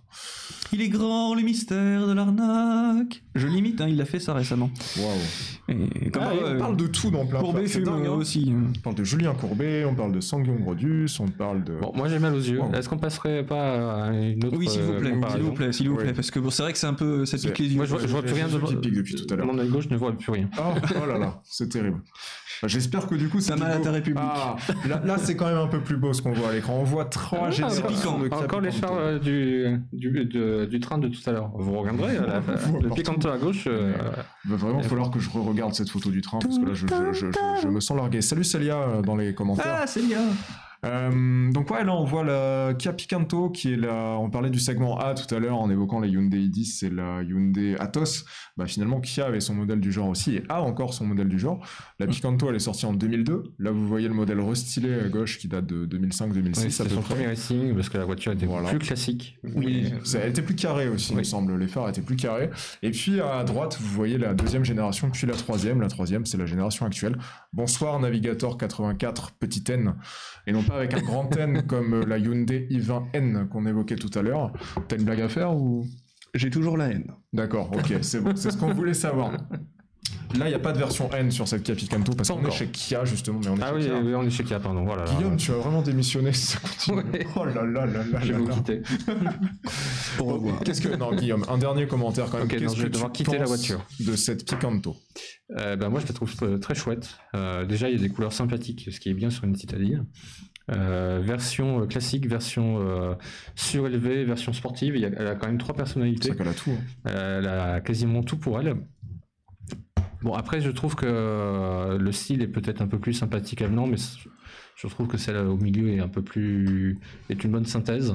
Il est grand le mystère de l'arnaque. Je l'imite, hein, il a fait ça récemment. Waouh. Et comme Ah, euh, on parle de tout dans plein Courbet de fume dingue, hein. aussi. On parle de Julien Courbet, on parle de Sanguion Grodius, on parle de... Bon, moi j'ai mal aux yeux. Wow. Est-ce qu'on passerait pas à une autre Oui, s'il vous plaît, euh, s'il comparaison vous plaît, s'il vous plaît, Oui. parce que bon, c'est vrai que c'est un peu, ça pique C'est- les yeux. Moi je vois, je vois plus rien de qui pique depuis tout à l'heure. Mon œil gauche ne voit plus rien. Oh, oh là là, c'est terrible. Bah, j'espère que du coup c'est T'as mal à beau. ta République. Ah, là, là, c'est quand même un peu plus beau ce qu'on voit à l'écran. On voit trois Ah, générations piquant. de Encore les Capicanto. chars euh, du, du, de- du train de tout à l'heure. Vous regarderez euh, la- Vous le partout. Picanto à gauche. euh, Il va vraiment falloir que je re-regarde cette photo du train parce que là je, je, je, je, je me sens largué. Salut Célia euh, dans les commentaires. Ah, c'est bien. Euh, donc ouais, là on voit la Kia Picanto qui est la... On parlait du segment A tout à l'heure en évoquant la Hyundai i dix et la Hyundai Atos. Bah finalement Kia avait son modèle du genre aussi et a encore son modèle du genre. La Picanto elle est sortie en deux mille deux. Là vous voyez le modèle restylé à gauche qui date de deux mille cinq deux mille six. oui, à c'était peu son près. premier racing parce que la voiture était Voilà. plus classique. Oui, Mais, ça, elle était plus carrée aussi, il me Oui. semble. Les phares étaient plus carrés. Et puis à droite, vous voyez la deuxième génération, puis la troisième. La troisième, c'est la génération actuelle. Bonsoir Navigator quatre-vingt-quatre, petit N. Et non pas avec un grand N comme la Hyundai i vingt N qu'on évoquait tout à l'heure. T'as une blague à faire ou... J'ai toujours la haine. D'accord, ok, c'est bon. C'est ce qu'on voulait savoir. Là, il n'y a pas de version N sur cette Kia Picanto parce Pas qu'on est encore. chez Kia justement, mais on est Ah chez oui, Kia. oui, on est chez Kia, pardon. Voilà. Guillaume, tu as vraiment démissionné si ça continue. Ouais. Oh là là là là Je là vais vous là. quitter. Au revoir. Qu'est-ce que... Non, Guillaume, un dernier commentaire quand même. Ok, Qu'est-ce non, je que vais devoir tu quitter la penses voiture. de cette Picanto? Euh, ben moi je la trouve euh, très chouette. Euh, déjà il y a des couleurs sympathiques, ce qui est bien sur une citadine. Euh, version euh, classique, version euh, surélevée, version sportive. Il y a- elle a quand même trois C'est personnalités. vrai qu'elle a tout. hein. Elle a quasiment tout pour elle. Bon après je trouve que euh, le style est peut-être un peu plus sympathique avenant, mais c- je trouve que celle au milieu est un peu plus est une bonne synthèse.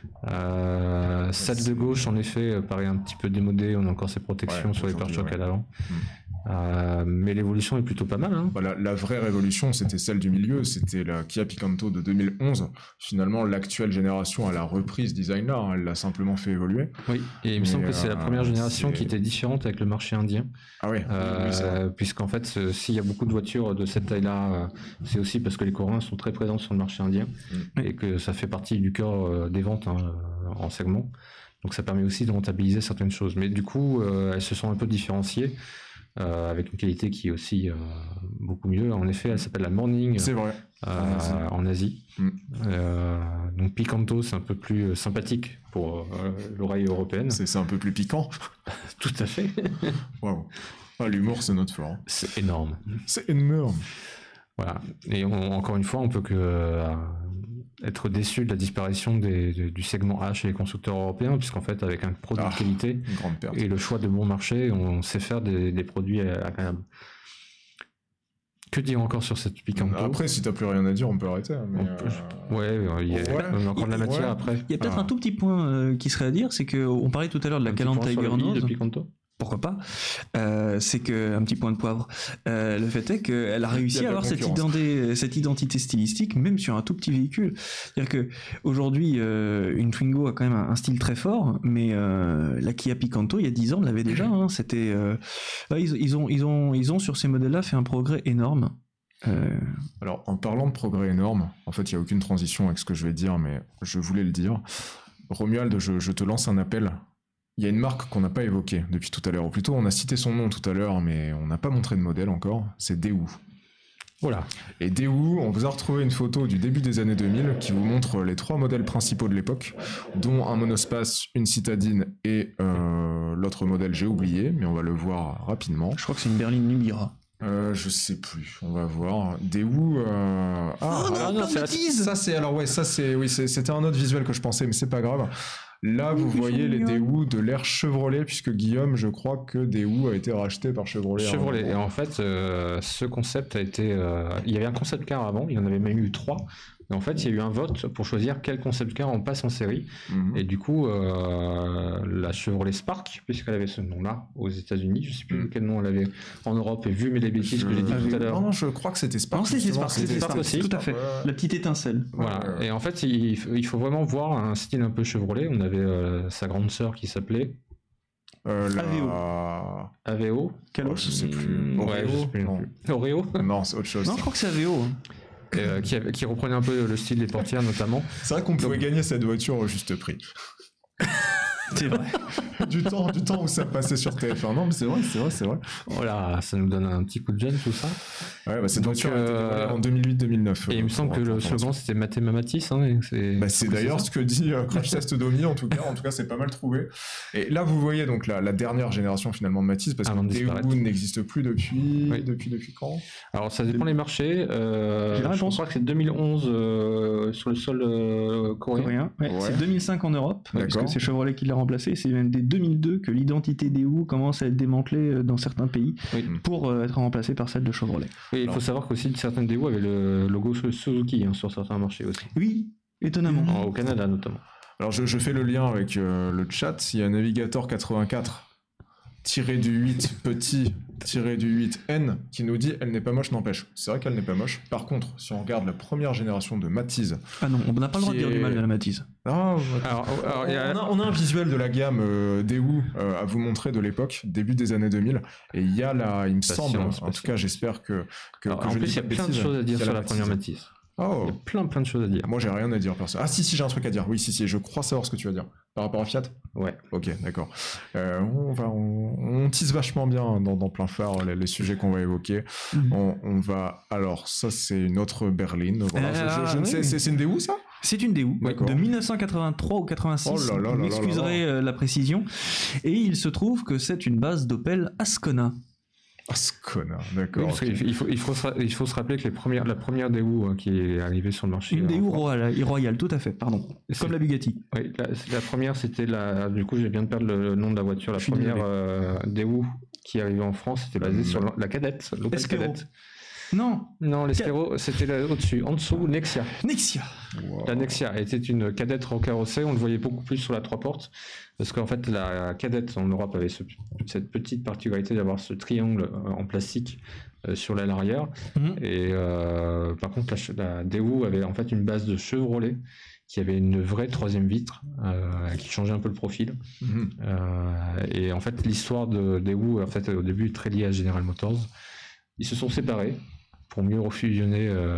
Euh, celle de gauche en effet euh, paraît un petit peu démodée. On a encore ses protections Ouais, sur les aujourd'hui, pare-chocs ouais. à l'avant. Mm. Euh, mais l'évolution est plutôt pas mal. Hein. Bah, la, la vraie révolution, c'était celle du milieu, c'était la Kia Picanto de deux mille onze. Finalement, l'actuelle génération, elle a repris ce design-là, hein, elle l'a simplement fait évoluer. Oui, et il me Mais, semble que c'est la euh, première génération c'est- qui était différente avec le marché indien. Ah ouais, Euh, oui, c'est vrai. puisqu'en fait, ce- s'il y a beaucoup de voitures de cette taille-là, euh, c'est aussi parce que les Coréens sont très présents sur le marché indien Mm. et que ça fait partie du cœur euh, des ventes hein, euh, en segment. Donc ça permet aussi de rentabiliser certaines choses. Mais du coup, euh, elles se sont un peu différenciées. Euh, avec une qualité qui est aussi euh, beaucoup mieux. En effet, elle s'appelle la Morning C'est vrai. euh, en Asie. en Asie. Mm. Euh, donc Picanto, c'est un peu plus euh, sympathique pour euh, l'oreille européenne. C'est c'est un peu plus piquant. Tout à fait. Waouh. Ah, l'humour, c'est notre fort. hein. C'est énorme. C'est énorme. Voilà. Et on- encore une fois, on peut que euh, être déçu de la disparition des- de- du segment A chez les constructeurs européens, puisqu'en fait, avec un produit Ah. de qualité Une grande perte. et le choix de bon marché, on sait faire des, des produits euh, agréables. Que dire encore sur cette Picanto? Après, si t'as plus rien à dire, on peut arrêter. hein, mais, On peut- euh, Ouais, euh, il y a, Ouais. on a encore de la Ouais. matière après. Il y a peut-être Ah. un tout petit point euh, qui serait à dire, c'est qu'on parlait tout à l'heure de la Un petit Calandre point sur le Tiger i de Nose. Picanto. Pourquoi pas euh, C'est que un petit point de poivre. Euh, le fait est qu'elle a Il y réussi a de à la avoir cette concurrence. identité, cette identité stylistique, même sur un tout petit véhicule. C'est-à-dire que aujourd'hui, euh, une Twingo a quand même un, un style très fort, mais euh, la Kia Picanto, il y a dix ans, l'avait déjà. Hein, c'était, euh, là, ils, ils ont, ils ont, ils ont sur ces modèles-là fait un progrès énorme. Euh, Alors, en parlant de progrès énorme, en fait, il n'y a aucune transition avec ce que je vais dire, mais je voulais le dire. Romuald, je, je te lance un appel. Il y a une marque qu'on n'a pas évoquée depuis tout à l'heure, ou plutôt on a cité son nom tout à l'heure, mais on n'a pas montré de modèle encore, c'est Daewoo. Voilà. Et Daewoo, on vous a retrouvé une photo du début des années deux mille qui vous montre les trois modèles principaux de l'époque, dont un monospace, une citadine et euh, l'autre modèle j'ai oublié, mais on va le voir rapidement. je crois que c'est une berline Nubira. Euh, je sais plus, on va voir. Daewoo. Euh... Ah, Oh non, alors, plein de c'est la- bêtises. ça c'est alors ouais, ça c'est oui, c'est- c'était un autre visuel que je pensais, mais c'est pas grave. Là, vous ils voyez sont les mignons. Daewoo de l'ère Chevrolet, puisque Guillaume, je crois que Daewoo a été racheté par Chevrolet. à un Chevrolet. Et moment. en fait, euh, ce concept a été. euh, il y avait un concept car avant, il y en avait même eu trois. Et en fait, il y a eu un vote pour choisir quel concept car on passe en série. Mhm. Et du coup, euh, la Chevrolet Spark, puisqu'elle avait ce nom-là aux États-Unis, je sais plus Mm. quel nom elle avait en Europe, et vu mes les bêtises que j'ai dit Je- tout à l'heure. Non, non, je crois que c'était Spark. Non, c'était justement, Spark, c'était Spark aussi. tout à fait. Ouais. La petite étincelle. Voilà. Ouais, ouais. Et en fait, il, il faut vraiment voir un style un peu Chevrolet. On avait euh, sa grande sœur qui s'appelait Euh, la- Aveo. Aveo. Quel Oh, autre je sais plus. Mm, ouais, Oreo je sais plus non Non. plus. Oreo. Non, c'est autre chose. Non, je crois que c'est Aveo. hein. Et, euh, qui, avait- qui reprenait un peu le style des portières notamment. C'est vrai qu'on pouvait gagner cette voiture au juste prix. C'est vrai. du temps, du temps où ça passait sur T F un. Non, mais c'est vrai, c'est vrai, c'est vrai. Voilà, ça nous donne un petit coup de jeune tout ça. Ouais, bah cette Donc, voiture a été euh, dévoilée en deux mille huit deux mille neuf. Et il me semble que le slogan c'était Mathémamatis. Hein, et c'est bah, c'est d'ailleurs ce que dit euh, Crash Test Dummy, en tout cas. En tout cas, c'est pas mal trouvé. Et là, vous voyez donc la, la dernière génération finalement de Matisse, parce Avant de que disparaître. Daewoo n'existe plus depuis, Oui. depuis, depuis quand? Alors ça dépend les marchés. Euh, J'ai la je réponse. crois que c'est deux mille onze euh, sur le sol euh, coréen. Coréen. Ouais, Ouais. C'est deux mille cinq en Europe, parce D'accord. que c'est Chevrolet qui l'a remplacé. C'est même dès deux mille deux que l'identité Daewoo commence à être démantelée euh, dans certains pays Oui. pour euh, être remplacée par celle de Chevrolet. Oui, il Alors. faut savoir qu'aussi certaines Daewoo avaient le logo Suzuki hein, sur certains marchés aussi. Oui, étonnamment. En- Au Canada notamment. Alors, je, je fais le lien avec euh, le chat. Il y a Navigator quatre-vingt-quatre tiré du huit petit tiré du huit N qui nous dit elle n'est pas moche, n'empêche. C'est vrai qu'elle n'est pas moche. Par contre, si on regarde la première génération de Matiz, Ah non, on n'a pas le droit de Qui dire du est- mal de la Matiz. ah, Alors, alors, on, il y a- a, on a un visuel de la gamme euh, Daewoo euh, à vous montrer de l'époque, début des années deux mille, et il y a là, il me Patient, semble, en patient. tout cas j'espère que, que, alors, que en je plus, dis il y a pas plein de bêtises, choses à dire qu'il y a sur la Matiz. première Matisse. Oh, Il y a plein plein de choses à dire. moi j'ai rien à dire perso. Ah si si j'ai un truc à dire. Oui si si je crois savoir ce que tu vas dire. Par rapport à Fiat. Ouais. Ok d'accord. Euh, on va on, on tisse vachement bien dans, dans plein phare les, les sujets qu'on va évoquer. Mhm. On, on va alors ça c'est une autre berline. Voilà, je, je- je Ah, ne sais oui. c'est c'est une Daewoo ça. C'est une Daewoo D'accord. de mille neuf cent quatre-vingt-trois ou quatre-vingt-six. Oh là là là vous là m'excuserez là là. euh, la précision. Et il se trouve que c'est une base d'Opel Ascona. Ah ce connard Oui, d'accord. parce qu'il faut- il, faut, il, faut se, ra- il faut se rappeler que les premières, la première Daewoo hein, qui est arrivée sur le marché. Une euh, Daewoo en France, royale, royale, tout à fait, pardon. c'est- Comme la Bugatti. Oui, la, la première c'était la. Du coup, je viens de perdre le nom de la voiture. La Je suis première désolé. euh, Daewoo qui est arrivée en France était basée Euh, sur la, la cadette, l'Opel Espéro. cadette. Non, Non, l'Espéro, c'était là au-dessus. En dessous, Nexia. Nexia. Wow. La Nexia était une cadette recarrossée, on le voyait beaucoup plus sur la trois portes, parce qu'en fait la cadette en Europe avait ce- cette petite particularité d'avoir ce triangle euh, en plastique euh, sur l'aile arrière, Mhm. et euh, par contre la, ch- la Daewoo avait en fait une base de Chevrolet qui avait une vraie troisième vitre euh, qui changeait un peu le profil. Mhm. Euh, et en fait l'histoire de Daewoo en fait au début est très liée à General Motors. Ils se sont séparés pour mieux refusionner euh,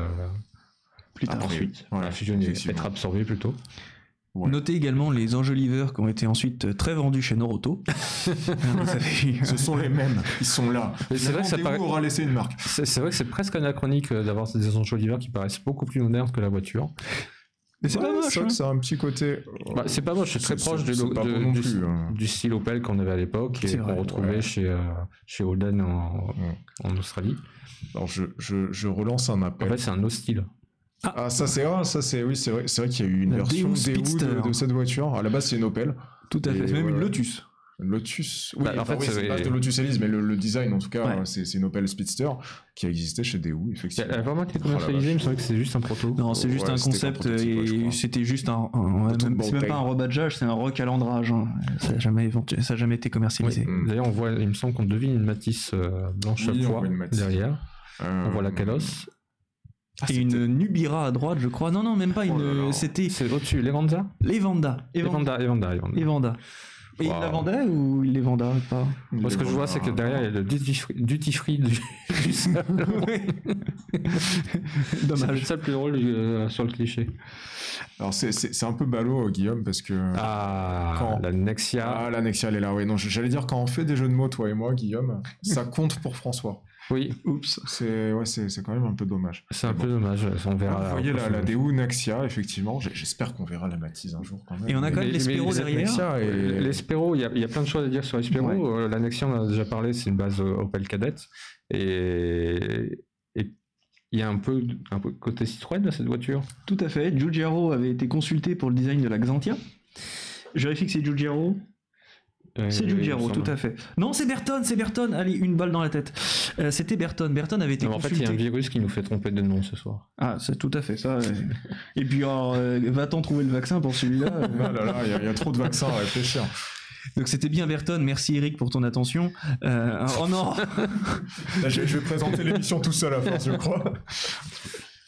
Plus tard. ensuite, Ouais, Enfin, fusionner, effectivement. être absorbé plutôt. Ouais. Notez également les enjoliveurs qui ont été ensuite très vendus chez Noroto. Vous avez- Ce sont les mêmes, ils sont là. Mais c'est vrai que ça Finalement, paraît- Daewoo aura laissé une marque. C'est c'est vrai que c'est presque anachronique euh, d'avoir des enjoliveurs qui paraissent beaucoup plus modernes que la voiture. Mais c'est Ouais, pas moche. c'est vrai hein. que ça a un petit côté. euh, Bah, c'est pas moche, c'est très c'est- proche du, c'est lo- pas de- bon non du, plus, hein. du style Opel qu'on avait à l'époque et C'est qu'on vrai, retrouvait ouais. chez, euh, chez Holden en, Ouais. en Australie. Alors je, je, je relance un En appel. fait, c'est un no style. Ah ça c'est ah, ça c'est oui c'est vrai c'est vrai qu'il y a eu une La version Daewoo Daewoo Speedster. de, de cette voiture. À la base c'est une Opel. Tout à Et fait. C'est même ouais, une ouais. Lotus. Une Lotus. Oui, Bah, en enfin, fait, oui, c'est- c'est pas de Lotus Elise, mais le, le design en tout cas Ouais. c'est c'est une Opel Speedster qui a existé chez Daewoo Elle effectivement. a vraiment été Oh la commercialisée, vache. il me semblait que c'était juste un proto. Non, c'est juste Ouais, un c'était concept un prototype, ouais, je et crois. c'était juste un. un- ouais, Proto- même- c'est même Ball pas un rebadgeage, c'est un recalendrage. hein. Ça n'a jamais, éventu- ça a jamais été commercialisé. Oui. Mm. D'ailleurs, on voit, il me semble qu'on devine une Matisse euh, blanche Oui, à on pois voit une Matisse. derrière. Euh, On voit la calosse. ah, Et c'était- une Nubira à droite, je crois. Non, non, même pas Oh une. là là. C'était C'est au-dessus, l'Evanza l'Evanda. Evanda, Evanda, Evanda. Evanda. Et il Wow. la vendait ou il les vendait pas Moi, ce que je vois, c'est que derrière, il y a le duty free, duty free du, du salon. C'est Dommage. peut-être ça le plus drôle euh, sur le cliché. Alors c'est c'est c'est un peu ballot Guillaume parce que Ah, Quand la Nexia. ah la Nexia elle est là ouais non j'allais dire quand on fait des jeux de mots toi et moi Guillaume ça compte pour François. Oui, Oups, c'est ouais, c'est c'est quand même un peu dommage. c'est un Mais peu dommage. On bon. verra. Vous voyez la, après, la ça- Daewoo Nexia, effectivement. J'ai- J'espère qu'on verra la Matisse un jour quand même. Et on a quand même Mais- mais l'Espéro les- derrière. Nexia et... L'Espéro, il y, a- il y a plein de choses à dire sur l'Espéro. Ouais. Euh, La Nexia, on en a déjà parlé, c'est une base euh, Opel Kadett. Et et il y a un peu, un peu côté Citroën dans cette voiture. Tout à fait. Giugiaro avait été consulté pour le design de la Xantia. Je vérifie que c'est Giugiaro. Euh, C'est il me Giugiaro, semble. tout à fait. Non, c'est Berton, c'est Berton. Allez, une balle dans la tête. Euh, C'était Berton. Berton avait été Non, en fait, il y consulté. a un virus qui nous fait tromper de nom ce soir. Ah, c'est tout à fait ça. ouais. Et puis, alors, euh, va-t-on trouver le vaccin pour celui-là euh, Ah là là, il y, a- il y a trop de vaccins à réfléchir. Donc, c'était bien Berton. Merci Eric pour ton attention. Euh, oh non Là, je, vais, je vais présenter l'émission tout seul à force, je crois.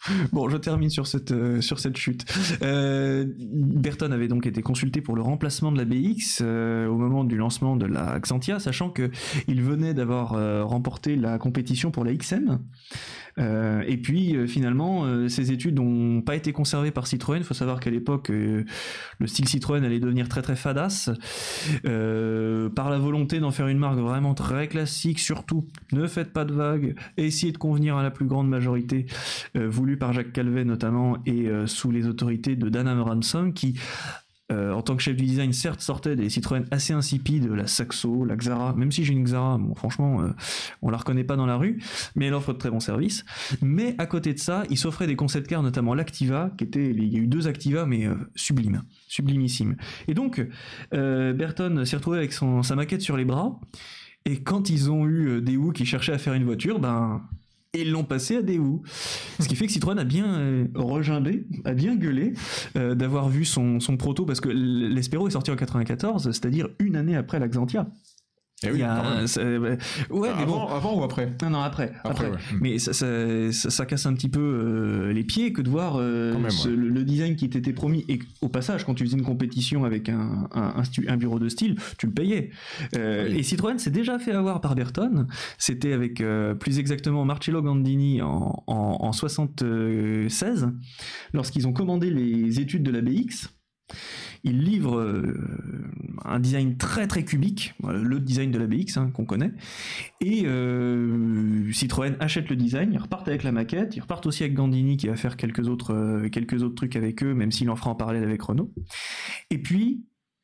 Bon, je termine sur cette, euh, sur cette chute. Euh, Berton avait donc été consulté pour le remplacement de la B X euh, au moment du lancement de la Xantia, sachant qu'il venait d'avoir euh, remporté la compétition pour la X M. Euh, et puis euh, finalement, euh, ces études n'ont pas été conservées par Citroën. Il faut savoir qu'à l'époque, euh, le style Citroën allait devenir très très fadasse. Euh, par la volonté d'en faire une marque vraiment très classique, surtout ne faites pas de vagues, essayez de convenir à la plus grande majorité, euh, voulue par Jacques Calvet notamment, et euh, sous les autorités de Dan Abrahamson, qui Euh, en tant que chef du design, certes, sortait des Citroën assez insipides, la Saxo, la Xara, même si j'ai une Xara, bon, franchement, euh, on la reconnaît pas dans la rue, mais elle offre de très bons services. Mais à côté de ça, il s'offrait des concept cars, notamment l'Activa, qui était, il y a eu deux Activa, mais euh, sublimes, sublimissimes. Et donc, euh, Berton s'est retrouvé avec son, sa maquette sur les bras, et quand ils ont eu Daewoo qui cherchait à faire une voiture, ben... et ils l'ont passé à Daewoo. Ce qui fait que Citroën a bien euh, regimbé, a bien gueulé euh, d'avoir vu son, son proto, parce que l'Espero est sorti en quatre-vingt-quatorze, c'est-à-dire une année après la Xantia. Eh oui, Il y a, ça, ouais, mais avant, bon. avant ou après? Non, non, après. après, après. Ouais. Mais ça, ça, ça, ça casse un petit peu euh, les pieds que de voir euh, même, ce, ouais. le, le design qui t'était promis. Et au passage, quand tu faisais une compétition avec un, un, un, stu, un bureau de style, tu le payais. Euh, oui. Et Citroën s'est déjà fait avoir par Berton. C'était avec euh, plus exactement Marcello Gandini en, en, en soixante-seize, lorsqu'ils ont commandé les études de la B X. Il livre euh, un design très très cubique, le design de la B X hein, qu'on connaît, et euh, Citroën achète le design, ils repartent avec la maquette, ils repartent aussi avec Gandini qui va faire quelques autres, euh, quelques autres trucs avec eux, même s'il en fera en parallèle avec Renault. Et puis,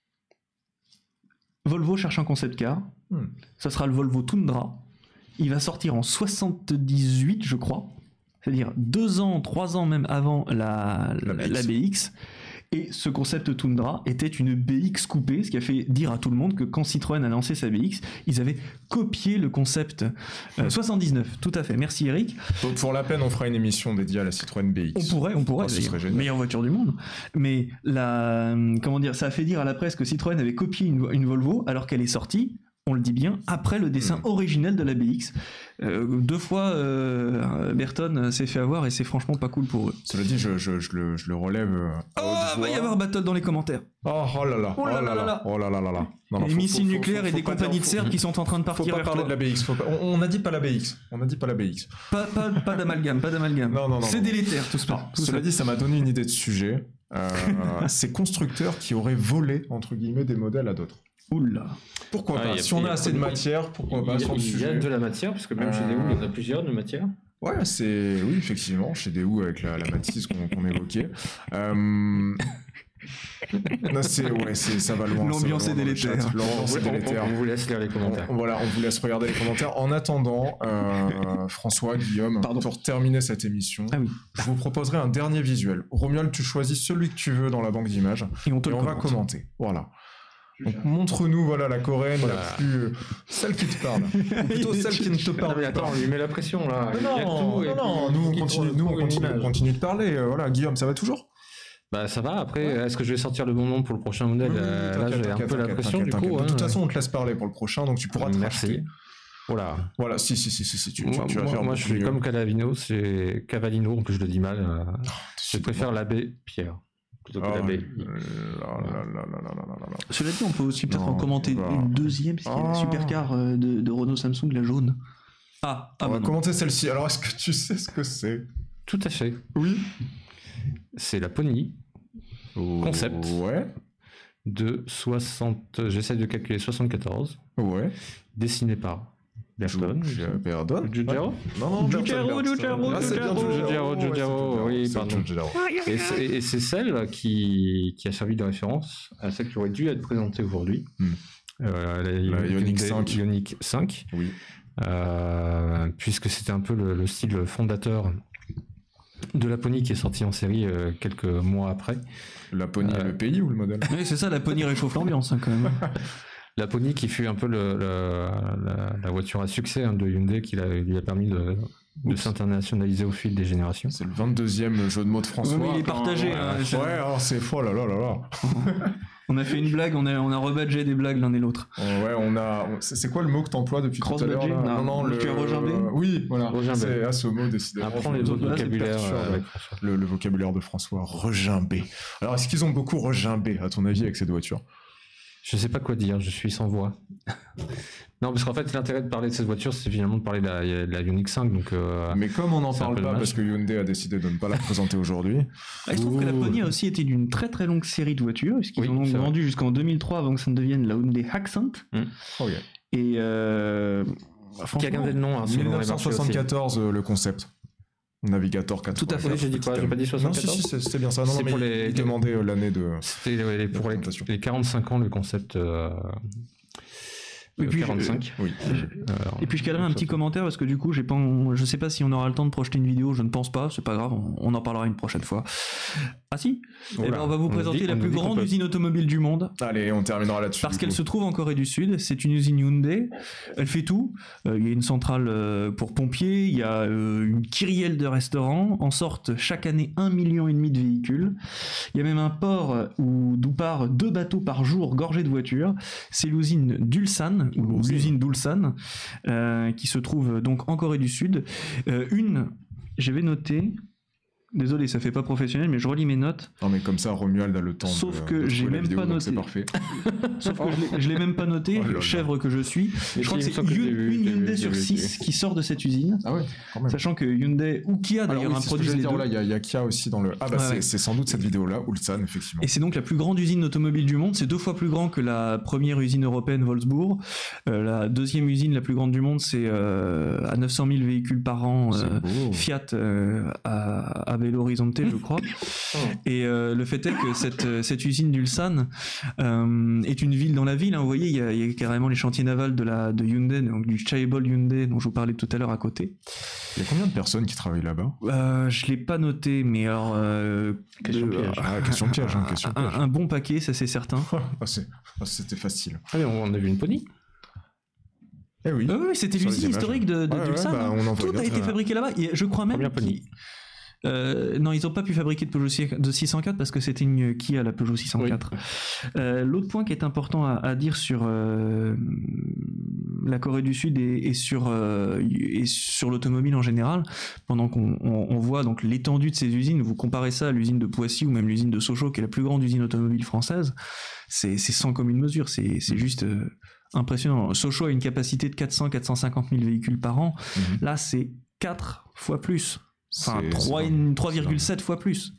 Volvo cherche un concept car, hmm. ça sera le Volvo Tundra, il va sortir en soixante-dix-huit je crois, c'est-à-dire deux ans, trois ans même avant la, la, la, la B X. Et ce concept Tundra était une B X coupée, ce qui a fait dire à tout le monde que quand Citroën a lancé sa B X, ils avaient copié le concept euh, soixante-dix-neuf. Tout à fait. Merci Eric. Donc pour la peine, on fera une émission dédiée à la Citroën B X. On pourrait, on pourrait. Oh, ce serait génial. Meilleure voiture du monde. Mais la, comment dire, ça a fait dire à la presse que Citroën avait copié une, une Volvo alors qu'elle est sortie. On le dit bien, après le dessin mmh. originel de la B X. Euh, deux fois, euh, Berton s'est fait avoir et c'est franchement pas cool pour eux. Cela dit, je, je, je, le, je le relève. Euh, oh, il va y avoir battle dans les commentaires. Oh, oh là là, oh là là là, oh là là là là. Non, non, les faut, missiles faut, nucléaires faut, faut, et des compagnies de serre qui sont en train de partir. Faut pas parler de la B X. Faut pas, on, on a dit pas la B X. On a dit pas la B X. Pas, pas, pas d'amalgame, pas d'amalgame. Non, non, non. C'est non. délétère tout ça. Tout Cela ça. dit, ça m'a donné une idée de sujet. Euh, ces constructeurs qui auraient volé entre guillemets des modèles à d'autres. Oula. Pourquoi ah, pas? Si on a, a assez de matière, pourquoi pas? Il y a, il y a de la matière, parce que même euh... chez Daewoo, il y en a plusieurs de matière. Ouais, c'est oui, effectivement, chez Daewoo avec la, la Matisse qu'on, qu'on évoquait. Euh... non, c'est ouais, c'est ça va loin. L'ambiance est délétère. L'ambiance est délétère. On, on vous laisse lire les commentaires. On, voilà, on vous laisse regarder les commentaires. En attendant, euh, François, Guillaume, Pardon. pour terminer cette émission, ah oui. je vous proposerai un dernier visuel. Romuald, tu choisis celui que tu veux dans la banque d'images et on, te et on va commenter. Voilà. Donc montre-nous voilà la coréenne voilà. la plus euh, celle qui te parle ou plutôt celle qui ne te parle pas. Attends, on lui met la pression là. Non, non, non, nous on continue, nous on continue, on continue de parler. Euh, voilà, Guillaume, ça va toujours? Bah ça va. Après, ouais. Est-ce que je vais sortir le bon nom pour le prochain modèle? Oui, euh, Là, j'ai un peu la pression du coup. De toute façon, on te laisse parler pour le prochain, donc tu pourras te Merci. Voilà. Voilà, si, si, si, si, si tu, moi, tu, tu vas moi, faire. Moi, je suis comme Calavino, c'est Cavallino, en plus je le dis mal. Euh, oh, je préfère l'abbé Pierre. Oh, là, là, là, là, là, là. Cela dit, on peut aussi peut-être non, en commenter bah... une deuxième, parce qu'il y a la supercar de, de Renault Samsung, la jaune. Ah, ah on bah va non. commenter celle-ci. Alors, est-ce que tu sais ce que c'est? Tout à fait. Oui. C'est la Pony oh, concept. Ouais. De soixante. J'essaie de calculer soixante-quatorze. Ouais. Dessiné par. Berton, Berton, Giugiaro. Non, non, Giugiaro, Giugiaro, Giugiaro, Giugiaro, oui, pardon. Et c'est, et c'est celle qui, qui a servi de référence à celle qui aurait dû être présentée aujourd'hui. Hmm. Euh, la, la Ioniq cinq. Ioniq cinq. Oui. Euh, puisque c'était un peu le, le style fondateur de la Pony qui est sortie en série euh, quelques mois après. La Pony, euh, le pays ou le modèle? Oui, c'est ça, la Pony réchauffe l'ambiance hein, quand même. La Pony qui fut un peu le, le, la, la voiture à succès hein, de Hyundai qui l'a, lui a permis de, de s'internationaliser au fil des générations. C'est le vingt-deuxième jeu de mots de François. Oui, il est partagé. Hein, ouais, ouais, ouais, alors c'est fou, oh là là là là. On a fait une blague, on a, on a rebadgé des blagues l'un et l'autre. Euh, ouais, on a. on- C'est c'est quoi le mot que t'emploies depuis tout à l'heure là Cross-budget? Non, non, Non, le. tu as regimbé Oui, voilà. Regimbé. C'est à ce mot décidément. Apprends je- les autres je- vocabulaires je- euh, avec François. Le, le vocabulaire de François, regimbé. Alors, est-ce qu'ils ont beaucoup regimbé, à ton avis, avec cette voiture? Je sais pas quoi dire, je suis sans voix. Non, parce qu'en fait, l'intérêt de parler de cette voiture, c'est finalement de parler de la, de la Ioniq cinq. Donc, euh, Mais comme on n'en c'est un parle peu pas dommage. parce que Hyundai a décidé de ne pas la présenter aujourd'hui. Ah, il se trouve que la Ouh. Pony a aussi été d'une très très longue série de voitures, puisqu'ils Oui, en ont c'est vendu jusqu'en deux mille trois avant que ça ne devienne la Hyundai Accent. Oh, yeah. Et euh, bah, qui a franchement, gardé le nom hein, selon les marchés aussi. dix-neuf cent soixante-quatorze, euh, le concept. Navigator quatre. Tout à fait. Oui, j'ai dit quoi? J'ai pas dit Non, si, soixante-quatorze? si, c'est- c'était bien ça. Non, C'est non, pour mais les- il demandait euh, l'année de. C'était ouais, les- pour les, présentation. les quarante-cinq ans, le concept euh, Et euh, puis, quarante-cinq. Oui. Euh, Et puis je calerai un petit commentaire parce que du coup j'ai pas, je sais pas si on aura le temps de projeter une vidéo, je ne pense pas, c'est pas grave, on, on en parlera une prochaine fois. Ah si. Eh Oula, ben, on va vous on présenter nous dit- la on plus nous dit qu'on grande peut- usine automobile du monde. Allez, on terminera là-dessus. Parce du qu'elle coup. se trouve en Corée du Sud, c'est une usine Hyundai, elle fait tout, Euh, il y a une centrale euh, pour pompiers, il y a euh, une kyrielle de restaurants, en sortent chaque année un million et demi de véhicules, il y a même un port euh, où d'où part deux bateaux par jour gorgés de voitures, c'est l'usine d'Ulsan, ou Ulsan. l'usine d'Ulsan, euh, qui se trouve donc en Corée du Sud. Euh, une, j'avais noté... Désolé, ça fait pas professionnel, mais je relis mes notes. Non, mais comme ça, Romuald a le temps. Sauf de, que de j'ai trouver la même vidéo, pas donc noté. C'est parfait. Sauf que je l'ai- je l'ai même pas noté, Oh là là. chèvre que je suis. Je crois que il me c'est semble que je l'ai une, vu, une je l'ai vu, Hyundai je l'ai sur vu, je l'ai six qui sort de cette usine. Ah ouais, quand même. Sachant que Hyundai ou Kia Alors d'ailleurs oui, hein, c'est ce que produisent j'allais les dire, deux. là, il y, a- il y a Kia aussi dans le. Ah bah Ouais, c'est ouais. c'est sans doute cette vidéo-là, Ulsan, effectivement. Et c'est donc la plus grande usine automobile du monde. C'est deux fois plus grand que la première usine européenne Wolfsburg. Euh, la deuxième usine la plus grande du monde, c'est euh, à neuf cent mille véhicules par an. C'est euh, beau. Fiat euh, à, à Belo Horizonte, je crois. Et euh, le fait est que cette, euh, cette usine d'Ulsan euh, est une ville dans la ville. Hein. Vous voyez, il y, a, il y a carrément les chantiers navals de, la, de Hyundai, donc du Chaebol Hyundai dont je vous parlais tout à l'heure à côté. Il y a combien de personnes qui travaillent là-bas? Euh, je l'ai pas noté, mais alors... Euh, Question de- piège. Ah, question piège, hein, question un, piège. un bon paquet, ça c'est certain. Ah, c'est- ah, c'était facile. Ah, mais on a vu une Pony. Eh oui. Ah oui, oui, c'était Sur les l'usine images. historique de, de Ouais, ouais, d'Ulsan, bah, hein. on en voit Tout bien, a été très- fabriqué là-bas. Et je crois même Première qu'il- Pony. Euh, non, ils n'ont pas pu fabriquer de Peugeot de six cent quatre parce que c'était une Kia, la Peugeot six cent quatre. Euh, l'autre point qui est important à, à dire sur euh, la Corée du Sud et, et sur, euh, et sur l'automobile en général, pendant qu'on on, on voit donc l'étendue de ces usines, vous comparez ça à l'usine de Poissy ou même l'usine de Sochaux, qui est la plus grande usine automobile française, c'est, c'est sans commune mesure, c'est, c'est juste euh, impressionnant. Sochaux a une capacité de quatre cents à quatre cent cinquante mille véhicules par an, Mhm. là c'est quatre fois plus. Enfin, C'est- trois c'est dingue. trois virgule sept fois plus.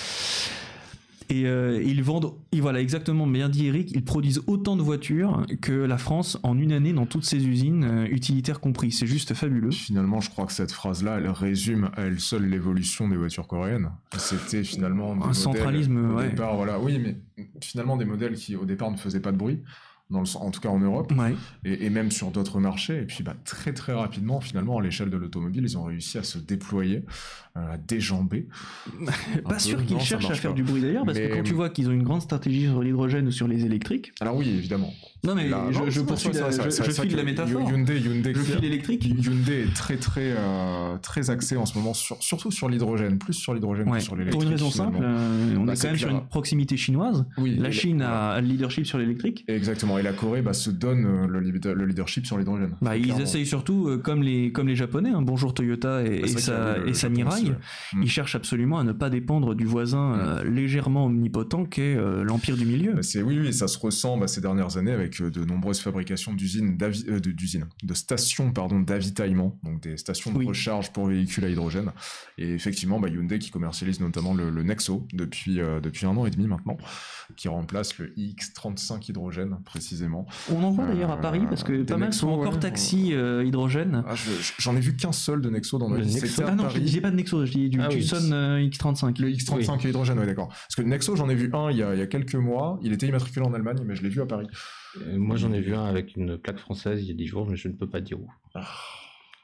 Et euh, ils vendent, et voilà exactement, bien dit Eric, ils produisent autant de voitures que la France en une année dans toutes ses usines, euh, utilitaires compris. C'est juste fabuleux. Finalement, je crois que cette phrase-là, elle résume à elle seule l'évolution des voitures coréennes. C'était finalement des Un modèles, centralisme, au ouais. départ, voilà. Oui, mais finalement des modèles qui au départ ne faisaient pas de bruit, dans le, en tout cas en Europe, Ouais. et, et même sur d'autres marchés. Et puis, bah, très très rapidement, finalement, à l'échelle de l'automobile, ils ont réussi à se déployer, euh, à déjamber. Un Pas peu. sûr qu'ils Non, ça cherchent à marche faire pas. du bruit d'ailleurs, parce Mais- que quand tu vois qu'ils ont une grande stratégie sur l'hydrogène ou sur les électriques. Alors oui, évidemment. Non mais Là, je, non, je c'est poursuis, vrai, la, c'est vrai, je, c'est je vrai file que la métaphore. Hyundai, Hyundai, Je file électrique. Hyundai est très très euh, très axé en ce moment sur, surtout sur l'hydrogène, plus sur l'hydrogène Ouais. que sur l'électrique. Pour une raison simple, finalement. euh, on Bah, est c'est quand même sur clair. une proximité chinoise. Oui, La et- Chine voilà. a le leadership sur l'électrique. Exactement. Et la Corée bah, se donne euh, le, leader- le leadership sur l'hydrogène. Bah, Très ils clairement. essayent surtout, euh, comme les, comme les Japonais, hein, bonjour Toyota et, Bah, et c'est vrai sa, qu'il y a le- et le sa Japon Mirai, aussi, ouais. Mm. ils cherchent absolument à ne pas dépendre du voisin euh, légèrement omnipotent qu'est euh, l'empire du milieu. Bah, c'est, oui, oui, ça se ressent bah, ces dernières années avec euh, de nombreuses fabrications d'usines, d'avi- euh, de, d'usines, de stations pardon, d'avitaillement, donc des stations de Oui. recharge pour véhicules à hydrogène. Et effectivement, bah, Hyundai qui commercialise notamment le, le Nexo depuis, euh, depuis un an et demi maintenant, qui remplace le i x trente-cinq hydrogène précisément. On en voit d'ailleurs à Euh, Paris parce que des pas mal Nexo, sont encore ouais, taxis euh, hydrogène. Ah, je- je- j'en ai vu qu'un seul de Nexo dans Le notre vie. Nexo. C'était à Ah non, je Paris. disais pas de Nexo, je dis du Ah oui. Tucson euh, X trente-cinq. Le X trente-cinq à hydrogène, ouais, d'accord. Parce que le Nexo, j'en ai vu un il y, a, il y a quelques mois. Il était immatriculé en Allemagne, mais je l'ai vu à Paris. Euh, Moi, j'en ai vu un avec une plaque française il y a dix jours, mais je ne peux pas dire où.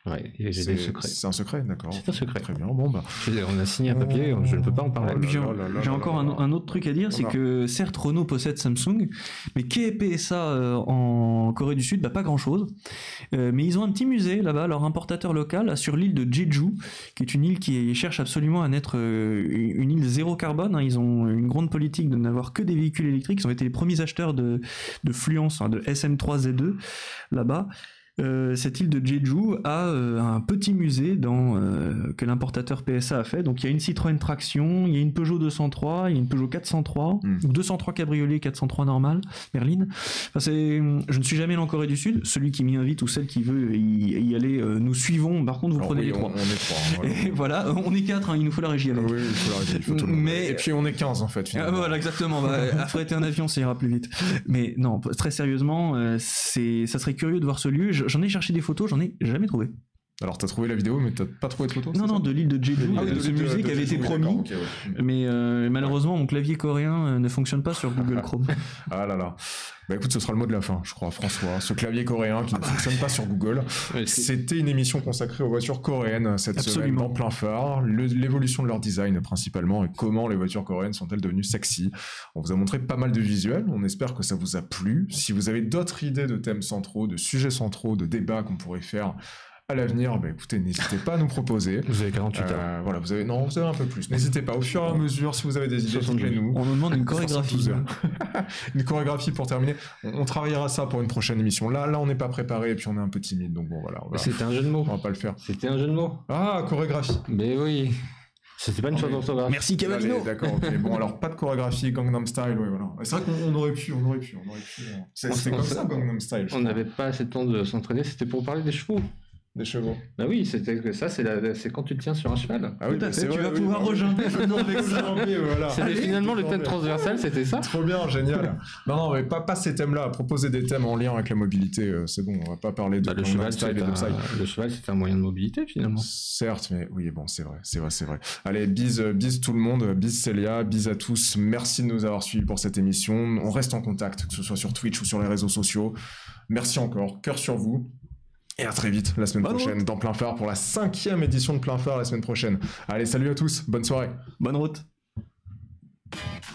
Ouais, j'ai C'est des secrets. c'est un secret, d'accord. C'est un secret. Très bien, bon bah. On a signé un papier, je ne peux pas en parler. Oh là J'ai là là là j'ai là encore là un, là. un autre truc à dire, c'est On a- que certes Renault possède Samsung, mais qu'est P S A euh, en Corée du Sud? Bah pas grand chose. Euh, mais ils ont un petit musée là-bas, leur importateur local, là, sur l'île de Jeju, qui est une île qui cherche absolument à naître euh, une île zéro carbone. Hein. Ils ont une grande politique de n'avoir que des véhicules électriques. Ils ont été les premiers acheteurs de, de Fluence, hein, de S M trois Z deux là-bas. Euh, cette île de Jeju a euh, un petit musée dans, euh, que l'importateur P S A a fait. Donc il y a une Citroën Traction, il y a une Peugeot deux cent trois, il y a une Peugeot quatre cent trois, Mm. deux cent trois Cabriolet, quatre cent trois normal, berline. Enfin, c'est, je ne suis jamais allé en Corée du Sud. Celui qui m'y invite ou celle qui veut y, y aller, euh, nous suivons. Par contre, vous Alors, prenez oui, les on, trois. on est trois. hein, voilà. Et voilà, on est quatre, hein, il nous faut la régie avec. Oui, il faut l'arrêter, il faut tout le monde. Mais- Et puis on est quinze en fait. Ah, Finalement. voilà, exactement. Bah, affréter un avion, ça ira plus vite. Mais non, très sérieusement, euh, c'est, ça serait curieux de voir ce lieu. J'en ai cherché des photos, j'en ai jamais trouvé. Alors t'as trouvé la vidéo, mais t'as pas trouvé de photo Non, c'est non, ça de l'île de Jeju, Ah oui, de de- ce de- musée de- qui avait de- été oui, promis. d'accord, ok, ouais. Mais euh, malheureusement, mon clavier coréen euh, ne fonctionne pas sur Google Chrome. Ah là là. Bah écoute, ce sera le mot de la fin, je crois, François. Ce clavier coréen qui ne fonctionne pas sur Google. Ouais, c'est- C'était une émission consacrée aux voitures coréennes cette Absolument. semaine dans plein phare, le- l'évolution de leur design principalement et comment les voitures coréennes sont-elles devenues sexy. On vous a montré pas mal de visuels, on espère que ça vous a plu. Si vous avez d'autres idées de thèmes centraux, de sujets centraux, de débats qu'on pourrait faire à l'avenir, bah écoutez, n'hésitez pas à nous proposer. Vous avez quarante-huit heures. Euh, voilà, vous avez non, vous avez un peu plus. N'hésitez pas. Au fur et à mesure, si vous avez des idées, soixante-douze. dites-les-nous. On nous demande une chorégraphie. soixante-douze heures. Une chorégraphie pour terminer. On, on travaillera ça pour une prochaine émission. Là, là, on n'est pas préparé et puis on est un peu timide, donc bon voilà, on va, C'était un jeu de mots. on va pas le faire. C'était un jeu de mots. Ah, chorégraphie. Mais oui. C'était pas une Non, faute mais- d'orthographe. Merci Cavallino. Allez, d'accord. Ok. Bon, alors pas de chorégraphie, Gangnam Style, ouais, voilà. C'est vrai qu'on on aurait pu, on aurait pu, on aurait pu. euh, c'est- On- C'était on- comme ça, Gangnam Style. je On crois. n'avait pas assez de temps de s'entraîner, c'était pour parler des chevaux. Des chevaux. Bah oui, c'était que ça, c'est la- c'est quand tu te tiens sur un cheval. Ah oui, Tout à bah, fait, c'est tu vrai, vas oui, pouvoir bah, rejamber oui. maintenant avec ça. Rejamber, voilà. C'était Allez, finalement le thème rejamber. transversal, c'était ça. Trop bien, génial. Non, non, mais pas, pas ces thèmes-là. Proposer des thèmes en lien avec la mobilité, euh, c'est bon. On va pas parler de Bah, le, Gangnam cheval, Style et c'est de Psy. un... le cheval, c'est un moyen de mobilité finalement. Certes, mais oui, bon, c'est vrai, c'est vrai, c'est vrai. Allez, bise, bise tout le monde, bise Célia, bise à tous. Merci de nous avoir suivis pour cette émission. On reste en contact, que ce soit sur Twitch ou sur les réseaux sociaux. Merci encore, cœur sur vous. Et à très vite la semaine Bonne prochaine dans Plein Phare pour la cinquième édition de Plein Phare la semaine prochaine. Allez, salut à tous, bonne soirée. Bonne route.